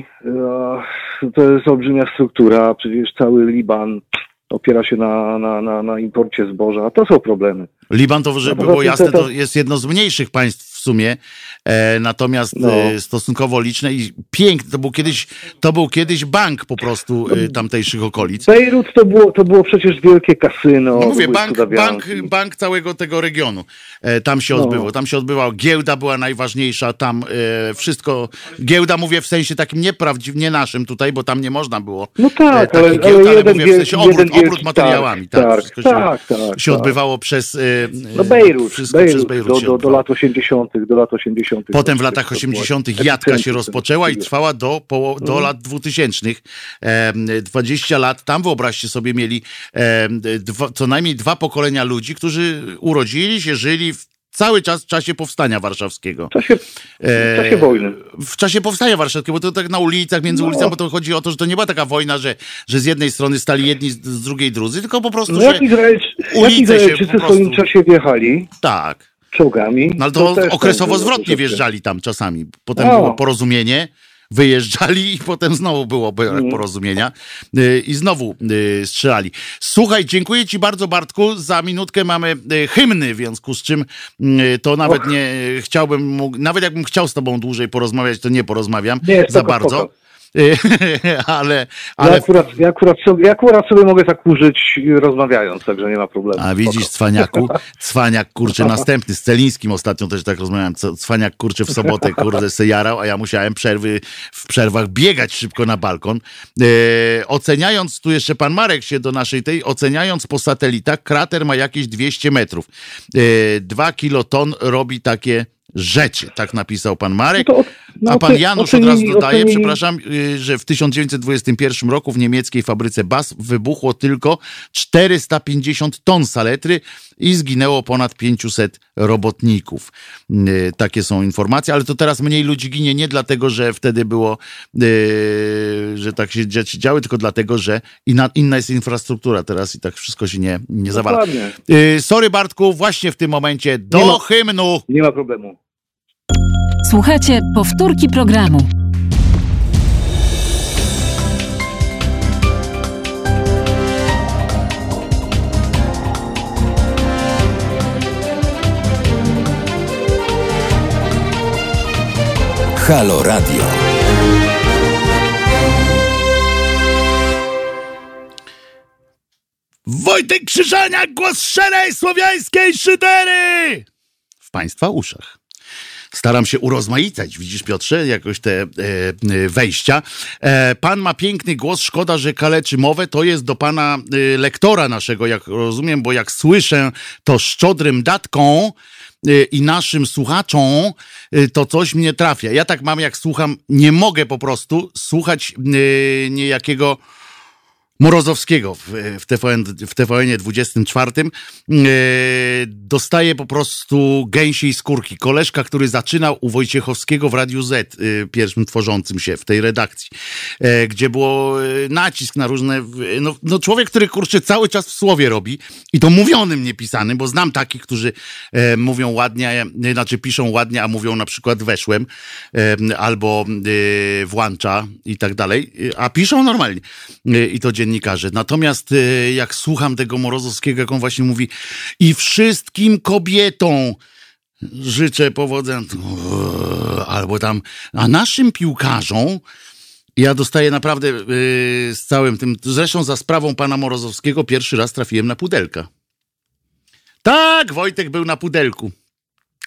e, to jest olbrzymia struktura, przecież cały Liban opiera się na, na, na, na imporcie zboża. To są problemy. Liban, to żeby No, było poza jasne, tym to- to jest jedno z mniejszych państw w sumie, e, natomiast No. e, stosunkowo liczne i piękne. To był kiedyś, to był kiedyś bank po prostu e, tamtejszych okolic. Bejrut to było, to było przecież wielkie kasyno. No to mówię, były bank, bank, cudawianki. bank całego tego regionu. E, tam się No. odbyło. Tam się odbyła, giełda była najważniejsza, tam e, wszystko, giełda mówię w sensie takim nieprawdziwym, nie naszym tutaj, bo tam nie można było. No tak, e, ale, takiej ale giełdy, ale jeden mówię w wielki, sensie obrót, jeden wielki obrót materiałami. Tak, targ, wszystko się, tak, tak, się tak. odbywało przez, e, No Bejrut, wszystko Bejrut, przez Bejrut do, się do, do odbywało. lat osiemdziesiątych, do lat osiemdziesiątych. Potem w To latach było osiemdziesiątych jadka się epicentrum rozpoczęła i tego. trwała do, poło- do lat dwutysięcznych. Em, dwadzieścia lat. Tam wyobraźcie sobie mieli em, dwa, co najmniej dwa pokolenia ludzi, którzy urodzili się, żyli w cały czas w czasie powstania warszawskiego. W czasie, w czasie wojny. W czasie powstania warszawskiego, bo to tak na ulicach, między No. ulicami, bo to chodzi o to, że to nie była taka wojna, że, że z jednej strony stali jedni, z, z drugiej drudzy, tylko po prostu, No że jak, Izrael, jak ulice się Izraelczycy po w swoim prostu- czasie wjechali tak. czołgami. No ale to, też okresowo tam było zwrotnie troszeczkę. wjeżdżali tam czasami. Potem No. było porozumienie, wyjeżdżali i potem znowu było brak Mm. porozumienia yy, i znowu yy, strzelali. Słuchaj, dziękuję ci bardzo, Bartku. Za minutkę mamy yy, hymny, w związku z czym yy, to nawet Och. nie yy, chciałbym, mógł, nawet jakbym chciał z tobą dłużej porozmawiać, to nie porozmawiam Nie, za spoko, bardzo. spoko. Yy, ale, Ja, ale akurat, ja, akurat sobie, ja akurat sobie mogę tak użyć rozmawiając, także nie ma problemu. A widzisz, Spoko. Cwaniaku, Cwaniak, kurczę, następny, z Celińskim ostatnio też tak rozmawiałem, Co- Cwaniak, kurczę, w sobotę, kurde, se jarał, a ja musiałem przerwy, w przerwach biegać szybko na balkon. E, oceniając, tu jeszcze pan Marek się do naszej tej, oceniając po satelitach, krater ma jakieś dwieście metrów. E, dwa kiloton robi takie rzeczy, tak napisał pan Marek. No to, no A pan oce- Janusz od ocenili- razu dodaje, ocenili- przepraszam, y, że w tysiąc dziewięćset dwudziestym pierwszym roku w niemieckiej fabryce B A S wybuchło tylko czterysta pięćdziesiąt ton saletry i zginęło ponad pięćset robotników. Y, Takie są informacje, ale to teraz mniej ludzi ginie nie dlatego, że wtedy było, y, że tak się rzeczy działy, tylko dlatego, że inna, inna jest infrastruktura teraz i tak wszystko się nie, nie zawala. Dokładnie. Y, Sorry Bartku, właśnie w tym momencie do Nie ma- hymnu. Nie ma problemu. Słuchajcie, powtórki programu. Halo Radio. Wojtek Krzyżaniak, głos szczerej słowiańskiej szydery! W państwa uszach. Staram się urozmaicać, widzisz Piotrze, jakoś te e, e, wejścia. E, pan ma piękny głos, szkoda, że kaleczy mowę. To jest do pana e, lektora naszego, jak rozumiem, bo jak słyszę to szczodrym datką e, i naszym słuchaczom, e, to coś mnie trafia. Ja tak mam, jak słucham, nie mogę po prostu słuchać e, niejakiego Morozowskiego w, w, T V N, w T V N-ie dwudziestym czwartym yy, dostaje po prostu gęsiej skórki. Koleżka, który zaczynał u Wojciechowskiego w Radiu Z, yy, pierwszym tworzącym się w tej redakcji, yy, gdzie było yy, nacisk na różne... Yy, no, no człowiek, który kurczę cały czas w słowie robi i to mówionym, nie pisanym, bo znam takich, którzy yy, mówią ładnie, yy, znaczy piszą ładnie, a mówią na przykład weszłem yy, albo yy, włącza i tak dalej, yy, a piszą normalnie yy, i to dziennikarze. Natomiast y, jak słucham tego Morozowskiego, jak on właśnie mówi i wszystkim kobietom życzę powodzenia, albo tam, a naszym piłkarzom ja dostaję naprawdę y, z całym tym, zresztą za sprawą pana Morozowskiego pierwszy raz trafiłem na Pudelka. Tak, Wojtek był na Pudelku.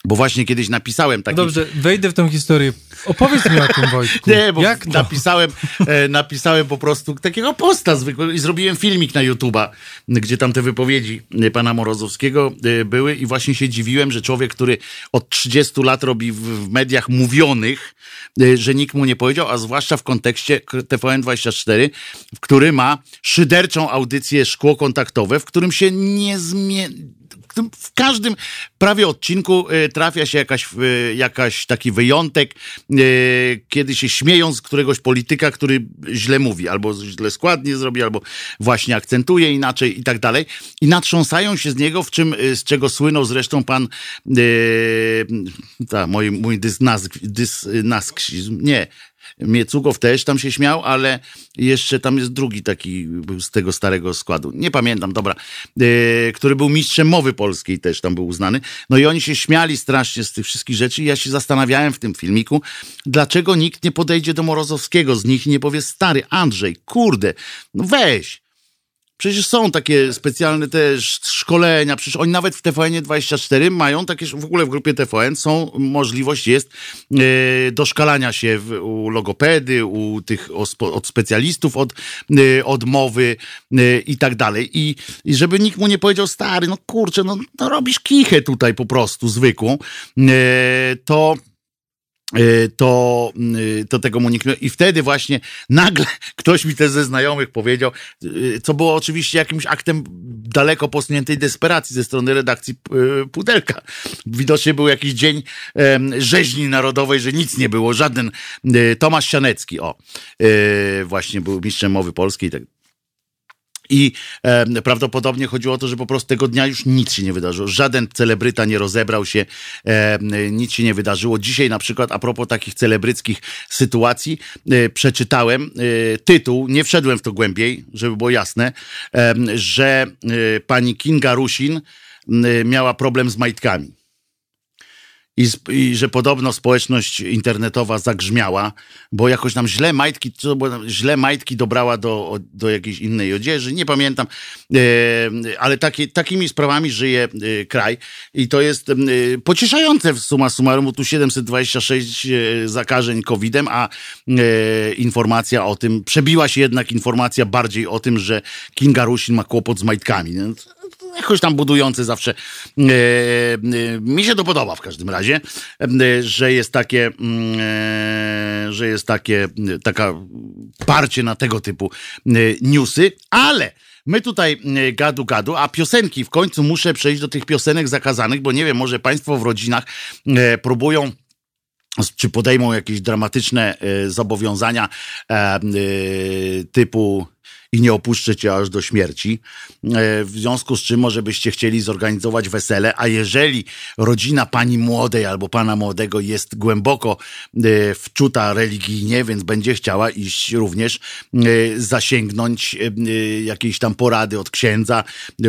Bo właśnie kiedyś napisałem taki... Dobrze, wejdę w tą historię. Opowiedz mi o tym, Wojtku. Nie, bo Jak to? napisałem, e, napisałem po prostu takiego posta zwykłego i zrobiłem filmik na YouTube'a, gdzie tam te wypowiedzi pana Morozowskiego e, były i właśnie się dziwiłem, że człowiek, który od trzydziestu lat robi w, w mediach mówionych, e, że nikt mu nie powiedział, a zwłaszcza w kontekście T V N dwadzieścia cztery, w który ma szyderczą audycję Szkło Kontaktowe, w którym się nie zmienia... W każdym prawie odcinku y, trafia się jakaś, y, jakaś taki wyjątek, y, kiedy się śmieją z któregoś polityka, który źle mówi, albo źle składnie zrobi, albo właśnie akcentuje inaczej i tak dalej. I natrząsają się z niego, w czym, y, z czego słynął zresztą pan y, ta, mój, mój dysnask, dysnasksizm, nie, Miecugow też tam się śmiał, ale jeszcze tam jest drugi taki z tego starego składu. Nie pamiętam, dobra. Yy, który był mistrzem mowy polskiej, też tam był uznany. No i oni się śmiali strasznie z tych wszystkich rzeczy i ja się zastanawiałem w tym filmiku, dlaczego nikt nie podejdzie do Morozowskiego z nich i nie powie: stary Andrzej, kurde, no weź. Przecież są takie specjalne też szkolenia, przecież oni nawet w T V N dwadzieścia cztery mają takie, w ogóle w grupie T V N są, możliwość jest yy, doszkalania się w, u logopedy, u tych o, od specjalistów od, yy, od mowy yy, i tak dalej. I, I żeby nikt mu nie powiedział: stary, no kurczę, no, no robisz kichę tutaj po prostu zwykłą, yy, to... To, to tego mu nikt nie... I wtedy właśnie nagle ktoś mi też ze znajomych powiedział, co było oczywiście jakimś aktem daleko posuniętej desperacji ze strony redakcji Pudelka. Widocznie był jakiś dzień rzeźni narodowej, że nic nie było, żaden... Tomasz Sianecki, o, właśnie był mistrzem mowy polskiej i tak. I e, prawdopodobnie chodziło o to, że po prostu tego dnia już nic się nie wydarzyło. Żaden celebryta nie rozebrał się, e, nic się nie wydarzyło. Dzisiaj na przykład a propos takich celebryckich sytuacji e, przeczytałem e, tytuł, nie wszedłem w to głębiej, żeby było jasne, e, że e, pani Kinga Rusin e, miała problem z majtkami. I, I że podobno społeczność internetowa zagrzmiała, bo jakoś tam źle majtki, co, bo źle majtki dobrała do, do jakiejś innej odzieży, nie pamiętam, e, ale takie, takimi sprawami żyje e, kraj i to jest e, pocieszające w summa summarum, bo tu siedemset dwadzieścia sześć e, zakażeń kowidem, a e, informacja o tym, przebiła się jednak informacja bardziej o tym, że Kinga Rusin ma kłopot z majtkami. Jakoś tam budujące zawsze. E, e, mi się to podoba w każdym razie, e, że jest takie, e, że jest takie, taka parcie na tego typu e, newsy, ale my tutaj e, gadu gadu, a piosenki, w końcu muszę przejść do tych piosenek zakazanych, bo nie wiem, może państwo w rodzinach e, próbują czy podejmą jakieś dramatyczne e, zobowiązania e, e, typu i nie opuszczę cię aż do śmierci. W związku z czym może byście chcieli zorganizować wesele, a jeżeli rodzina pani młodej albo pana młodego jest głęboko wczuta religijnie, więc będzie chciała iść również zasięgnąć jakiejś tam porady od księdza,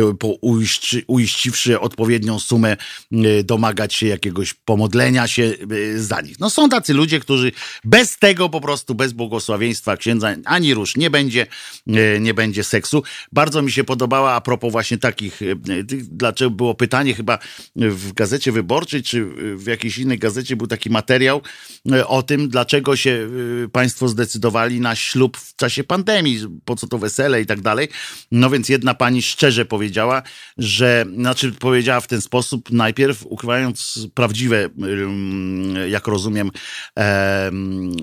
uiściwszy odpowiednią sumę, domagać się jakiegoś pomodlenia się za nich. No są tacy ludzie, którzy bez tego po prostu, bez błogosławieństwa księdza ani rusz nie będzie, nie będzie seksu. Bardzo mi się podobała a propos właśnie takich, dlaczego było pytanie chyba w Gazecie Wyborczej, czy w jakiejś innej gazecie był taki materiał o tym, dlaczego się państwo zdecydowali na ślub w czasie pandemii, po co to wesele i tak dalej. No więc jedna pani szczerze powiedziała, że, znaczy powiedziała w ten sposób, najpierw ukrywając prawdziwe, jak rozumiem, e,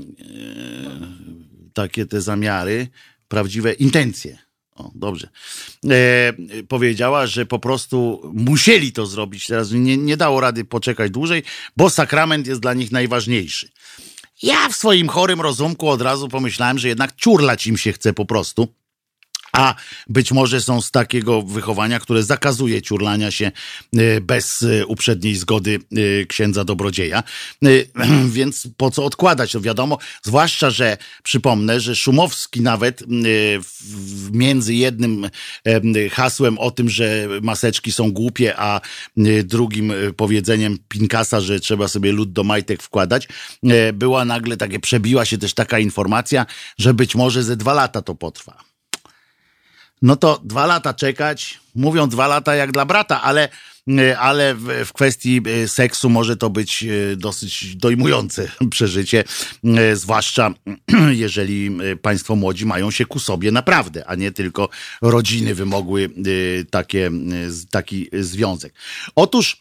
takie te zamiary, prawdziwe intencje. O, dobrze. E, powiedziała, że po prostu musieli to zrobić. Teraz nie, nie dało rady poczekać dłużej, bo sakrament jest dla nich najważniejszy. Ja w swoim chorym rozumku od razu pomyślałem, że jednak ciurlać im się chce po prostu. A być może są z takiego wychowania, które zakazuje ciurlania się bez uprzedniej zgody księdza dobrodzieja. Więc po co odkładać? To wiadomo, zwłaszcza, że przypomnę, że Szumowski nawet między jednym hasłem o tym, że maseczki są głupie, a drugim powiedzeniem Pinkasa, że trzeba sobie lód do majtek wkładać, była nagle takie, przebiła się też taka informacja, że być może ze dwa lata to potrwa. No to dwa lata czekać, mówią dwa lata jak dla brata, ale ale w, w kwestii seksu może to być dosyć dojmujące przeżycie, zwłaszcza jeżeli państwo młodzi mają się ku sobie naprawdę, a nie tylko rodziny wymogły takie, taki związek. Otóż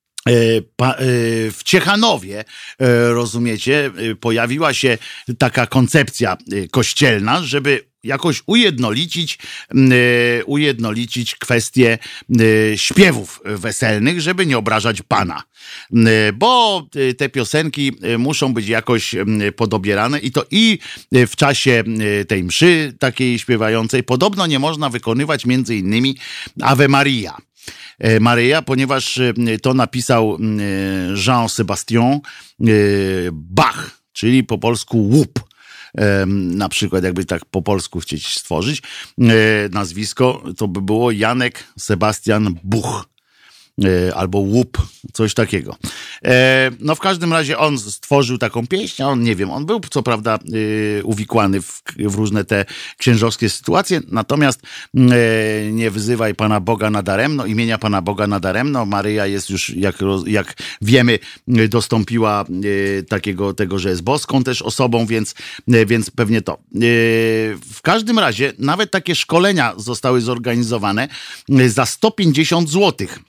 w Ciechanowie, rozumiecie, pojawiła się taka koncepcja kościelna, żeby jakoś ujednolicić, ujednolicić kwestię śpiewów weselnych, żeby nie obrażać Pana. Bo te piosenki muszą być jakoś podobierane i to i w czasie tej mszy takiej śpiewającej podobno nie można wykonywać między innymi Ave Maria. Maryja, ponieważ to napisał Jean-Sébastien Bach, czyli po polsku łup. Na przykład, jakby tak po polsku chcieć stworzyć nazwisko, to by było Janek Sebastian Buch. Albo łup, coś takiego. No w każdym razie on stworzył taką pieśń, a on nie wiem, on był co prawda uwikłany w, w różne te księżowskie sytuacje, natomiast nie wyzywaj Pana Boga nadaremno, imienia Pana Boga nadaremno. Maryja jest już, jak, jak wiemy, dostąpiła takiego tego, że jest boską też osobą, więc, więc pewnie to. W każdym razie nawet takie szkolenia zostały zorganizowane za sto pięćdziesiąt złotych.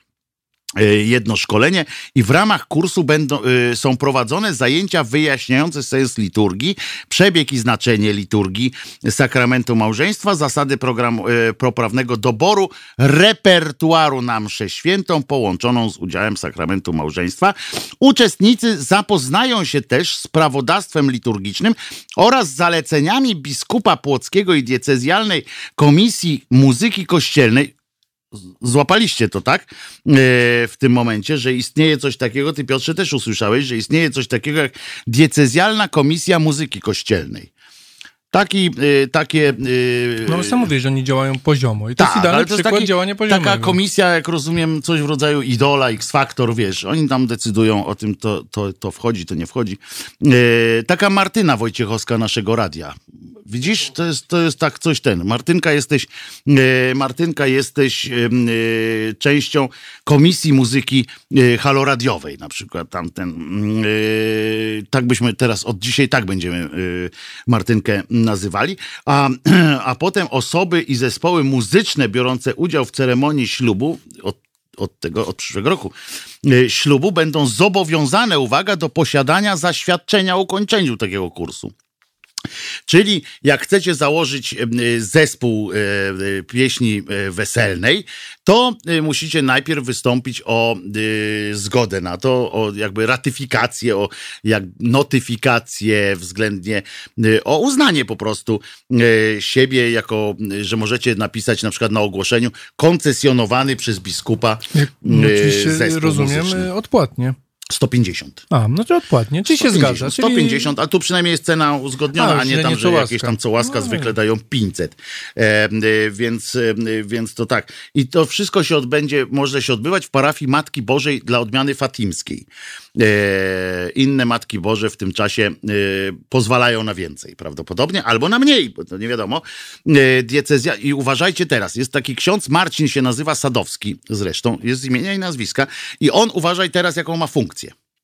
Jedno szkolenie i w ramach kursu będą, y, są prowadzone zajęcia wyjaśniające sens liturgii, przebieg i znaczenie liturgii, sakramentu małżeństwa, zasady programu, y, poprawnego doboru repertuaru na mszę świętą połączoną z udziałem sakramentu małżeństwa. Uczestnicy zapoznają się też z prawodawstwem liturgicznym oraz zaleceniami biskupa płockiego i diecezjalnej Komisji Muzyki Kościelnej. Złapaliście to, tak? W tym momencie, że istnieje coś takiego, ty Piotrze też usłyszałeś, że istnieje coś takiego jak Diecezjalna Komisja Muzyki Kościelnej. Taki, takie... No ale sam mówię, że oni działają poziomo i to tak, jest idealny to jest przykład taki, działania poziomego. Taka komisja, jak rozumiem, coś w rodzaju Idola, X-Factor, wiesz, oni tam decydują o tym, to, to, to wchodzi, to nie wchodzi. E, taka Martyna Wojciechowska naszego radia. Widzisz, to jest, to jest tak coś ten. Martynka jesteś, e, Martynka jesteś e, e, częścią Komisji Muzyki e, Haloradiowej, na przykład tamten. E, tak byśmy teraz, od dzisiaj tak będziemy e, Martynkę nazywali, a, a potem osoby i zespoły muzyczne biorące udział w ceremonii ślubu od, od tego, od przyszłego roku e, ślubu będą zobowiązane, uwaga, do posiadania zaświadczenia o ukończeniu takiego kursu. Czyli jak chcecie założyć zespół pieśni weselnej, to musicie najpierw wystąpić o zgodę na to, o jakby ratyfikację, o jak notyfikację względnie, o uznanie po prostu siebie jako, że możecie napisać na przykład na ogłoszeniu koncesjonowany przez biskupa no, oczywiście zespół rozumiem muzyczny. Odpłatnie. sto pięćdziesiąt. A, no to odpłatnie. Czyli się zgadza. sto pięćdziesiąt, czyli... a tu przynajmniej jest cena uzgodniona, a, a nie tam, że łaska. Jakieś tam co łaska no, zwykle dają pięćset. E, e, więc, e, więc to tak. I to wszystko się odbędzie, może się odbywać w parafii Matki Bożej dla odmiany fatimskiej. E, inne Matki Boże w tym czasie e, pozwalają na więcej prawdopodobnie, albo na mniej, bo to nie wiadomo. E, diecezja... I uważajcie teraz, jest taki ksiądz, Marcin się nazywa Sadowski, zresztą jest z imienia i nazwiska, i on, uważaj teraz, jaką ma funkcję.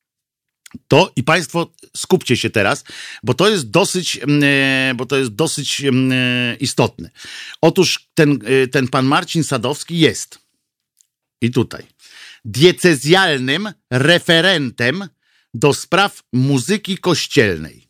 To i państwo skupcie się teraz, bo to jest dosyć, bo to jest dosyć istotne. Otóż ten, ten pan Marcin Sadowski jest i tutaj diecezjalnym referentem do spraw muzyki kościelnej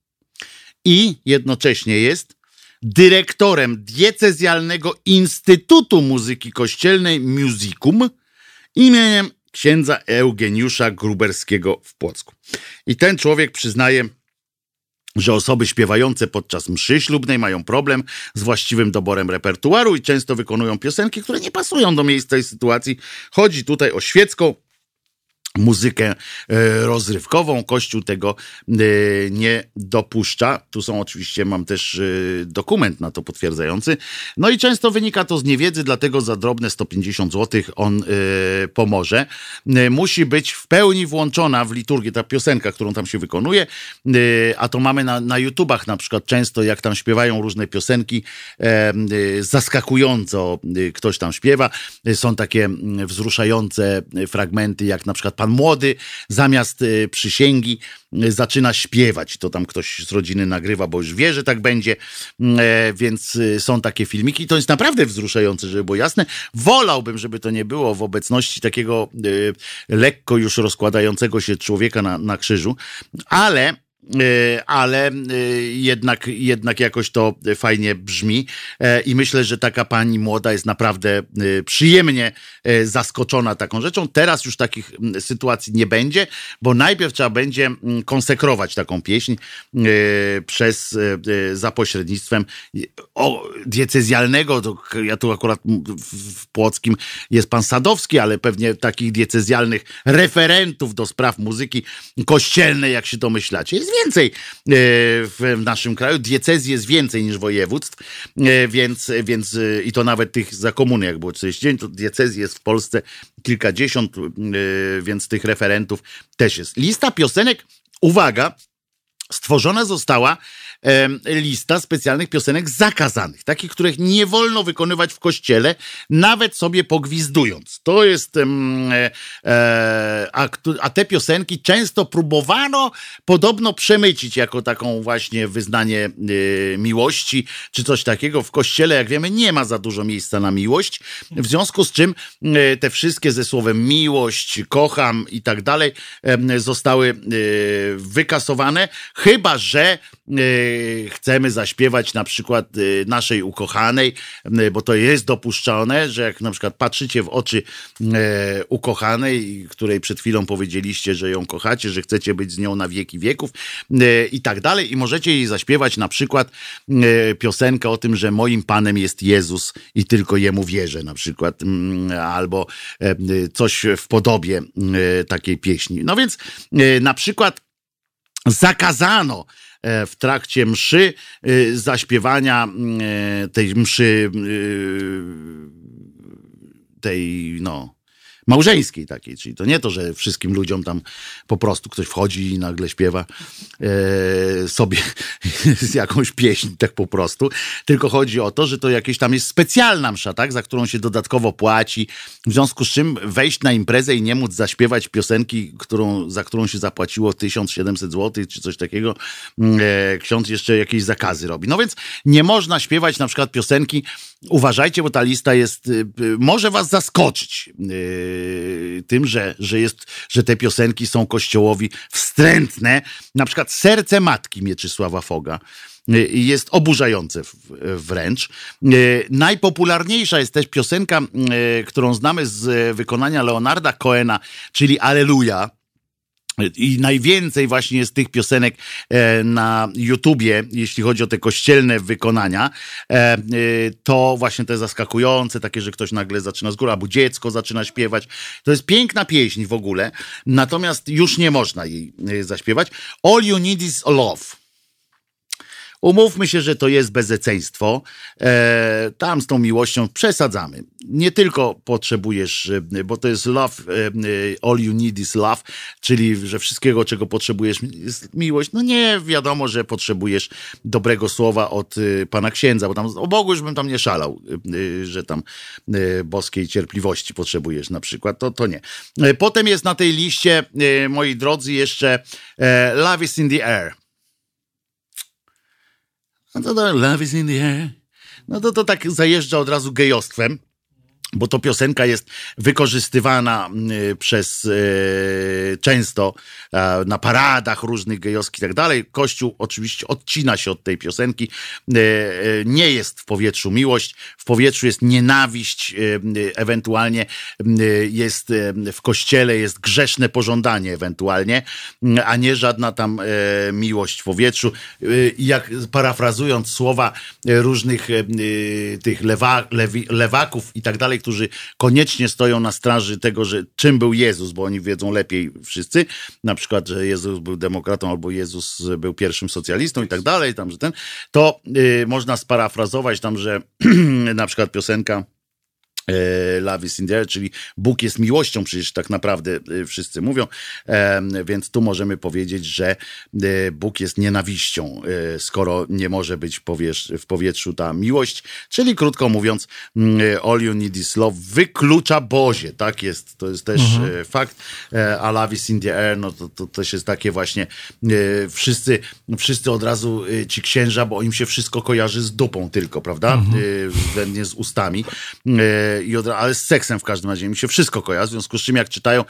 i jednocześnie jest dyrektorem diecezjalnego Instytutu Muzyki Kościelnej Musicum imieniem księdza Eugeniusza Gruberskiego w Płocku. I ten człowiek przyznaje, że osoby śpiewające podczas mszy ślubnej mają problem z właściwym doborem repertuaru i często wykonują piosenki, które nie pasują do miejsca i sytuacji. Chodzi tutaj o świecką muzykę rozrywkową. Kościół tego nie dopuszcza. Tu są oczywiście, mam też dokument na to potwierdzający. No i często wynika to z niewiedzy, dlatego za drobne sto pięćdziesiąt złotych on pomoże. Musi być w pełni włączona w liturgię ta piosenka, którą tam się wykonuje, a to mamy na, na YouTubach na przykład często, jak tam śpiewają różne piosenki, zaskakująco ktoś tam śpiewa. Są takie wzruszające fragmenty, jak na przykład Pan Młody zamiast y, przysięgi y, zaczyna śpiewać. To tam ktoś z rodziny nagrywa, bo już wie, że tak będzie. E, więc y, są takie filmiki. To jest naprawdę wzruszające, żeby było jasne. Wolałbym, żeby to nie było w obecności takiego y, lekko już rozkładającego się człowieka na, na krzyżu. Ale ale jednak, jednak jakoś to fajnie brzmi i myślę, że taka pani młoda jest naprawdę przyjemnie zaskoczona taką rzeczą. Teraz już takich sytuacji nie będzie, bo najpierw trzeba będzie konsekrować taką pieśń przez, za pośrednictwem o, diecezjalnego, to ja tu akurat w Płockim jest pan Sadowski, ale pewnie takich diecezjalnych referentów do spraw muzyki kościelnej, jak się domyślacie, jest więcej w naszym kraju. Diecezji jest więcej niż województw, więc, więc i to nawet tych za komuny, jak było czterdzieści dziewięć, to diecezji jest w Polsce kilkadziesiąt, więc tych referentów też jest. Lista piosenek, uwaga, stworzona została lista specjalnych piosenek zakazanych, takich, których nie wolno wykonywać w kościele, nawet sobie pogwizdując. To jest e, e, a, a te piosenki często próbowano podobno przemycić jako taką właśnie wyznanie e, miłości, czy coś takiego. W kościele, jak wiemy, nie ma za dużo miejsca na miłość, w związku z czym e, te wszystkie ze słowem miłość, kocham i tak dalej e, zostały e, wykasowane, chyba że e, chcemy zaśpiewać na przykład naszej ukochanej, bo to jest dopuszczone, że jak na przykład patrzycie w oczy ukochanej, której przed chwilą powiedzieliście, że ją kochacie, że chcecie być z nią na wieki wieków i tak dalej, i możecie jej zaśpiewać na przykład piosenkę o tym, że moim Panem jest Jezus i tylko Jemu wierzę na przykład, albo coś w podobie takiej pieśni. No więc na przykład zakazano w trakcie mszy zaśpiewania tej mszy tej no małżeńskiej takiej, czyli to nie to, że wszystkim ludziom tam po prostu ktoś wchodzi i nagle śpiewa e, sobie jakąś pieśń tak po prostu, tylko chodzi o to, że to jakieś tam jest specjalna msza, tak, za którą się dodatkowo płaci, w związku z czym wejść na imprezę i nie móc zaśpiewać piosenki, którą, za którą się zapłaciło tysiąc siedemset złotych czy coś takiego, e, ksiądz jeszcze jakieś zakazy robi. No więc nie można śpiewać na przykład piosenki, uważajcie, bo ta lista jest, może was zaskoczyć tym, że, że, jest, że te piosenki są Kościołowi wstrętne. Na przykład Serce Matki Mieczysława Foga jest oburzające wręcz. Najpopularniejsza jest też piosenka, którą znamy z wykonania Leonarda Cohena, czyli Alleluja. I najwięcej właśnie jest tych piosenek na YouTubie, jeśli chodzi o te kościelne wykonania, to właśnie te zaskakujące, takie, że ktoś nagle zaczyna z góry, albo dziecko zaczyna śpiewać. To jest piękna pieśń w ogóle, natomiast już nie można jej zaśpiewać. All You Need Is Love. Umówmy się, że to jest bezeceństwo. E, tam z tą miłością przesadzamy. Nie tylko potrzebujesz, bo to jest love, e, all you need is love, czyli że wszystkiego, czego potrzebujesz, jest miłość. No nie, wiadomo, że potrzebujesz dobrego słowa od e, pana księdza, bo tam o Bogu już bym tam nie szalał, e, że tam e, boskiej cierpliwości potrzebujesz na przykład. To, to nie. E, potem jest na tej liście, e, moi drodzy, jeszcze e, Love is in the Air. No to, to Love is in the air. No to to tak zajeżdża od razu gejostwem, bo to piosenka jest wykorzystywana y, przez y, często y, na paradach różnych gejowskich i tak dalej. Kościół oczywiście odcina się od tej piosenki. Y, y, nie jest w powietrzu miłość, w powietrzu jest nienawiść, y, y, ewentualnie y, jest y, w kościele jest grzeszne pożądanie ewentualnie, y, a nie żadna tam y, miłość w powietrzu. Y, jak parafrazując słowa y, różnych y, tych lewa, lewi, lewaków i tak dalej, którzy koniecznie stoją na straży tego, że czym był Jezus, bo oni wiedzą lepiej wszyscy, na przykład, że Jezus był demokratą albo Jezus był pierwszym socjalistą i tak dalej, tam, że ten, to y, można sparafrazować tam, że na przykład piosenka Love is in the air, czyli Bóg jest miłością, przecież tak naprawdę wszyscy mówią, więc tu możemy powiedzieć, że Bóg jest nienawiścią, skoro nie może być w powietrzu ta miłość, czyli krótko mówiąc, all you need is love wyklucza Bozie, tak jest, to jest też mhm. fakt, a Love is in the air, no to, to też jest takie właśnie, wszyscy, wszyscy od razu ci księża, bo im się wszystko kojarzy z dupą tylko, prawda, mhm. względnie z ustami, I od, ale z seksem w każdym razie mi się wszystko kojarzy, w związku z czym jak czytają,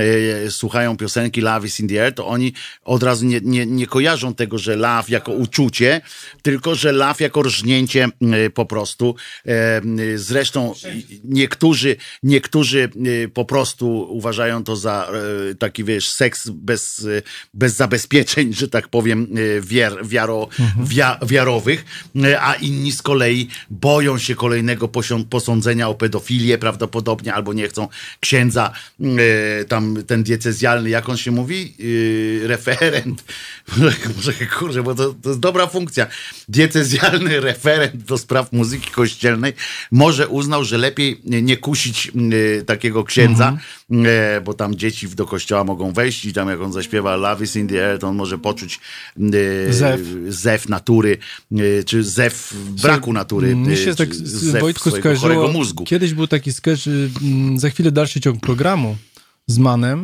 e, słuchają piosenki Love is in the air, to oni od razu nie, nie, nie kojarzą tego, że love jako uczucie, tylko że love jako rżnięcie e, po prostu. E, zresztą niektórzy, niektórzy e, po prostu uważają to za e, taki, wiesz, seks bez, e, bez zabezpieczeń, że tak powiem, e, wiar, wiaro, mhm. wia, wiarowych, e, a inni z kolei boją się kolejnego posią, posądzenia o pedofilię prawdopodobnie, albo nie chcą księdza e, tam ten diecezjalny, jak on się mówi? E, referent. Może, kurczę, bo to, to jest dobra funkcja. Diecezjalny referent do spraw muzyki kościelnej może uznał, że lepiej nie kusić e, takiego księdza, mhm. e, bo tam dzieci do kościoła mogą wejść i tam jak on zaśpiewa Love is in the air, to on może poczuć e, zew. zew natury, e, czy zew braku natury. Mi się tak z Wojtku skojarzyło, mózgu. Kiedyś był taki sketch, za chwilę dalszy ciąg programu z Manem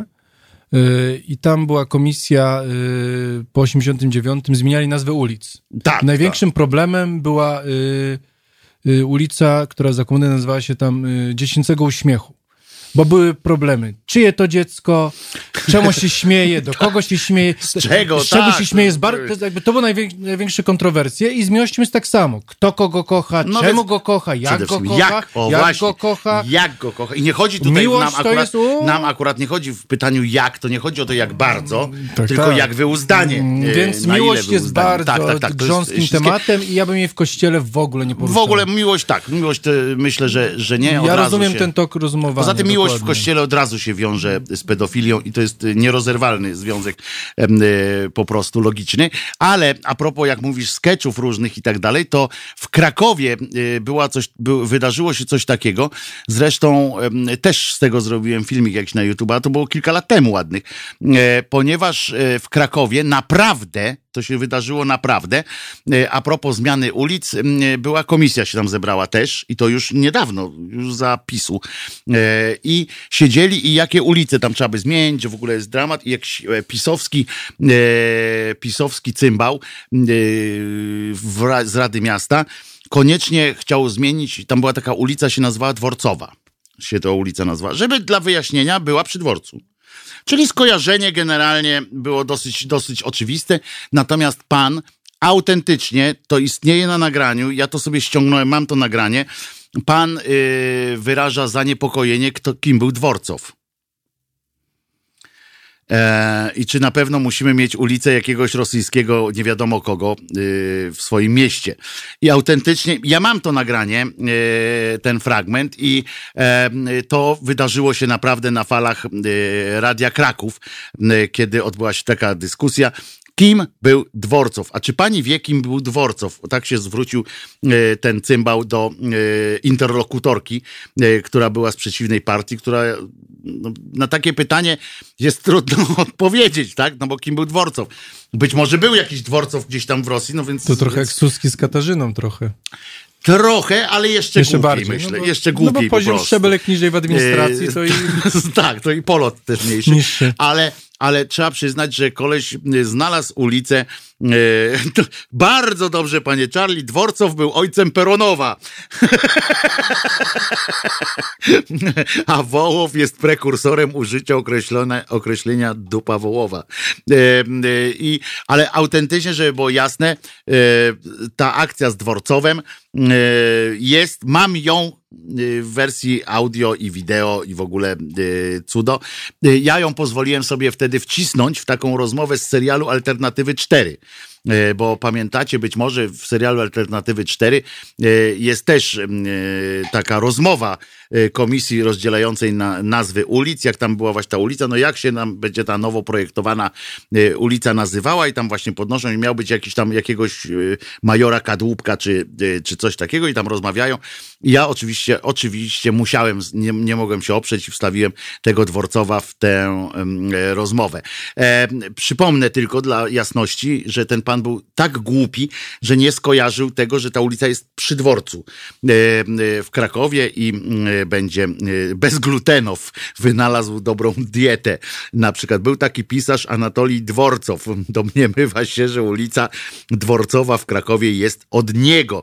yy, i tam była komisja yy, po osiemdziesiątym dziewiątym, zmieniali nazwę ulic. Tak, Największym tak. problemem była yy, yy, ulica, która za komuny nazywała się tam yy, Dziecięcego Uśmiechu. Bo były problemy. Czyje to dziecko? Czemu się śmieje? Do kogo się śmieje? Z czego? Z czego tak. się śmieje? Z bar... to, jakby to były najwię... największe kontrowersje i z miłością jest tak samo. Kto kogo kocha? No czemu więc... go kocha? Jak go kocha? Jak, o, jak właśnie, go kocha? Jak go kocha? I nie chodzi tutaj Miłość nam akurat, jest, u... nam akurat nie chodzi w pytaniu jak, to nie chodzi o to jak bardzo, tak, tylko tak. jak wyuzdanie. Więc na miłość ile jest bardzo tak, tak, tak, grząskim wszystkie... tematem i ja bym jej w kościele w ogóle nie poruszał. W ogóle miłość tak, miłość to myślę, że, że nie. Od ja razu rozumiem się... ten tok rozumowania. Poza tym miłość dokładnie. w kościele od razu się wiąże z pedofilią i to jest nierozerwalny związek e, po prostu logiczny. Ale a propos, jak mówisz, sketchów różnych i tak dalej, to w Krakowie e, była coś, by, wydarzyło się coś takiego. Zresztą e, też z tego zrobiłem filmik jakiś na YouTube, a to było kilka lat temu ładnych. E, ponieważ e, w Krakowie naprawdę to się wydarzyło naprawdę. A propos zmiany ulic, była komisja się tam zebrała też i to już niedawno, już za PiSu. I siedzieli i jakie ulice tam trzeba by zmienić, że w ogóle jest dramat i jakiś pisowski, pisowski cymbał z Rady Miasta koniecznie chciał zmienić, tam była taka ulica, się nazywała Dworcowa, się ta ulica nazwała, żeby dla wyjaśnienia była przy dworcu. Czyli skojarzenie generalnie było dosyć, dosyć oczywiste, natomiast pan autentycznie, to istnieje na nagraniu, ja to sobie ściągnąłem, mam to nagranie, pan yy, wyraża zaniepokojenie, kto, kim był Dworcow. E, I czy na pewno musimy mieć ulicę jakiegoś rosyjskiego, nie wiadomo kogo, yy, w swoim mieście. I autentycznie, ja mam to nagranie, yy, ten fragment i yy, to wydarzyło się naprawdę na falach yy, Radia Kraków, yy, kiedy odbyła się taka dyskusja. Kim był Dworcow? A czy pani wie, kim był Dworcow? Tak się zwrócił e, ten cymbał do e, interlokutorki, e, która była z przeciwnej partii, która no, na takie pytanie jest trudno odpowiedzieć, tak? No bo kim był Dworcow? Być może był jakiś Dworcow gdzieś tam w Rosji, no więc... To trochę więc... jak Suski z Katarzyną trochę. Trochę, ale jeszcze, jeszcze głupiej, bardziej, myślę. No bo, jeszcze głupiej no bo poziom po prostu. szczebelek niżej w administracji to i... tak, to i polot też mniejszy. Niższy. Ale, ale trzeba przyznać, że koleś znalazł ulicę. E, bardzo dobrze, panie Charlie. Dworcow był ojcem Peronowa. A Wołow jest prekursorem użycia określenia dupa Wołowa. E, e, i, ale autentycznie, żeby było jasne, e, ta akcja z Dworcowem e, jest, mam ją w wersji audio i wideo i w ogóle y, cudo. Y, ja ją pozwoliłem sobie wtedy wcisnąć w taką rozmowę z serialu Alternatywy cztery. bo pamiętacie, być może w serialu Alternatywy cztery jest też taka rozmowa komisji rozdzielającej na nazwy ulic, jak tam była właśnie ta ulica, no jak się nam będzie ta nowo projektowana ulica nazywała i tam właśnie podnoszą i miał być jakiś tam jakiegoś majora Kadłubka czy, czy coś takiego i tam rozmawiają. I ja oczywiście, oczywiście musiałem, nie, nie mogłem się oprzeć i wstawiłem tego Dworcowa w tę e, rozmowę. E, przypomnę tylko dla jasności, że ten pan był tak głupi, że nie skojarzył tego, że ta ulica jest przy dworcu e, e, w Krakowie i e, będzie e, bez glutenów. Wynalazł dobrą dietę. Na przykład był taki pisarz Anatolij Dworcow. Domniemywa się, że ulica Dworcowa w Krakowie jest od niego.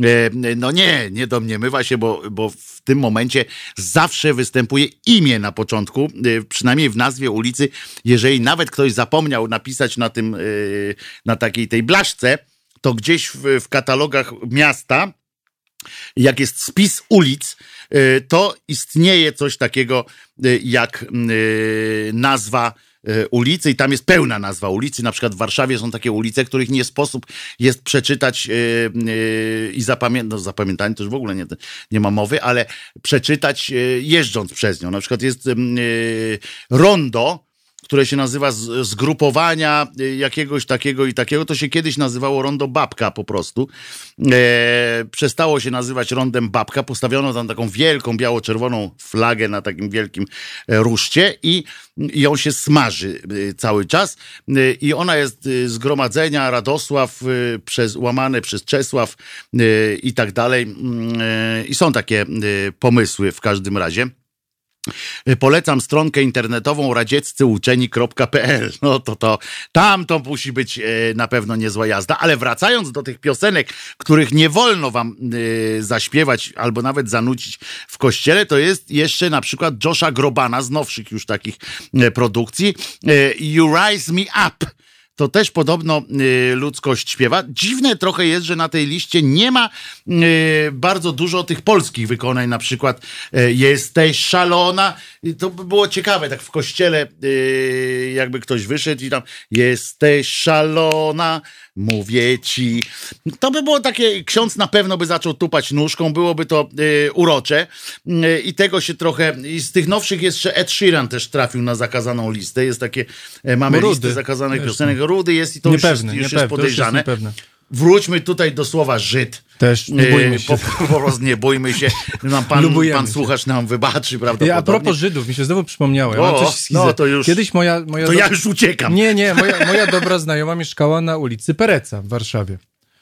No nie, nie domniemywa się, bo, bo w tym momencie zawsze występuje imię na początku, przynajmniej w nazwie ulicy. Jeżeli nawet ktoś zapomniał napisać na tym, na takiej tej blaszce, to gdzieś w, w katalogach miasta, jak jest spis ulic, to istnieje coś takiego jak nazwa ulicy i tam jest pełna nazwa ulicy. Na przykład w Warszawie są takie ulice, których nie sposób jest przeczytać yy, yy, i zapamiętać, no zapamiętanie to już w ogóle nie, nie ma mowy, ale przeczytać yy, jeżdżąc przez nią. Na przykład jest yy, rondo, które się nazywa z, zgrupowania jakiegoś takiego i takiego. To się kiedyś nazywało rondo Babka po prostu. E, przestało się nazywać rondem Babka. Postawiono tam taką wielką biało-czerwoną flagę na takim wielkim ruszcie i, i on się smaży cały czas. E, I ona jest z Gromadzenia Radosław e, przez, łamane przez Czesław e, i tak dalej. E, I są takie e, pomysły w każdym razie. Polecam stronkę internetową radzieccyuczeni kropka pe el. No to to, tam to musi być e, na pewno niezła jazda. Ale wracając do tych piosenek, których nie wolno wam e, zaśpiewać albo nawet zanucić w kościele, to jest jeszcze na przykład Josha Grobana z nowszych już takich e, produkcji. E, You Rise Me Up. To też podobno y, ludzkość śpiewa. Dziwne trochę jest, że na tej liście nie ma y, bardzo dużo tych polskich wykonań, na przykład y, Jesteś szalona. I to by było ciekawe, tak w kościele y, jakby ktoś wyszedł i tam Jesteś szalona, mówię ci. To by było takie, ksiądz na pewno by zaczął tupać nóżką, byłoby to y, urocze y, i tego się trochę, i z tych nowszych jeszcze Ed Sheeran też trafił na zakazaną listę. Jest takie, y, mamy Rudy. Listę zakazanych piosenek. Rudy jest i to niepewne, już, jest, już niepewne, jest podejrzane. To już jest Wróćmy tutaj do słowa Żyd. Też nie bójmy się. Po, po prostu nie bójmy się. Nam pan, pan słuchacz nam wybaczy, prawdopodobnie. A propos Żydów, mi się znowu przypomniało. Ja mam o, coś no to już. Kiedyś moja, moja to do... ja już uciekam. Nie, nie, moja, moja dobra znajoma mieszkała na ulicy Pereca w Warszawie.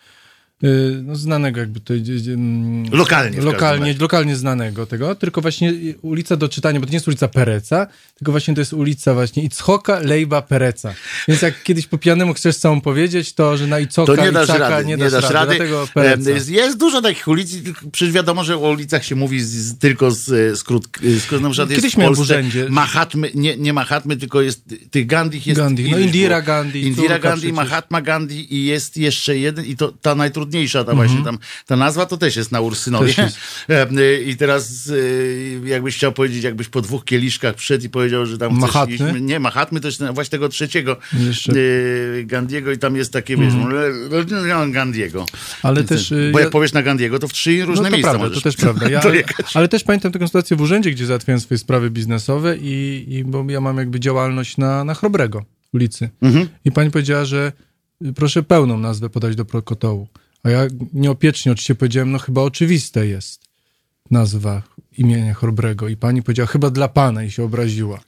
No, znanego jakby to lokalnie, lokalnie, lokalnie znanego tego, tylko właśnie ulica do czytania, bo to nie jest ulica Pereca, tylko właśnie to jest ulica właśnie Icchoka Lejba Pereca. Więc jak kiedyś po pijanemu chcesz całą powiedzieć, to że na Icchoka, to nie dasz Icaka, rady, nie nie dasz, dasz rady, rady. Dlatego Pereca. Jest, jest dużo takich ulic, przecież wiadomo, że o ulicach się mówi z, z, tylko z skrót, skrót na przykład Kiedyś jest w miałem Polsce w urzędzie. Mahatmy, nie, nie Mahatmy, tylko jest tych Gandhi jest Gandhi, no Indira Gandhi. Indira Gandhi, przecież. Mahatma Gandhi i jest jeszcze jeden i to ta najtrudniejsza, ta właśnie tam, ta nazwa to też jest na Ursynowie. I teraz jakbyś chciał powiedzieć, jakbyś po dwóch kieliszkach przyszedł i powiedział, że tam Mahatmy? chcesz iść, nie, Mahatmy to jest właśnie tego trzeciego jeszcze. Gandiego i tam jest takie, wiesz, mm. Gandiego. Ale też, bo jak ja... powiesz na Gandiego, to w trzy różne no to miejsca prawda, możesz to też prawda. Ja, dojechać. Ale też pamiętam taką sytuację w urzędzie, gdzie załatwiałem swoje sprawy biznesowe i, i bo ja mam jakby działalność na, na Chrobrego ulicy. Mhm. I pani powiedziała, że proszę pełną nazwę podać do protokołu. A ja nieopiecznie oczywiście powiedziałem, no chyba oczywiste jest nazwa imienia Chrobrego. I pani powiedziała, chyba dla pana i się obraziła.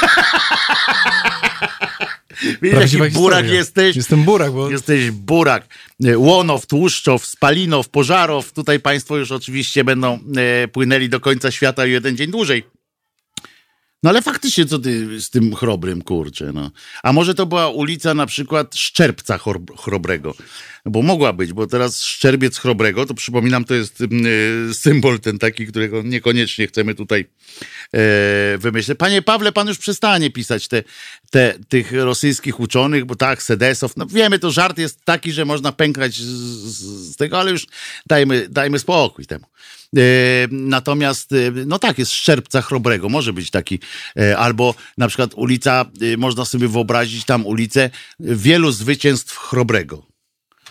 Widzisz, jaki burak jesteś? Jestem burak, bo... Jesteś burak. Łonow, Tłuszczow, Spalinow, Pożarow. Tutaj państwo już oczywiście będą e, płynęli do końca świata i jeden dzień dłużej. No ale faktycznie, co ty z tym Chrobrym, kurczę, no. A może to była ulica na przykład Szczerbca Chrobrego, bo mogła być, bo teraz Szczerbiec Chrobrego, to przypominam, to jest y, symbol ten taki, którego niekoniecznie chcemy tutaj y, wymyśleć. Panie Pawle, pan już przestanie pisać te, te, tych rosyjskich uczonych, bo tak, Sedesow, no wiemy, to żart jest taki, że można pękać z, z, z tego, ale już dajmy, dajmy spokój temu. Natomiast, no tak, jest Szczerbca Chrobrego, może być taki, albo na przykład ulica, można sobie wyobrazić tam ulicę wielu zwycięstw Chrobrego.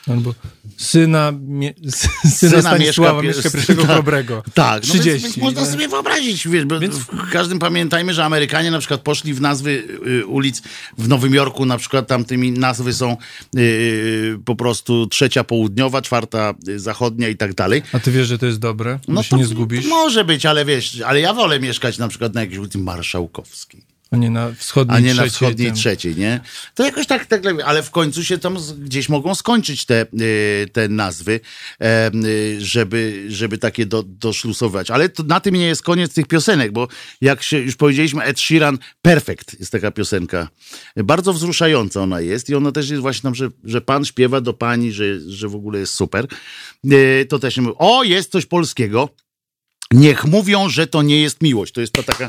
Albo syna, mie, syna, syna Stanisława mieszka pierwszego Chrobrego. Tak, no trzydzieści. Więc, więc można sobie wyobrazić, wiesz, bo więc... w każdym pamiętajmy, że Amerykanie na przykład poszli w nazwy y, ulic w Nowym Jorku, na przykład tam tymi nazwy są y, po prostu trzecia południowa, czwarta zachodnia i tak dalej. A ty wiesz, że to jest dobre? No że to się nie zgubisz? Może być, ale wiesz, ale ja wolę mieszkać na przykład na jakiejś ulicy Marszałkowskiej. A nie na wschodniej A nie trzeciej, na wschodniej tam. trzeciej, nie? To jakoś tak, tak, ale w końcu się tam gdzieś mogą skończyć te, te nazwy, żeby, żeby takie do, doszlusować. Ale to na tym nie jest koniec tych piosenek, bo jak się już powiedzieliśmy, Ed Sheeran, Perfect jest taka piosenka. Bardzo wzruszająca ona jest i ona też jest właśnie tam, że, że pan śpiewa do pani, że, że w ogóle jest super. To też nie mówię. O, jest coś polskiego. Niech mówią, że to nie jest miłość. To jest to taka...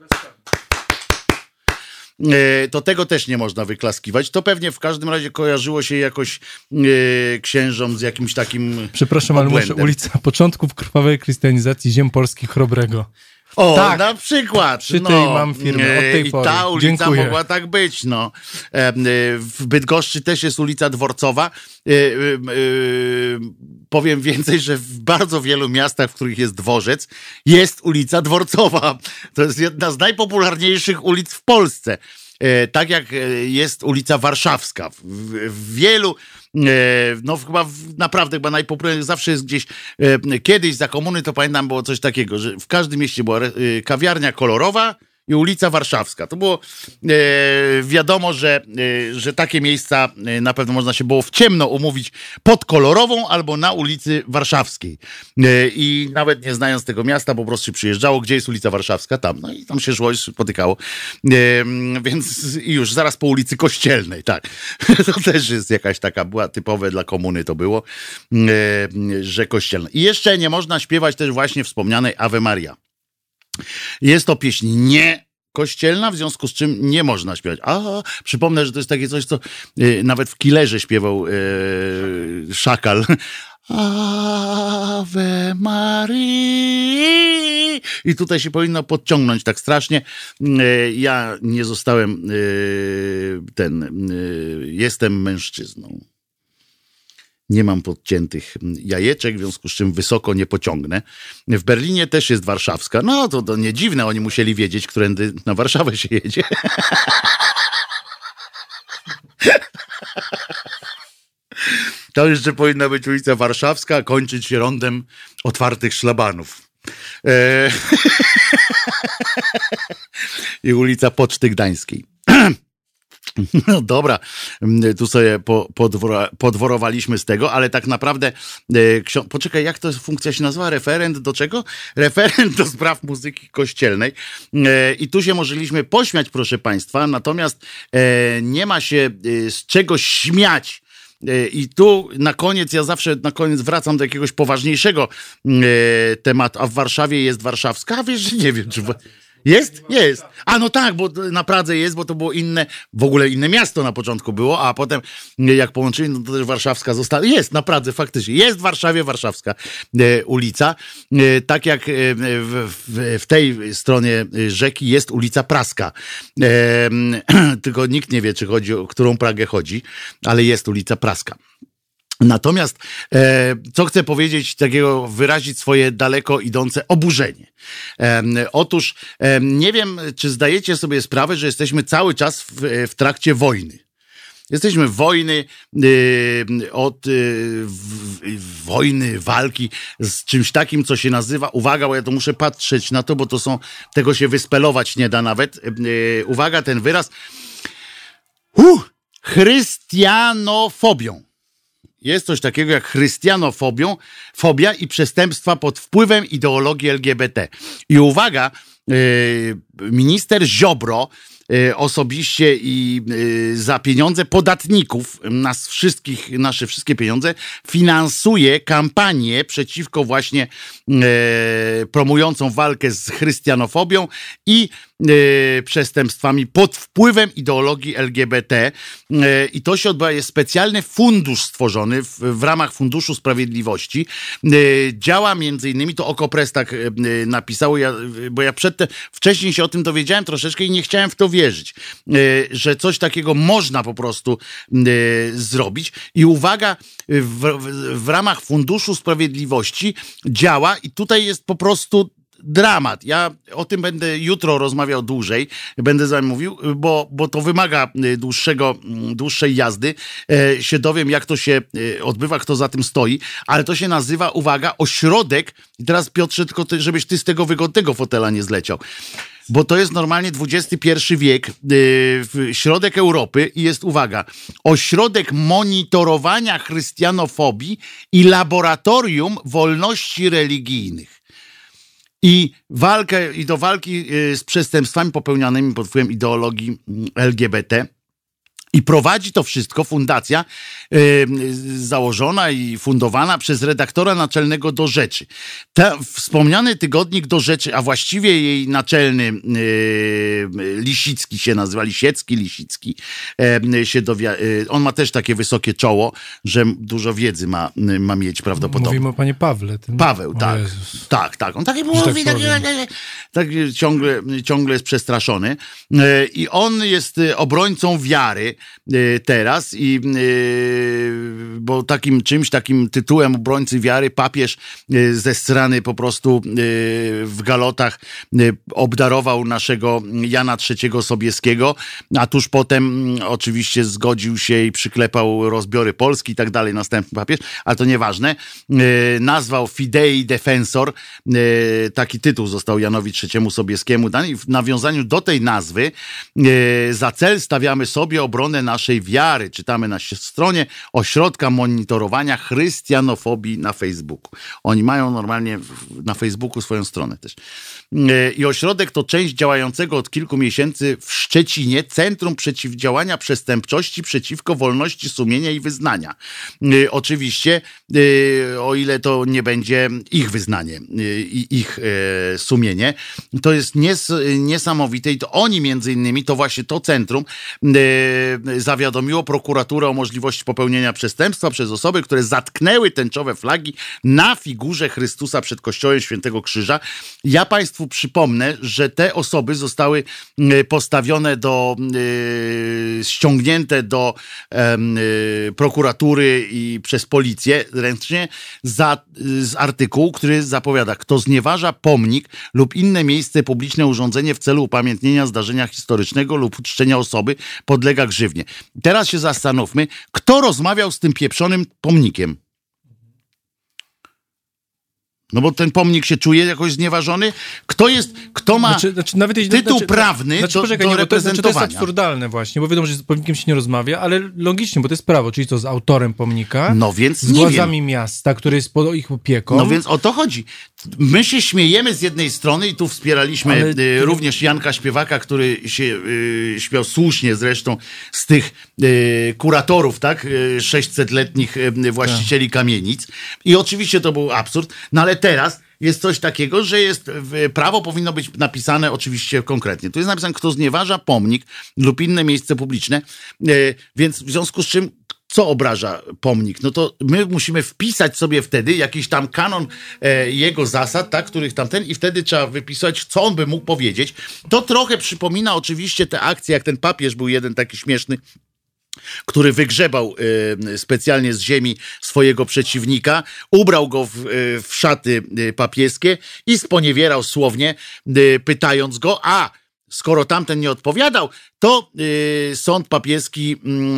To tego też nie można wyklaskiwać. To pewnie w każdym razie kojarzyło się jakoś e, księżom z jakimś takim Przepraszam, obłędem. ale muszę ulica początków krwawej chrystianizacji ziem polskich Chrobrego. O, tak. Na przykład. Przy no, tej mam firmę, od tej I pory. ta ulica Dziękuję. mogła tak być, no. W Bydgoszczy też jest ulica Dworcowa. Powiem więcej, że w bardzo wielu miastach, w których jest dworzec, jest ulica Dworcowa. To jest jedna z najpopularniejszych ulic w Polsce. Tak jak jest ulica Warszawska. W, w wielu, no chyba w, naprawdę chyba najpopularniejszych, zawsze jest gdzieś, kiedyś za komuny to pamiętam było coś takiego, że w każdym mieście była kawiarnia kolorowa i ulica Warszawska. To było e, wiadomo, że, e, że takie miejsca e, na pewno można się było w ciemno umówić pod Kolorową albo na ulicy Warszawskiej. E, I nawet nie znając tego miasta, po prostu się przyjeżdżało, gdzie jest ulica Warszawska, tam. No i tam się szło i spotykało. E, więc i już zaraz po ulicy Kościelnej, tak. To też jest jakaś taka, była typowe dla komuny to było, e, że Kościelna. I jeszcze nie można śpiewać też właśnie wspomnianej Ave Maria. Jest to pieśń nie kościelna, w związku z czym nie można śpiewać. A przypomnę, że to jest takie coś, co y, nawet w Killerze śpiewał y, Szakal. Ave Maria. I tutaj się powinno podciągnąć tak strasznie. Y, ja nie zostałem y, ten, y, jestem mężczyzną. Nie mam podciętych jajeczek, w związku z czym wysoko nie pociągnę. W Berlinie też jest warszawska. No to, to nie dziwne, oni musieli wiedzieć, którędy na Warszawę się jedzie. To jeszcze powinna być ulica Warszawska, a kończyć się rondem otwartych szlabanów. E... I ulica Poczty Gdańskiej. No dobra, tu sobie po, podwora, podworowaliśmy z tego, ale tak naprawdę, e, ksio- poczekaj, jak to funkcja się nazywa? Referent do czego? Referent do spraw muzyki kościelnej. E, I tu się możliśmy pośmiać, proszę państwa, natomiast e, nie ma się e, z czego śmiać. E, I tu na koniec, ja zawsze na koniec wracam do jakiegoś poważniejszego e, tematu, a w Warszawie jest warszawska, a wiesz, że nie wiem, czy... W... Jest? Jest. A no tak, bo na Pradze jest, bo to było inne, w ogóle inne miasto na początku było, a potem jak połączyli, no to też warszawska została. Jest na Pradze faktycznie. Jest w Warszawie warszawska e, ulica. E, tak jak e, w, w, w tej stronie rzeki jest ulica Praska. E, tylko nikt nie wie, czy chodzi o którą Pragę chodzi, ale jest ulica Praska. Natomiast, e, co chcę powiedzieć, takiego wyrazić swoje daleko idące oburzenie. E, otóż, e, nie wiem, czy zdajecie sobie sprawę, że jesteśmy cały czas w, w trakcie wojny. Jesteśmy w wojny, y, od y, w, w, wojny, walki z czymś takim, co się nazywa, uwaga, bo ja to muszę patrzeć na to, bo to są, tego się wyspelować nie da nawet. Y, uwaga, ten wyraz. Uh, chrystianofobią. Jest coś takiego jak chrystianofobią, fobia i przestępstwa pod wpływem ideologii L G B T. I uwaga, yy, minister Ziobro yy, osobiście i yy, za pieniądze podatników, nas wszystkich, nasze wszystkie pieniądze, finansuje kampanię przeciwko właśnie yy, promującą walkę z chrystianofobią i Yy, przestępstwami pod wpływem ideologii L G B T yy, i to się odbywa, jest specjalny fundusz stworzony w, w ramach Funduszu Sprawiedliwości. Yy, działa między innymi, to Okopres tak yy, napisało, ja, bo ja przedtem, wcześniej się o tym dowiedziałem troszeczkę i nie chciałem w to wierzyć. uwierzyć, że coś takiego można po prostu zrobić. I uwaga, w, w, w ramach Funduszu Sprawiedliwości działa i tutaj jest po prostu dramat. Ja o tym będę jutro rozmawiał dłużej, będę z wami mówił, bo, bo to wymaga dłuższego, dłuższej jazdy. E, się dowiem, jak to się odbywa, kto za tym stoi, ale to się nazywa, uwaga, ośrodek, i teraz Piotrze, tylko ty, żebyś ty z tego wygodnego fotela nie zleciał, bo to jest normalnie dwudziesty pierwszy wiek, yy, środek Europy i jest, uwaga, ośrodek monitorowania chrystianofobii i laboratorium wolności religijnych. I walkę, i do walki z przestępstwami popełnianymi pod wpływem ideologii L G B T. I prowadzi to wszystko fundacja yy, założona i fundowana przez redaktora naczelnego Do Rzeczy. Ten wspomniany tygodnik Do Rzeczy, a właściwie jej naczelny yy, Lisicki się nazywa, Lisiecki, Lisicki, yy, się dowia- yy, on ma też takie wysokie czoło, że dużo wiedzy ma, yy, ma mieć prawdopodobnie. Mówimy o panie Pawle. Tym... Paweł, tak, tak, tak. On taki mówi, tak, tak, tak ciągle, ciągle jest przestraszony. Yy, I on jest obrońcą wiary teraz i bo takim czymś, takim tytułem obrońcy wiary papież ze strony po prostu w galotach obdarował naszego Jana trzeciego Sobieskiego, a tuż potem oczywiście zgodził się i przyklepał rozbiory Polski i tak dalej, następny papież, ale to nieważne. Nazwał Fidei Defensor, taki tytuł został Janowi trzeciemu Sobieskiemu dany i w nawiązaniu do tej nazwy za cel stawiamy sobie obronę naszej wiary. Czytamy na stronie Ośrodka Monitorowania Chrystianofobii na Facebooku. Oni mają normalnie na Facebooku swoją stronę też. I ośrodek to część działającego od kilku miesięcy w Szczecinie Centrum Przeciwdziałania Przestępczości przeciwko wolności sumienia i wyznania. Oczywiście, o ile to nie będzie ich wyznanie i ich sumienie, to jest nies niesamowite i to oni między innymi, to właśnie to centrum zawiadomiło prokuraturę o możliwości popełnienia przestępstwa przez osoby, które zatknęły tęczowe flagi na figurze Chrystusa przed kościołem Świętego Krzyża. Ja Państwu przypomnę, że te osoby zostały postawione do, ściągnięte do prokuratury i przez policję ręcznie za, z artykułu, który zapowiada: kto znieważa pomnik lub inne miejsce publiczne urządzenie w celu upamiętnienia zdarzenia historycznego lub uczczenia osoby, podlega grzywnie. Teraz się zastanówmy, kto rozmawiał z tym pieprzonym pomnikiem. No bo ten pomnik się czuje jakoś znieważony. Kto jest, kto ma znaczy, znaczy, nawet jeśli, tytuł znaczy, prawny znaczy, do, poczekaj, do nie, reprezentowania? To, znaczy, to jest absurdalne właśnie, bo wiadomo, że z pomnikiem się nie rozmawia, ale logicznie, bo to jest prawo, czyli to z autorem pomnika, no więc z władzami miasta, który jest pod ich opieką. No więc o to chodzi. My się śmiejemy z jednej strony i tu wspieraliśmy ale... y, również Janka Śpiewaka, który się y, śmiał słusznie zresztą z tych y, kuratorów, tak, y, sześćsetletnich y, właścicieli tak. kamienic. I oczywiście to był absurd, no ale teraz jest coś takiego, że jest prawo powinno być napisane oczywiście konkretnie. Tu jest napisane, kto znieważa pomnik lub inne miejsce publiczne, y, więc w związku z czym co obraża pomnik? No to my musimy wpisać sobie wtedy jakiś tam kanon e, jego zasad, tak, których tamten, i wtedy trzeba wypisać, co on by mógł powiedzieć. To trochę przypomina oczywiście te akcje, jak ten papież był jeden taki śmieszny, który wygrzebał y, specjalnie z ziemi swojego przeciwnika, ubrał go w, y, w szaty y, papieskie i sponiewierał słownie, y, pytając go, a skoro tamten nie odpowiadał, to y, sąd papieski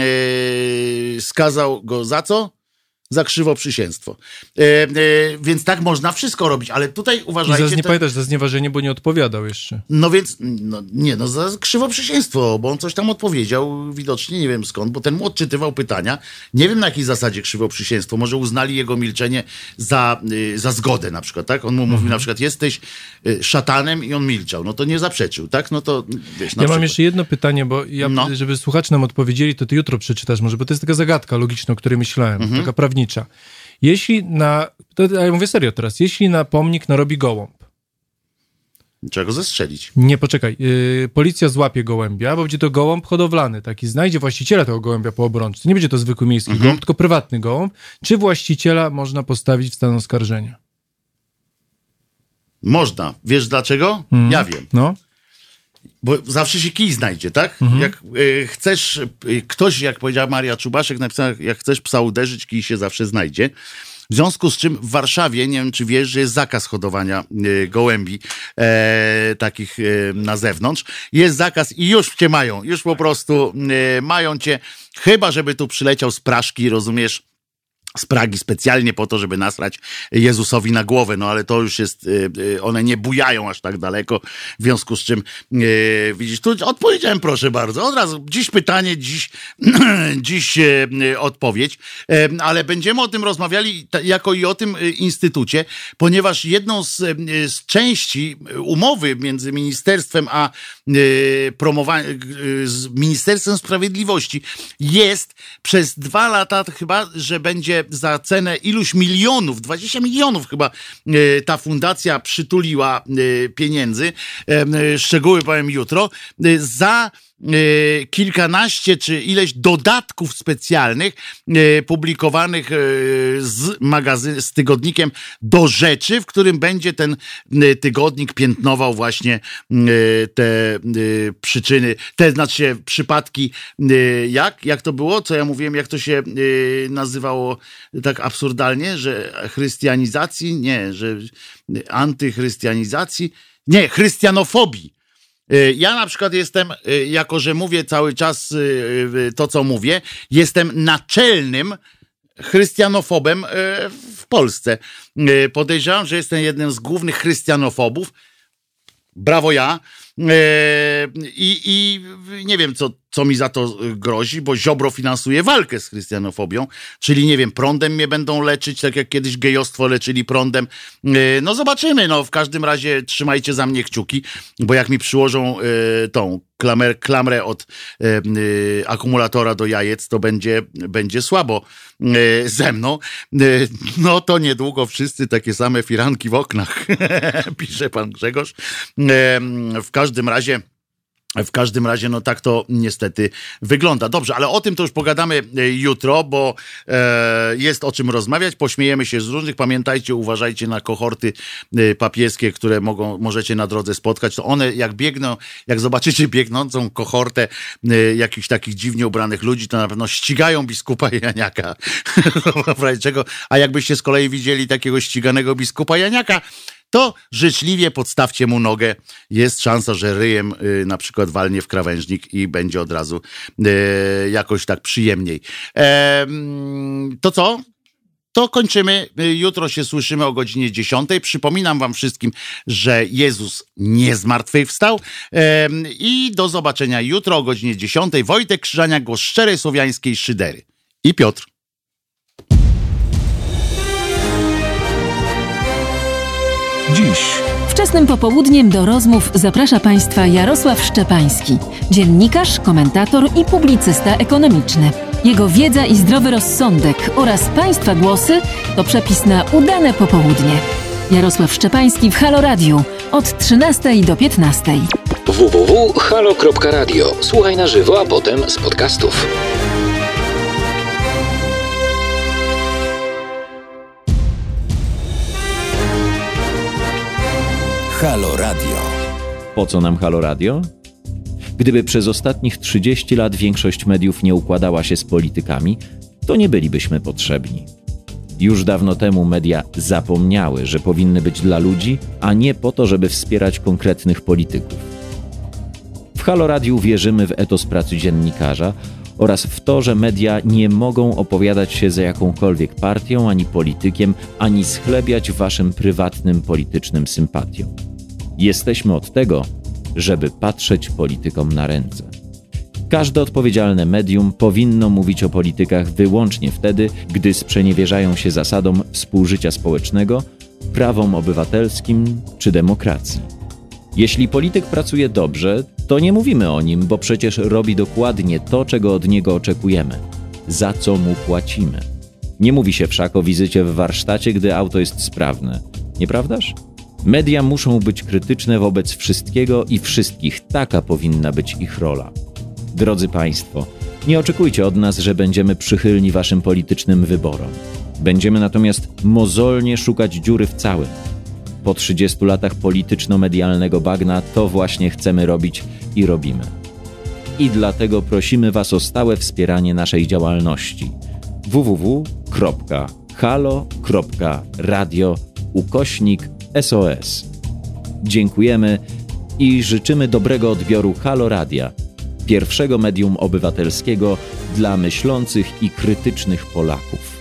y, skazał go za co? Za krzywoprzysięstwo. E, e, więc tak można wszystko robić, ale tutaj uważajcie... I za, nie to... pamiętasz, za znieważenie, bo nie odpowiadał jeszcze. No więc, no, nie no, za krzywoprzysięstwo, bo on coś tam odpowiedział, widocznie nie wiem skąd, bo ten mu odczytywał pytania. Nie wiem na jakiej zasadzie krzywoprzysięstwo. Może uznali jego milczenie za, y, za zgodę na przykład, tak? On mu mhm. mówił na przykład, jesteś y, szatanem i on milczał. No to nie zaprzeczył, tak? No to wiesz, na Ja przykład. mam jeszcze jedno pytanie, bo ja, no. żeby słuchacze nam odpowiedzieli, to ty jutro przeczytasz może, bo to jest taka zagadka logiczna, o której myślałem, mhm. taka prawnicza. Jeśli na, to ja mówię serio teraz, jeśli na pomnik narobi gołąb. Czego zestrzelić? Nie, poczekaj. Yy, policja złapie gołębia, bo będzie to gołąb hodowlany, taki znajdzie właściciela tego gołębia po obrączce. Nie będzie to zwykły miejski mhm. gołąb, tylko prywatny gołąb. Czy właściciela można postawić w stan oskarżenia? Można. Wiesz dlaczego? Hmm. Ja wiem. No. Bo zawsze się kij znajdzie, tak? Mhm. Jak y, chcesz, y, ktoś, jak powiedziała Maria Czubaszek, napisała, jak chcesz psa uderzyć, kij się zawsze znajdzie. W związku z czym w Warszawie, nie wiem czy wiesz, że jest zakaz hodowania y, gołębi e, takich y, na zewnątrz. Jest zakaz i już cię mają, już po prostu y, mają cię, chyba żeby tu przyleciał z Praszki, rozumiesz, z Pragi specjalnie po to, żeby nasrać Jezusowi na głowę, no ale to już jest, one nie bujają aż tak daleko, w związku z czym yy, widzisz, tu odpowiedziałem, proszę bardzo, od razu, dziś pytanie, dziś, dziś yy, odpowiedź, yy, ale będziemy o tym rozmawiali t- jako i o tym yy, instytucie, ponieważ jedną z, yy, z części umowy między ministerstwem a yy, promowaniem, yy, z Ministerstwem Sprawiedliwości jest przez dwa lata chyba, że będzie za cenę iluś milionów, dwadzieścia milionów chyba y, ta fundacja przytuliła y, pieniędzy, y, szczegóły powiem jutro, y, za y, kilkanaście czy ileś dodatków specjalnych y, publikowanych y, z magazyn, z tygodnikiem Do Rzeczy, w którym będzie ten y, tygodnik piętnował właśnie y, te y, przyczyny, te znaczy przypadki, y, jak? Jak to było? Co ja mówiłem, jak to się y, nazywało tak absurdalnie, że chrystianizacji, nie, że antychrystianizacji, nie, chrystianofobii. Ja na przykład jestem, jako że mówię cały czas to, co mówię, jestem naczelnym chrystianofobem w Polsce. Podejrzewam, że jestem jednym z głównych chrystianofobów. Brawo ja. I, i nie wiem, co, co mi za to grozi, bo Ziobro finansuje walkę z chrystianofobią, czyli nie wiem, prądem mnie będą leczyć, tak jak kiedyś gejostwo leczyli prądem. No zobaczymy, no w każdym razie trzymajcie za mnie kciuki, bo jak mi przyłożą y, tą klamer, klamrę od y, y, akumulatora do jajec, to będzie, będzie słabo y, ze mną. Y, no to niedługo wszyscy takie same firanki w oknach, pisze pan Grzegorz. Y, w każdym razie W każdym razie, no tak to niestety wygląda. Dobrze, ale o tym to już pogadamy jutro, bo e, jest o czym rozmawiać. Pośmiejemy się z różnych. Pamiętajcie, uważajcie na kohorty e, papieskie, które mogą, możecie na drodze spotkać. To one jak biegną, jak zobaczycie biegnącą kohortę e, jakichś takich dziwnie ubranych ludzi, to na pewno ścigają biskupa Janiaka. A jakbyście z kolei widzieli takiego ściganego biskupa Janiaka, to życzliwie podstawcie mu nogę. Jest szansa, że ryjem y, na przykład walnie w krawężnik i będzie od razu y, jakoś tak przyjemniej. E, to co? To kończymy. Jutro się słyszymy o godzinie dziesiątej. Przypominam wam wszystkim, że Jezus nie zmartwychwstał. E, I do zobaczenia jutro o godzinie dziesiątej. Wojtek Krzyżaniak, głos szczerej słowiańskiej szydery. I Piotr. Dziś. Wczesnym popołudniem do rozmów zaprasza Państwa Jarosław Szczepański, dziennikarz, komentator i publicysta ekonomiczny. Jego wiedza i zdrowy rozsądek oraz Państwa głosy to przepis na udane popołudnie. Jarosław Szczepański w Halo Radio od trzynastej do piętnastej. w w w kropka halo kropka radio. Słuchaj na żywo, a potem z podcastów. Halo Radio. Po co nam Halo Radio? Gdyby przez ostatnich trzydzieści lat większość mediów nie układała się z politykami, to nie bylibyśmy potrzebni. Już dawno temu media zapomniały, że powinny być dla ludzi, a nie po to, żeby wspierać konkretnych polityków. W Halo Radiu wierzymy w etos pracy dziennikarza oraz w to, że media nie mogą opowiadać się za jakąkolwiek partią ani politykiem, ani schlebiać waszym prywatnym politycznym sympatiom. Jesteśmy od tego, żeby patrzeć politykom na ręce. Każde odpowiedzialne medium powinno mówić o politykach wyłącznie wtedy, gdy sprzeniewierzają się zasadom współżycia społecznego, prawom obywatelskim czy demokracji. Jeśli polityk pracuje dobrze, to nie mówimy o nim, bo przecież robi dokładnie to, czego od niego oczekujemy, za co mu płacimy. Nie mówi się wszak o wizycie w warsztacie, gdy auto jest sprawne. Nieprawdaż? Media muszą być krytyczne wobec wszystkiego i wszystkich. Taka powinna być ich rola. Drodzy Państwo, nie oczekujcie od nas, że będziemy przychylni waszym politycznym wyborom. Będziemy natomiast mozolnie szukać dziury w całym. Po trzydziestu latach polityczno-medialnego bagna to właśnie chcemy robić i robimy. I dlatego prosimy Was o stałe wspieranie naszej działalności. w w w kropka halo kropka radio ukośnik S O S. Dziękujemy i życzymy dobrego odbioru Halo Radia, pierwszego medium obywatelskiego dla myślących i krytycznych Polaków.